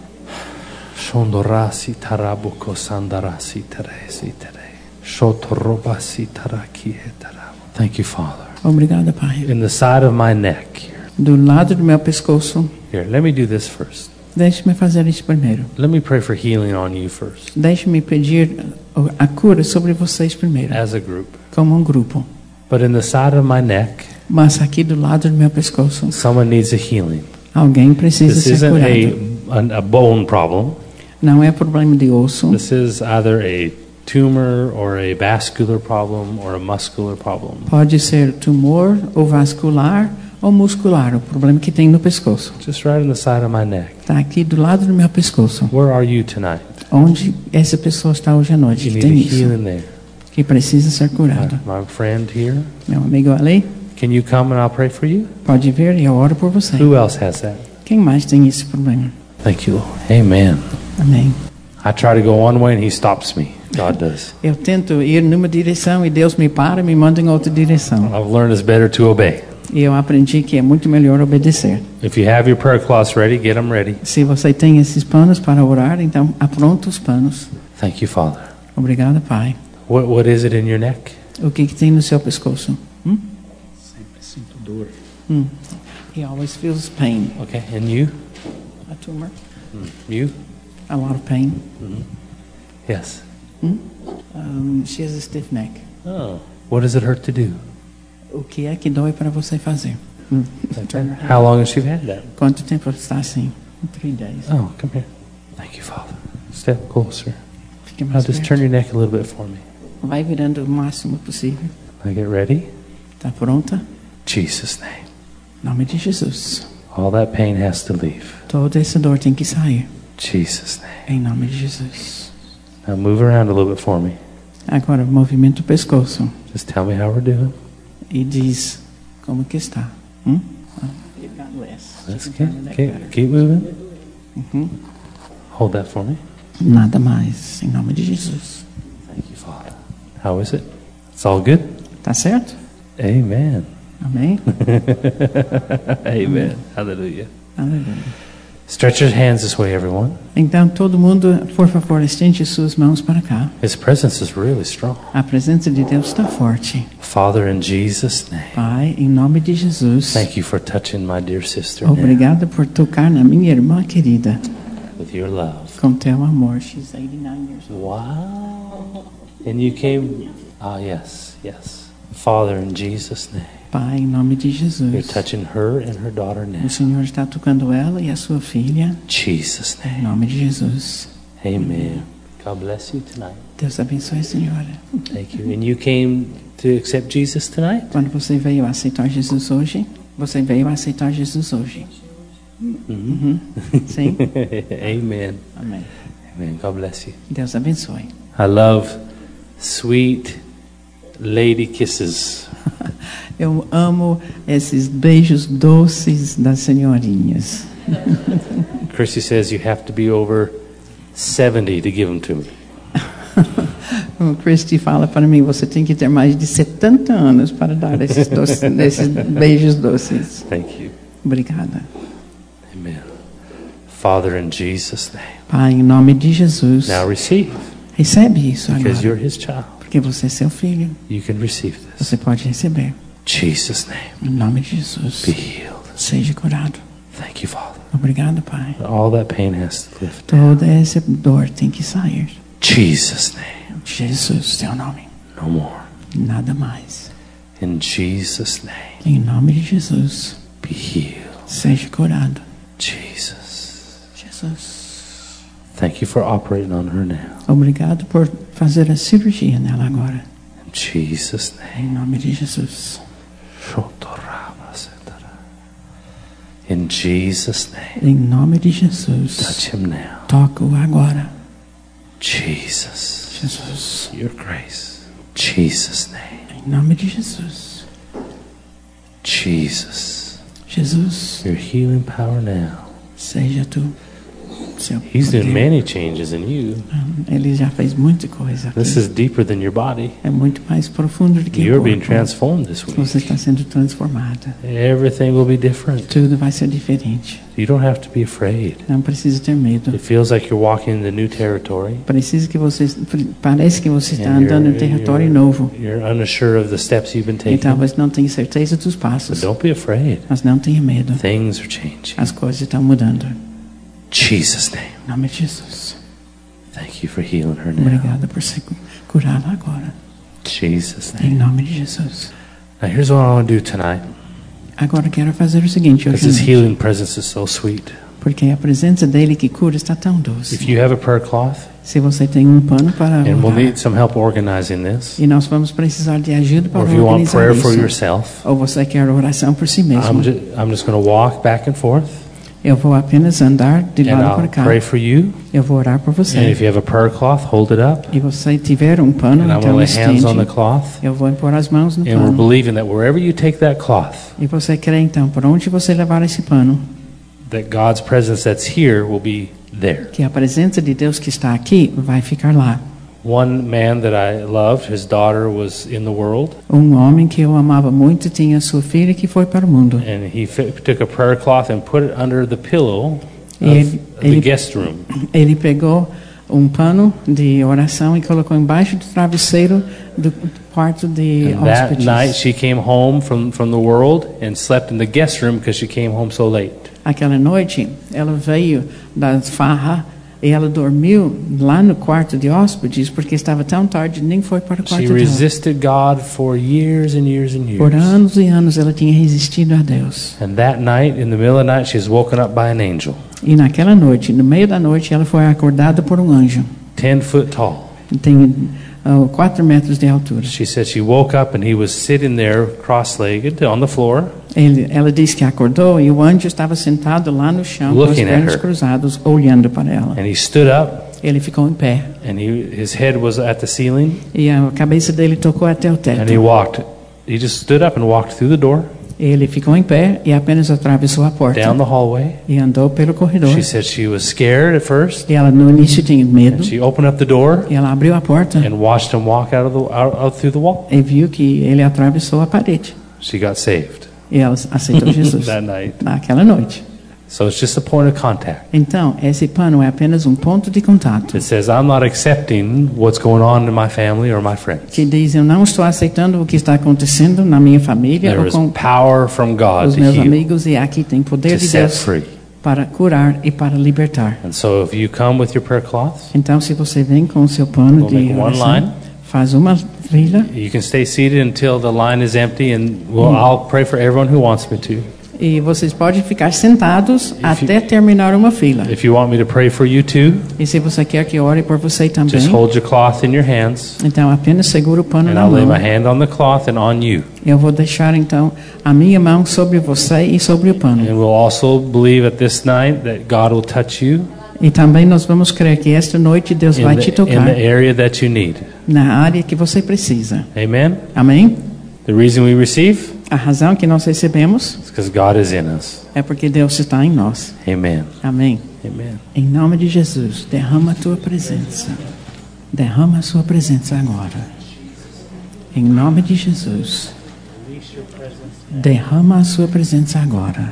Speaker 1: Shondorasi tarabuko sandarasi teresi tere. Shotorobasi taraki etarabo. Thank you, Father.
Speaker 2: Obrigada, Pai.
Speaker 1: In the side of my neck here.
Speaker 2: Do lado do meu pescoço,
Speaker 1: Here, let me do this first.
Speaker 2: deixe-me fazer isso primeiro.
Speaker 1: Let me pray for healing on you first,
Speaker 2: Deixe-me pedir a cura sobre vocês primeiro,
Speaker 1: as a group.
Speaker 2: como um grupo.
Speaker 1: But in the side of my neck,
Speaker 2: Mas aqui do lado do meu pescoço,
Speaker 1: someone needs a healing.
Speaker 2: alguém precisa
Speaker 1: This
Speaker 2: ser
Speaker 1: isn't
Speaker 2: curado.
Speaker 1: a, a, a bone problem.
Speaker 2: Não é problema de osso,
Speaker 1: This is either a tumor or a vascular problem or a muscular problem.
Speaker 2: pode ser tumor ou vascular ou muscular, o problema que tem no pescoço.
Speaker 1: Just right in the side of my neck.
Speaker 2: Está aqui do lado do meu pescoço,
Speaker 1: Where are you tonight?
Speaker 2: onde essa pessoa está hoje à noite,
Speaker 1: You
Speaker 2: que
Speaker 1: need a
Speaker 2: tem isso,
Speaker 1: healing there.
Speaker 2: que precisa ser curado.
Speaker 1: My, my friend here,
Speaker 2: Meu amigo ali,
Speaker 1: can you come and I'll pray for you?
Speaker 2: pode vir e eu oro por você.
Speaker 1: Who else has that?
Speaker 2: Quem mais tem esse problema?
Speaker 1: Thank you, Lord. Amen.
Speaker 2: Amém.
Speaker 1: I try to go one way and He stops me. God does.
Speaker 2: Eu tento ir numa direção e Deus me para e me manda em outra direção.
Speaker 1: I've learned it's better to obey.
Speaker 2: E eu aprendi que é muito melhor obedecer.
Speaker 1: If you have your prayer cloths ready, get them ready.
Speaker 2: Se você tem esses panos para orar, então apronta os panos.
Speaker 1: Thank you, Father.
Speaker 2: Obrigada, Pai.
Speaker 1: What What is it in your neck?
Speaker 2: O que, que tem no seu pescoço? Hum?
Speaker 3: Sempre sinto dor.
Speaker 2: Hum. He always feels pain.
Speaker 1: Okay, and you?
Speaker 2: A tumor.
Speaker 1: Mm. You?
Speaker 2: A lot of pain.
Speaker 1: Yes.
Speaker 2: Hum? Um, she has a stiff neck.
Speaker 1: Oh. What does it hurt to do?
Speaker 2: O que é que dói para você fazer? Hum. Turn her head.
Speaker 1: How long has she had that?
Speaker 2: Quanto tempo está assim? Three days.
Speaker 1: Oh, come here. Thank you, Father. Step closer.
Speaker 2: Fique
Speaker 1: Now
Speaker 2: mais
Speaker 1: just
Speaker 2: perto.
Speaker 1: turn your neck a little bit for me.
Speaker 2: Vai virando o máximo possível.
Speaker 1: Now get ready.
Speaker 2: Está pronta?
Speaker 1: Jesus' name.
Speaker 2: Em nome de Jesus.
Speaker 1: All that pain has to leave.
Speaker 2: Toda essa dor tem que sair.
Speaker 1: Jesus' name.
Speaker 2: Em nome de Jesus.
Speaker 1: Now move around a little bit for me.
Speaker 2: Agora, movimento o pescoço.
Speaker 1: Just tell me how we're doing.
Speaker 2: E diz como que está. Hum? Ah, you've got less.
Speaker 1: Let's
Speaker 2: You can
Speaker 1: keep,
Speaker 2: turn the neck
Speaker 1: keep,
Speaker 2: better.
Speaker 1: keep moving.
Speaker 2: Uhum.
Speaker 1: Hold that for me.
Speaker 2: Nada mais. Em nome de Jesus.
Speaker 1: Thank you, Father. How is it? It's all good?
Speaker 2: Tá certo?
Speaker 1: Amen.
Speaker 2: Amém?
Speaker 1: Amen. Hallelujah.
Speaker 2: Aleluia.
Speaker 1: Stretch your hands this way, everyone.
Speaker 2: Então, todo mundo, por favor, estende suas mãos para cá.
Speaker 1: His presence is really strong.
Speaker 2: A presença de Deus está forte.
Speaker 1: Father, in Jesus' name,
Speaker 2: Pai, em nome de Jesus.
Speaker 1: thank you for touching my dear sister now
Speaker 2: Obrigada por tocar na minha irmã querida
Speaker 1: with your love.
Speaker 2: com teu amor. She's eighty-nine years old.
Speaker 1: Wow. And you came, ah, yes, yes. Father, in Jesus' name,
Speaker 2: Pai, em nome de
Speaker 1: you're
Speaker 2: Jesus.
Speaker 1: touching her and her daughter now.
Speaker 2: O Senhor está tocando ela e a sua filha.
Speaker 1: Jesus'
Speaker 2: Em
Speaker 1: name.
Speaker 2: nome de Jesus.
Speaker 1: Amen. God bless you tonight.
Speaker 2: Deus abençoe a senhora.
Speaker 1: Thank you. And you came to accept Jesus tonight?
Speaker 2: Quando você veio aceitar Jesus hoje, você veio aceitar Jesus hoje. Uhum. Sim?
Speaker 1: Amen.
Speaker 2: Amém.
Speaker 1: Amen. God bless you.
Speaker 2: Deus abençoe.
Speaker 1: I love sweet, lady kisses.
Speaker 2: Eu amo esses beijos doces das senhorinhas.
Speaker 1: Christy says you have to be over seventy to give them to me.
Speaker 2: O Christy fala para mim, você tem que ter mais de setenta anos para dar esses, doces, esses beijos doces.
Speaker 1: Thank you.
Speaker 2: Obrigada.
Speaker 1: Amen. Father, in Jesus' name.
Speaker 2: Pai, em nome de Jesus,
Speaker 1: Now receive,
Speaker 2: recebe isso
Speaker 1: because
Speaker 2: agora,
Speaker 1: you're his child.
Speaker 2: porque você é seu filho.
Speaker 1: You can receive this.
Speaker 2: Você pode receber.
Speaker 1: Jesus' name.
Speaker 2: Em nome de Jesus,
Speaker 1: Be healed.
Speaker 2: seja curado.
Speaker 1: Thank you, Father.
Speaker 2: Obrigado, Pai.
Speaker 1: All that pain has to lift.
Speaker 2: Toda essa dor tem que sair.
Speaker 1: Jesus' name.
Speaker 2: Jesus, teu nome.
Speaker 1: No more.
Speaker 2: Nada mais.
Speaker 1: In Jesus' name.
Speaker 2: Em nome de Jesus,
Speaker 1: Be healed.
Speaker 2: seja curado.
Speaker 1: Jesus.
Speaker 2: Jesus.
Speaker 1: Thank you for operating on her now.
Speaker 2: Obrigado por fazer a cirurgia nela agora.
Speaker 1: In Jesus' name.
Speaker 2: Em nome de Jesus.
Speaker 1: In Jesus' name.
Speaker 2: Em nome de Jesus.
Speaker 1: Touch him now.
Speaker 2: Toca-o agora.
Speaker 1: Jesus.
Speaker 2: Jesus.
Speaker 1: Your grace. Jesus' name.
Speaker 2: Em nome de Jesus.
Speaker 1: Jesus.
Speaker 2: Jesus.
Speaker 1: Your healing power now.
Speaker 2: Seja tu. Seu
Speaker 1: He's doing
Speaker 2: poder.
Speaker 1: many changes in you.
Speaker 2: Ele já fez muita coisa aqui.
Speaker 1: This is deeper than your body.
Speaker 2: É muito mais profundo do que
Speaker 1: You're
Speaker 2: o
Speaker 1: being
Speaker 2: corpo.
Speaker 1: transformed this
Speaker 2: Você
Speaker 1: week.
Speaker 2: está sendo transformada.
Speaker 1: Everything will be different.
Speaker 2: Tudo vai ser diferente.
Speaker 1: You don't have to be afraid.
Speaker 2: Não precisa ter medo.
Speaker 1: It feels like you're walking into new territory.
Speaker 2: Precisa que você parece que você está
Speaker 1: And
Speaker 2: andando em
Speaker 1: you're,
Speaker 2: território
Speaker 1: you're,
Speaker 2: novo.
Speaker 1: you're unsure of the steps you've been
Speaker 2: E
Speaker 1: taking.
Speaker 2: talvez não tenha certeza dos
Speaker 1: But
Speaker 2: passos.
Speaker 1: don't be afraid.
Speaker 2: Mas não tenha medo.
Speaker 1: Things are changing.
Speaker 2: As coisas estão mudando.
Speaker 1: Jesus' name.
Speaker 2: Em nome de Jesus.
Speaker 1: Thank you for healing her now.
Speaker 2: Obrigada por ser curá-la agora.
Speaker 1: Jesus'
Speaker 2: Em
Speaker 1: name.
Speaker 2: nome de Jesus.
Speaker 1: Now here's what I want to do tonight.
Speaker 2: Agora quero fazer o seguinte
Speaker 1: Because
Speaker 2: hoje à
Speaker 1: his
Speaker 2: noite,
Speaker 1: healing presence is so sweet.
Speaker 2: porque a presença dele que cura está tão
Speaker 1: If
Speaker 2: doce.
Speaker 1: you have a prayer cloth,
Speaker 2: Se você tem um pano para
Speaker 1: and we'll
Speaker 2: orar,
Speaker 1: need some help organizing this,
Speaker 2: e nós vamos precisar de ajuda para
Speaker 1: or if you want
Speaker 2: organizar
Speaker 1: prayer for
Speaker 2: isso.
Speaker 1: yourself,
Speaker 2: Ou você quer oração por si mesmo.
Speaker 1: I'm just, I'm just going to walk back and forth,
Speaker 2: Eu vou apenas andar de
Speaker 1: and
Speaker 2: lado
Speaker 1: I'll
Speaker 2: para cá.
Speaker 1: pray for you.
Speaker 2: Eu vou orar por
Speaker 1: And if
Speaker 2: você.
Speaker 1: you have a prayer cloth, hold it up,
Speaker 2: E você tiver um pano,
Speaker 1: and I'm
Speaker 2: então
Speaker 1: going to lay hands on the
Speaker 2: estende.
Speaker 1: cloth.
Speaker 2: Eu vou impor as mãos no
Speaker 1: And we're
Speaker 2: pano.
Speaker 1: believing that wherever you take that cloth,
Speaker 2: E você crê então, por onde você levar esse pano,
Speaker 1: that God's presence that's here will be there.
Speaker 2: que a presença de Deus que está aqui vai ficar lá.
Speaker 1: One man that I loved, his daughter was in the world,
Speaker 2: Um homem que eu amava muito tinha sua filha que foi para o mundo.
Speaker 1: and he fi- took a prayer cloth and put it under the pillow
Speaker 2: E
Speaker 1: of
Speaker 2: ele-
Speaker 1: the
Speaker 2: ele-
Speaker 1: guest room.
Speaker 2: Ele pegou um pano de oração e colocou embaixo do travesseiro do quarto de
Speaker 1: And that night
Speaker 2: hóspedes.
Speaker 1: she came home from, from the world and slept in the guest room because she came home so late.
Speaker 2: Aquela noite, ela veio da farra e ela dormiu lá no quarto de hóspedes porque estava tão tarde, nem foi para o
Speaker 1: She
Speaker 2: quarto dela.
Speaker 1: resisted God for years and years and
Speaker 2: Por
Speaker 1: years.
Speaker 2: anos e anos ela tinha resistido a Deus.
Speaker 1: And that night, in the middle of the night, she was woken up by an angel,
Speaker 2: E naquela noite, no meio da noite, ela foi acordada por um anjo.
Speaker 1: ten foot tall.
Speaker 2: Tem uh, quatro metros de altura.
Speaker 1: She said she woke up and he was sitting there cross-legged on the floor,
Speaker 2: Ele, ela disse que acordou e o anjo estava sentado lá no chão com as
Speaker 1: Looking at
Speaker 2: pernas
Speaker 1: her.
Speaker 2: cruzadas, olhando para ela.
Speaker 1: and he stood up
Speaker 2: Ele ficou em pé
Speaker 1: and he, his head was at the ceiling,
Speaker 2: e a cabeça dele tocou até o
Speaker 1: and he
Speaker 2: teto.
Speaker 1: walked. He just stood up and walked through the door,
Speaker 2: Ele ficou em pé e apenas atravessou a porta
Speaker 1: down the hallway.
Speaker 2: e andou pelo corredor.
Speaker 1: She said she was scared at first,
Speaker 2: E ela no início tinha medo.
Speaker 1: and she opened up the door
Speaker 2: E ela abriu a porta
Speaker 1: and watched him walk out of the out, out through the wall.
Speaker 2: e viu que ele atravessou a parede.
Speaker 1: She got saved
Speaker 2: E ela aceitou Jesus
Speaker 1: that night.
Speaker 2: naquela noite.
Speaker 1: So it's just a point of contact.
Speaker 2: Então, esse pano é apenas um ponto de contato
Speaker 1: It says, I'm not accepting what's going on in my family or my friends.
Speaker 2: que diz: eu não estou aceitando o que está acontecendo na minha família
Speaker 1: There
Speaker 2: ou
Speaker 1: is
Speaker 2: com
Speaker 1: power from God
Speaker 2: os
Speaker 1: to
Speaker 2: meus
Speaker 1: heal,
Speaker 2: amigos, e aqui tem poder
Speaker 1: to
Speaker 2: de
Speaker 1: set
Speaker 2: Deus
Speaker 1: free.
Speaker 2: para curar e para libertar.
Speaker 1: And so if you come with your prayer cloth,
Speaker 2: Então, se você vem com o seu pano
Speaker 1: We'll
Speaker 2: de
Speaker 1: make one
Speaker 2: oração,
Speaker 1: line.
Speaker 2: faz uma fila
Speaker 1: you can stay seated until the line is empty, and well, I'll pray for everyone who wants me to.
Speaker 2: e vocês podem ficar sentados até terminar uma fila.
Speaker 1: If you want me to pray for you too,
Speaker 2: E se você quer que eu ore por você também,
Speaker 1: just hold your cloth in your hands,
Speaker 2: então apenas segura o pano
Speaker 1: and
Speaker 2: na
Speaker 1: I'll lay
Speaker 2: mão.
Speaker 1: my hand on the cloth and on you.
Speaker 2: Eu vou deixar então a minha mão sobre você e sobre o pano.
Speaker 1: And we'll also believe at this night that God will touch you
Speaker 2: E também nós vamos crer que esta noite Deus
Speaker 1: in
Speaker 2: vai
Speaker 1: the,
Speaker 2: te
Speaker 1: in
Speaker 2: tocar
Speaker 1: the area that you need.
Speaker 2: na área que você precisa.
Speaker 1: Amen?
Speaker 2: Amém?
Speaker 1: The reason we receive
Speaker 2: A razão que nós recebemos
Speaker 1: is because God is in us.
Speaker 2: é porque Deus está em nós.
Speaker 1: Amen.
Speaker 2: Amém?
Speaker 1: Amen.
Speaker 2: Em nome de Jesus, derrama a tua presença. Derrama a sua presença agora. Em nome de Jesus. Derrama a sua presença agora.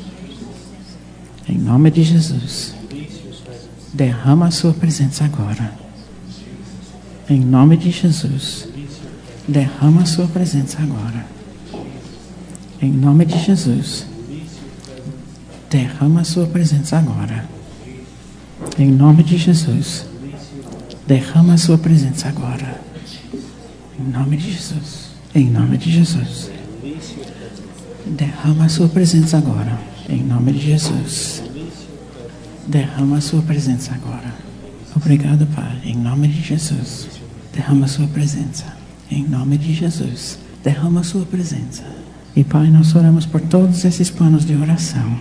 Speaker 2: Em nome de Jesus. Derrama a sua presença agora. Em nome de Jesus. Derrama a sua presença agora. Em nome de Jesus. Derrama a sua presença agora. Em nome de Jesus. Derrama a sua presença agora. Em nome de Jesus. Em nome de Jesus. Derrama a sua presença agora. Em nome de Jesus. Derrama a sua presença agora. Obrigado, Pai. Em nome de Jesus. Derrama a sua presença. Em nome de Jesus. Derrama a sua presença. E, Pai, nós oramos por todos esses planos de oração.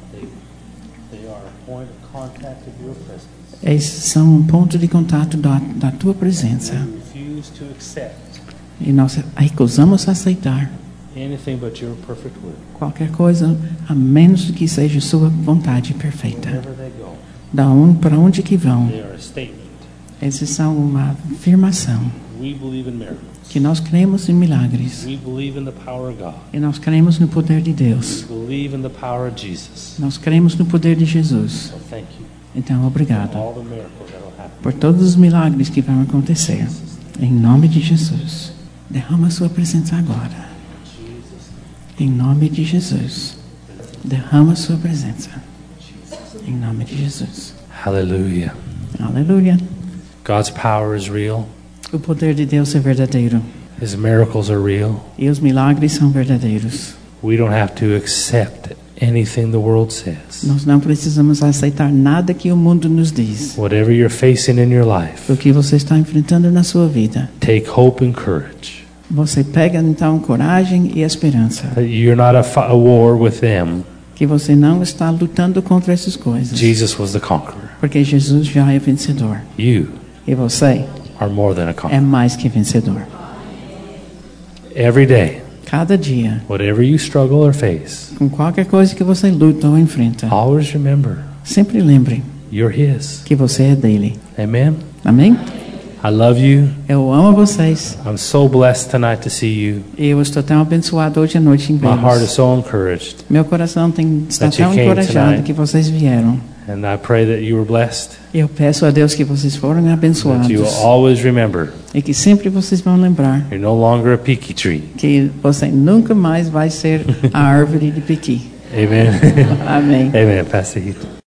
Speaker 2: Esses são um ponto de contato da, da tua presença. E nós recusamos aceitar
Speaker 1: Anything but your perfect will.
Speaker 2: qualquer coisa a menos que seja sua vontade perfeita.
Speaker 1: Wherever they go,
Speaker 2: Da onde para onde que vão?
Speaker 1: they are a statement.
Speaker 2: Esses são uma afirmação
Speaker 1: We believe in miracles.
Speaker 2: que nós cremos em milagres
Speaker 1: We believe in the power of God.
Speaker 2: e nós cremos no poder de
Speaker 1: We
Speaker 2: Deus.
Speaker 1: believe in the power of Jesus.
Speaker 2: Nós cremos no poder de Jesus.
Speaker 1: So thank you
Speaker 2: Então,
Speaker 1: for
Speaker 2: obrigado
Speaker 1: all the miracles that will happen.
Speaker 2: por todos os milagres que vão acontecer. Em nome de Jesus. Derrama a sua presença agora. Em nome de Jesus. Derrama a sua presença. Em nome de Jesus.
Speaker 1: Hallelujah.
Speaker 2: Aleluia.
Speaker 1: God's power is real.
Speaker 2: O poder de Deus é verdadeiro.
Speaker 1: His miracles are real.
Speaker 2: E os milagres são verdadeiros.
Speaker 1: We don't have to accept anything the world says.
Speaker 2: Nós não precisamos aceitar nada que o mundo nos diz.
Speaker 1: Whatever you're facing in your life,
Speaker 2: O que você está enfrentando na sua vida.
Speaker 1: take hope and courage.
Speaker 2: Você pega então coragem e esperança.
Speaker 1: That you're not a, fi- a war with them.
Speaker 2: Que você não está lutando contra essas coisas.
Speaker 1: Jesus was the conqueror.
Speaker 2: Porque Jesus já é vencedor.
Speaker 1: You
Speaker 2: E você
Speaker 1: are more than a
Speaker 2: é
Speaker 1: conqueror.
Speaker 2: mais que vencedor.
Speaker 1: Every day,
Speaker 2: Cada dia,
Speaker 1: whatever you struggle or face,
Speaker 2: com qualquer coisa que você luta ou enfrenta,
Speaker 1: always remember
Speaker 2: sempre lembre
Speaker 1: you're His.
Speaker 2: que você é dele.
Speaker 1: Amen.
Speaker 2: Amém?
Speaker 1: I love you.
Speaker 2: Eu amo vocês.
Speaker 1: I'm so blessed tonight to see you.
Speaker 2: E eu estou tão abençoado hoje à noite em
Speaker 1: My heart is
Speaker 2: vê-los.
Speaker 1: so encouraged,
Speaker 2: Meu coração tem, está
Speaker 1: that you
Speaker 2: tão
Speaker 1: came
Speaker 2: encorajado
Speaker 1: tonight.
Speaker 2: que vocês vieram.
Speaker 1: and I pray that you were blessed.
Speaker 2: Eu peço a Deus que vocês foram
Speaker 1: That you will
Speaker 2: abençoados.
Speaker 1: always remember
Speaker 2: E que sempre vocês vão lembrar
Speaker 1: you're no longer a peaky tree.
Speaker 2: que você nunca mais vai ser a árvore de piqui.
Speaker 1: Amen.
Speaker 2: Amém.
Speaker 1: Amen. Pastor Heath.